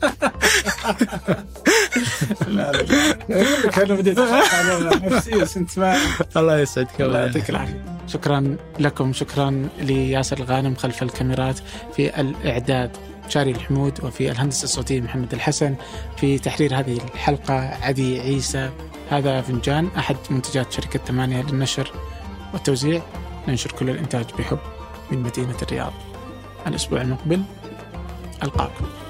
لا لا كانوا بديت على نفسي بس أنت ما. الله يسعدك. الله يعطيك العافية. شكرا لكم، شكرا لياسر الغانم خلف الكاميرات في الإعداد شاري الحمود، وفي الهندسة الصوتية محمد الحسن، في تحرير هذه الحلقة عدي عيسى. هذا فنجان أحد منتجات شركة ثمانية للنشر والتوزيع، ننشر كل الإنتاج بحب من مدينة الرياض. الأسبوع المقبل ألقاكم.